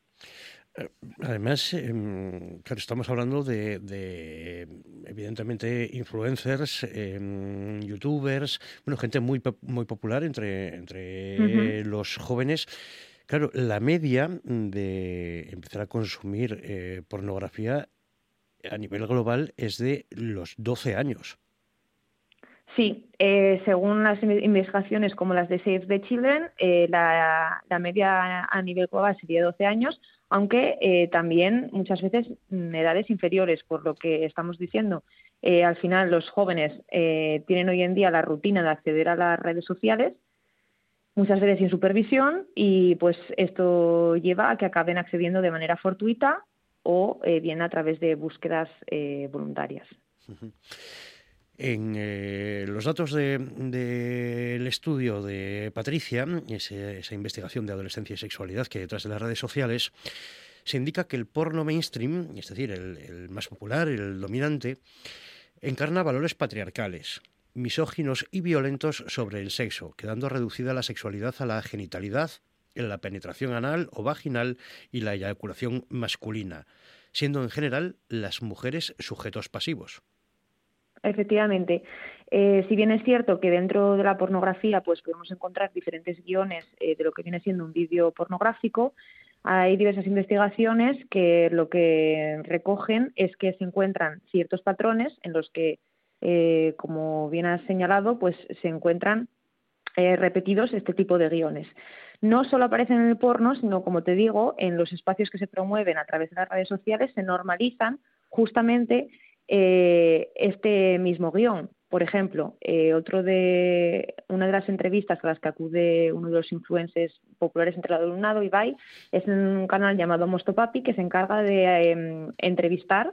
Además, eh, claro, estamos hablando de, de evidentemente, influencers, eh, youtubers, bueno, gente muy muy popular entre, entre uh-huh. los jóvenes. Claro, la media de empezar a consumir eh, pornografía a nivel global es de los doce años. Sí, eh, según las investigaciones como las de Save the Children, eh, la, la media a nivel global sería doce años, aunque eh, también muchas veces en edades inferiores, por lo que estamos diciendo. Eh, al final los jóvenes eh, tienen hoy en día la rutina de acceder a las redes sociales, muchas veces sin supervisión, y pues esto lleva a que acaben accediendo de manera fortuita o eh, bien a través de búsquedas eh, voluntarias. Uh-huh. En eh, los datos del de, de estudio de Patricia, ese, esa investigación de adolescencia y sexualidad que hay detrás de las redes sociales, se indica que el porno mainstream, es decir, el, el más popular, el dominante, encarna valores patriarcales, misóginos y violentos sobre el sexo, quedando reducida la sexualidad a la genitalidad, la penetración anal o vaginal y la eyaculación masculina, siendo en general las mujeres sujetos pasivos. Efectivamente. Eh, si bien es cierto que dentro de la pornografía pues podemos encontrar diferentes guiones eh, de lo que viene siendo un vídeo pornográfico, hay diversas investigaciones que lo que recogen es que se encuentran ciertos patrones en los que, eh, como bien has señalado, pues se encuentran eh, repetidos este tipo de guiones. No solo aparecen en el porno, sino, como te digo, en los espacios que se promueven a través de las redes sociales se normalizan justamente Eh, este mismo guión. Por ejemplo, eh, otro de una de las entrevistas a las que acude uno de los influencers populares entre el alumnado, Ibai, es en un canal llamado Mostopapi, que se encarga de eh, entrevistar,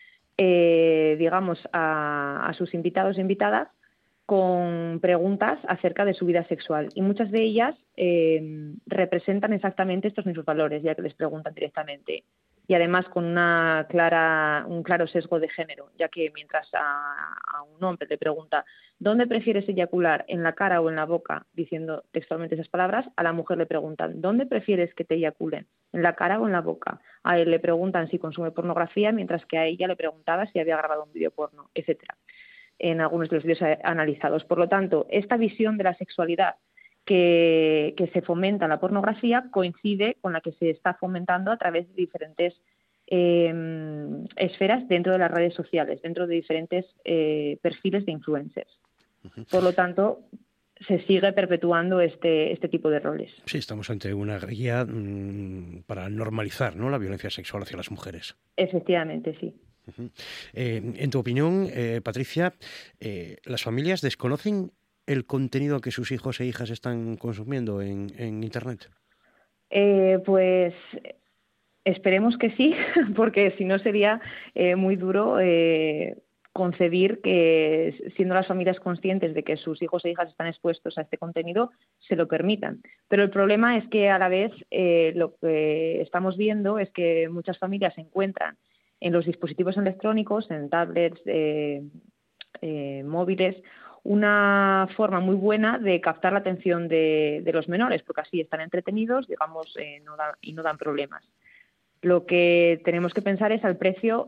eh, digamos, a, a sus invitados e invitadas con preguntas acerca de su vida sexual. Y muchas de ellas eh, representan exactamente estos mismos valores, ya que les preguntan directamente. Y además con una clara, un claro sesgo de género, ya que mientras a, a un hombre le pregunta ¿dónde prefieres eyacular, en la cara o en la boca?, diciendo textualmente esas palabras, a la mujer le preguntan ¿dónde prefieres que te eyaculen, en la cara o en la boca? A él le preguntan si consume pornografía, mientras que a ella le preguntaba si había grabado un vídeo porno, etcétera, en algunos de los vídeos analizados. Por lo tanto, esta visión de la sexualidad Que, que se fomenta en la pornografía coincide con la que se está fomentando a través de diferentes eh, esferas dentro de las redes sociales, dentro de diferentes eh, perfiles de influencers. Por lo tanto, se sigue perpetuando este, este tipo de roles. Sí, estamos ante una guía mmm, para normalizar, ¿no?, la violencia sexual hacia las mujeres. Efectivamente, sí. Uh-huh. Eh, en tu opinión, eh, Patricia, eh, ¿las familias desconocen el contenido que sus hijos e hijas están consumiendo en, en Internet? Eh, pues esperemos que sí, porque si no sería eh, muy duro eh, concebir que, siendo las familias conscientes de que sus hijos e hijas están expuestos a este contenido, se lo permitan. Pero el problema es que a la vez eh, lo que estamos viendo es que muchas familias se encuentran en los dispositivos electrónicos, en tablets, eh, eh, móviles, una forma muy buena de captar la atención de, de los menores, porque así están entretenidos, digamos, eh, no da, y no dan problemas. Lo que tenemos que pensar es al precio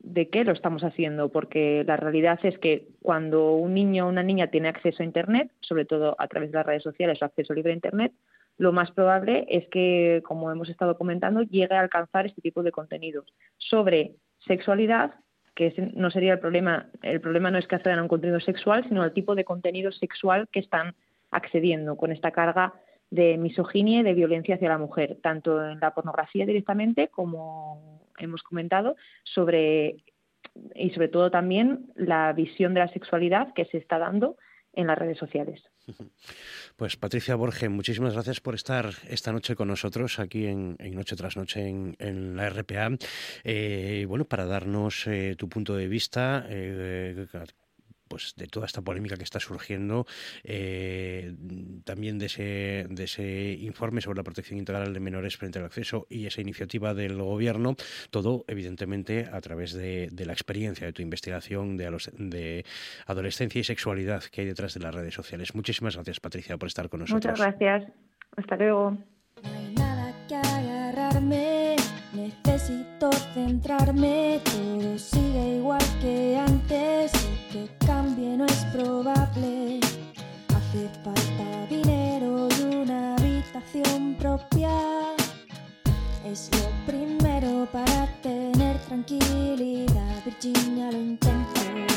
de qué lo estamos haciendo, porque la realidad es que cuando un niño o una niña tiene acceso a Internet, sobre todo a través de las redes sociales o acceso libre a Internet, lo más probable es que, como hemos estado comentando, llegue a alcanzar este tipo de contenidos sobre sexualidad, que ese no sería el problema. El problema no es que accedan a un contenido sexual, sino al tipo de contenido sexual que están accediendo, con esta carga de misoginia y de violencia hacia la mujer, tanto en la pornografía directamente, como hemos comentado, sobre y sobre todo también la visión de la sexualidad que se está dando en las redes sociales. Pues Patricia Borge, muchísimas gracias por estar esta noche con nosotros aquí en, en Noche tras Noche en, en la R P A. Eh, bueno, para darnos eh, tu punto de vista, eh, pues de toda esta polémica que está surgiendo, eh, también de ese, de ese informe sobre la protección integral de menores frente al acceso y esa iniciativa del Gobierno, todo evidentemente a través de, de la experiencia de tu investigación de, alos, de adolescencia y sexualidad que hay detrás de las redes sociales. Muchísimas gracias, Patricia, por estar con nosotros. Muchas gracias. Hasta luego. No hay nada que agarrarme, necesito centrarme, todo sigue igual que antes, y que cambie no es probable. Hace falta dinero y una habitación propia, es lo primero para tener tranquilidad. Virginia lo intentó,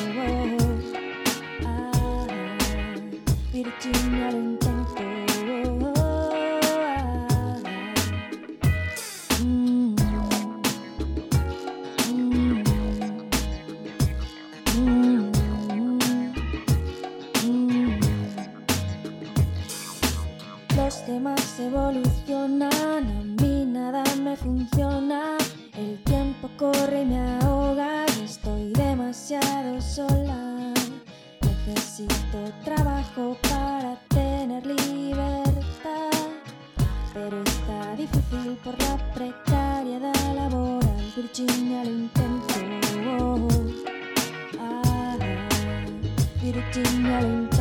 ah, Virginia lo intentó. Los demás evolucionan, a mí nada me funciona. El tiempo corre y me ahoga y estoy demasiado sola. Necesito trabajo para tener libertad, pero está difícil por la precariedad laboral. Virginia lo intentó, ah, Virginia lo intentó.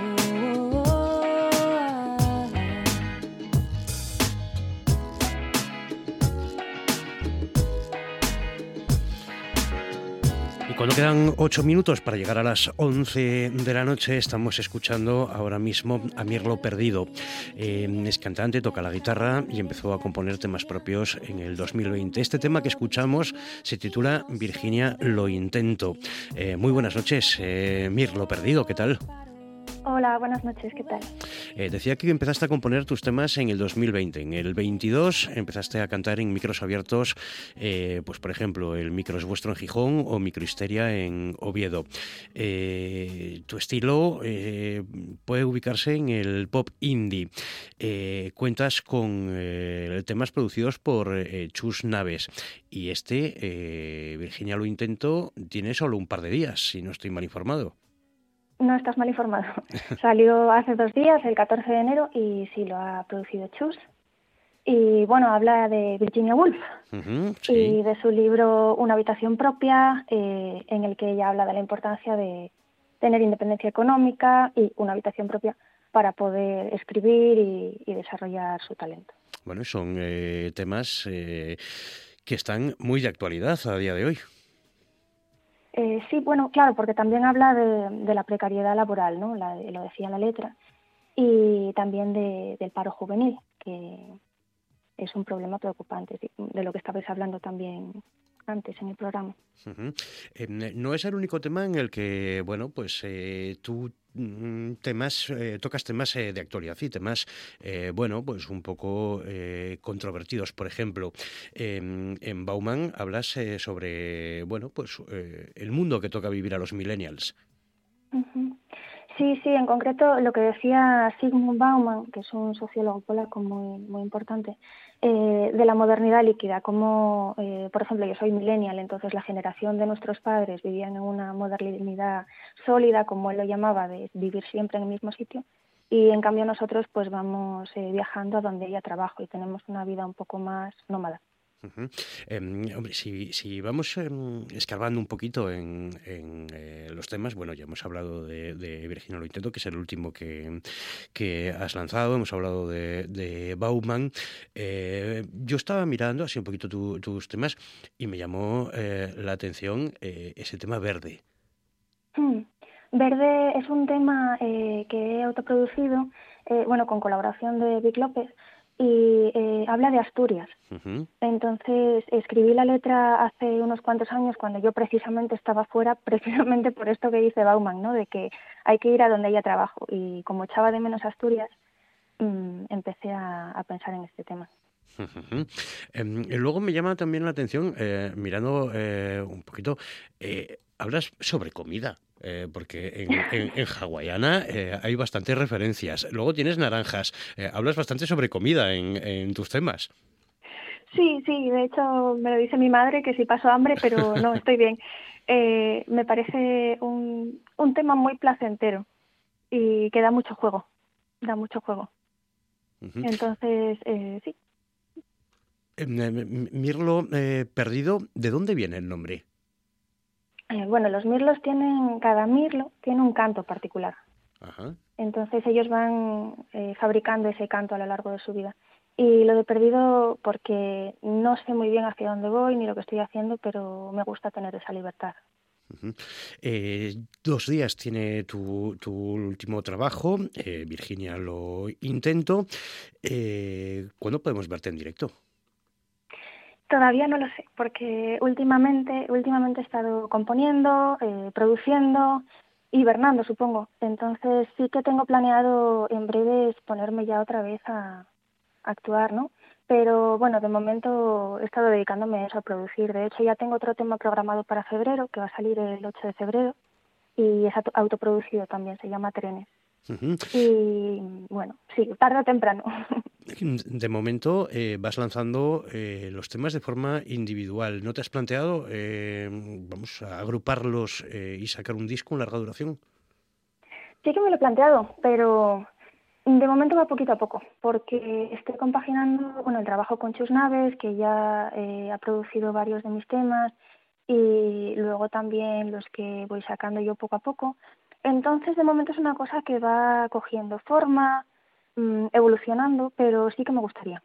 Cuando quedan ocho minutos para llegar a las once de la noche, estamos escuchando ahora mismo a Mirlo Perdido. Eh, es cantante, toca la guitarra y empezó a componer temas propios en el dos mil veinte. Este tema que escuchamos se titula Virginia lo intento. Eh, muy buenas noches, eh, Mirlo Perdido, ¿qué tal? Hola, buenas noches, ¿qué tal? Eh, decía que empezaste a componer tus temas en el dos mil veinte. En el veintidós empezaste a cantar en micros abiertos, eh, pues por ejemplo, el Micro es Vuestro en Gijón o Microhisteria en Oviedo. Eh, tu estilo eh, puede ubicarse en el pop indie. Eh, cuentas con eh, temas producidos por eh, Chus Naves. Y este, eh, Virginia lo intento, tiene solo un par de días, si no estoy mal informado. No estás mal informado. Salió hace dos días, el catorce de enero, y sí, lo ha producido Chus. Y bueno, habla de Virginia Woolf uh-huh, sí. y de su libro Una habitación propia, eh, en el que ella habla de la importancia de tener independencia económica y una habitación propia para poder escribir y, y desarrollar su talento. Bueno, son eh, temas eh, que están muy de actualidad a día de hoy. Eh, sí, bueno, claro, porque también habla de, de la precariedad laboral, ¿no? La, lo decía la letra, y también de, del paro juvenil, que es un problema preocupante, de lo que estabais hablando también antes en el programa. Uh-huh. Eh, no es el único tema en el que, bueno, pues eh, tú temas eh, tocas temas eh, de actualidad y temas, eh, bueno, pues un poco eh, controvertidos. Por ejemplo, eh, en Bauman hablas eh, sobre, bueno, pues eh, el mundo que toca vivir a los millennials. Uh-huh. Sí, sí, en concreto lo que decía Zygmunt Bauman, que es un sociólogo polaco muy, muy importante, eh, de la modernidad líquida, como, eh, por ejemplo, yo soy millennial, entonces la generación de nuestros padres vivían en una modernidad sólida, como él lo llamaba, de vivir siempre en el mismo sitio, y en cambio nosotros pues vamos eh, viajando a donde haya trabajo y tenemos una vida un poco más nómada. Uh-huh. Eh, hombre, si, si vamos eh, escarbando un poquito en, en eh, los temas, bueno, ya hemos hablado de, de Virginia lo intento, que es el último que, que has lanzado, hemos hablado de, de Bauman. Eh, yo estaba mirando así un poquito tu, tus temas y me llamó eh, la atención eh, ese tema verde. Hmm. Verde es un tema eh, que he autoproducido, eh, bueno, con colaboración de Vic López, y eh, habla de Asturias. Uh-huh. Entonces escribí la letra hace unos cuantos años cuando yo precisamente estaba fuera, precisamente por esto que dice Bauman, ¿no? De que hay que ir a donde haya trabajo. Y como echaba de menos Asturias, mmm, empecé a, a pensar en este tema. Uh-huh. Eh, y luego me llama también la atención, eh, mirando eh, un poquito, eh, hablas sobre comida. Eh, porque en, en, en hawaiana eh, hay bastantes referencias. Luego tienes naranjas. Eh, hablas bastante sobre comida en, en tus temas. Sí, sí. De hecho, me lo dice mi madre que si paso hambre, pero no, estoy bien. Eh, me parece un, un tema muy placentero y que da mucho juego. Da mucho juego. Uh-huh. Entonces, eh, sí. Eh, Mirlo eh, perdido, ¿de dónde viene el nombre? Eh, bueno, los mirlos tienen, cada mirlo tiene un canto particular. Ajá. Entonces ellos van eh, fabricando ese canto a lo largo de su vida. Y lo de perdido porque no sé muy bien hacia dónde voy ni lo que estoy haciendo, pero me gusta tener esa libertad. Uh-huh. Eh, dos días tiene tu, tu último trabajo, eh, Virginia lo intento. Eh, ¿Cuándo podemos verte en directo? Todavía no lo sé, porque últimamente últimamente he estado componiendo, eh, produciendo, hibernando, supongo. Entonces sí que tengo planeado en breves ponerme ya otra vez a, a actuar, ¿no? Pero bueno, de momento he estado dedicándome a eso, a producir. De hecho, ya tengo otro tema programado para febrero, que va a salir el ocho de febrero, y es autoproducido también, se llama Trenes. Uh-huh. Y bueno, sí, tarde o temprano. De momento eh, vas lanzando eh, los temas de forma individual. ¿No te has planteado, eh, vamos a agruparlos eh, y sacar un disco en larga duración? Sí que me lo he planteado, pero de momento va poquito a poco, porque estoy compaginando bueno, el trabajo con Chus Naves, que ya eh, ha producido varios de mis temas, y luego también los que voy sacando yo poco a poco. Entonces, de momento es una cosa que va cogiendo forma, mmm, evolucionando, pero sí que me gustaría.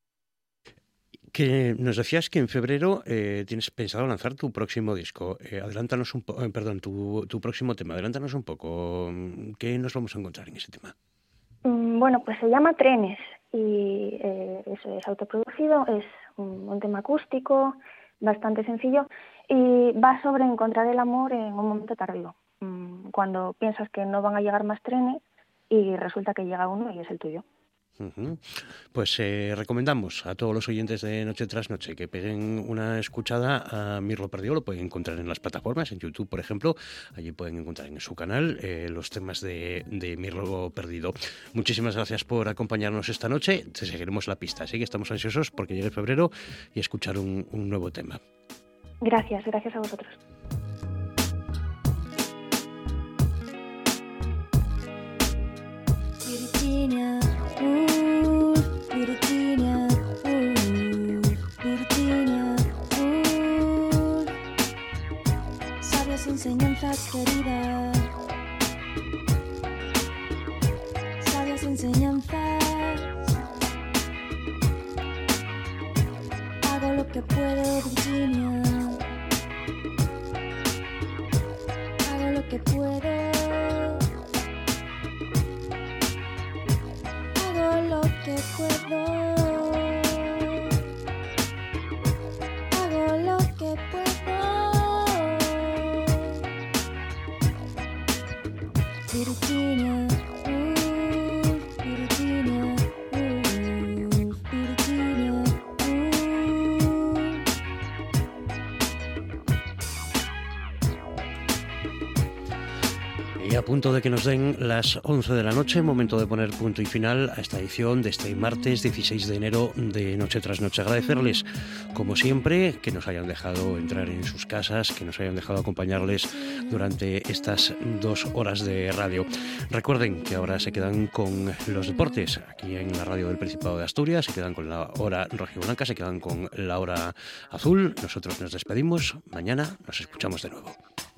Que nos decías que en febrero eh, tienes pensado lanzar tu próximo disco. Eh, adelántanos un poco, eh, perdón, tu, tu próximo tema. Adelántanos un poco. ¿Qué nos vamos a encontrar en ese tema? Mm, bueno, pues se llama Trenes y eh, eso es autoproducido, es un, un tema acústico, bastante sencillo y va sobre encontrar el amor en un momento tardío. Cuando piensas que no van a llegar más trenes y resulta que llega uno y es el tuyo. Uh-huh. Pues eh, recomendamos a todos los oyentes de Noche tras Noche que peguen una escuchada a Mirlo Perdido. Lo pueden encontrar en las plataformas, en YouTube, por ejemplo. Allí pueden encontrar en su canal eh, los temas de, de Mirlo Perdido. Muchísimas gracias por acompañarnos esta noche. Te seguiremos la pista, así que estamos ansiosos porque llegue febrero y escuchar un, un nuevo tema. Gracias, gracias a vosotros. Virginia, uh, Virginia, uh, Virginia, uh, sabias enseñanzas queridas, sabias enseñanzas, hago lo que puedo, Virginia, hago lo que puedo. Lo que puedo, hago lo que puedo. Virginia, uh, Virginia, uh, Virginia, uh. Y a punto de que nos den las once de la noche, momento de poner punto y final a esta edición de este martes dieciséis de enero de Noche tras Noche. Agradecerles, como siempre, que nos hayan dejado entrar en sus casas, que nos hayan dejado acompañarles durante estas dos horas de radio. Recuerden que ahora se quedan con los deportes aquí en la radio del Principado de Asturias, se quedan con la hora rojiblanca, se quedan con la hora azul. Nosotros nos despedimos, mañana nos escuchamos de nuevo.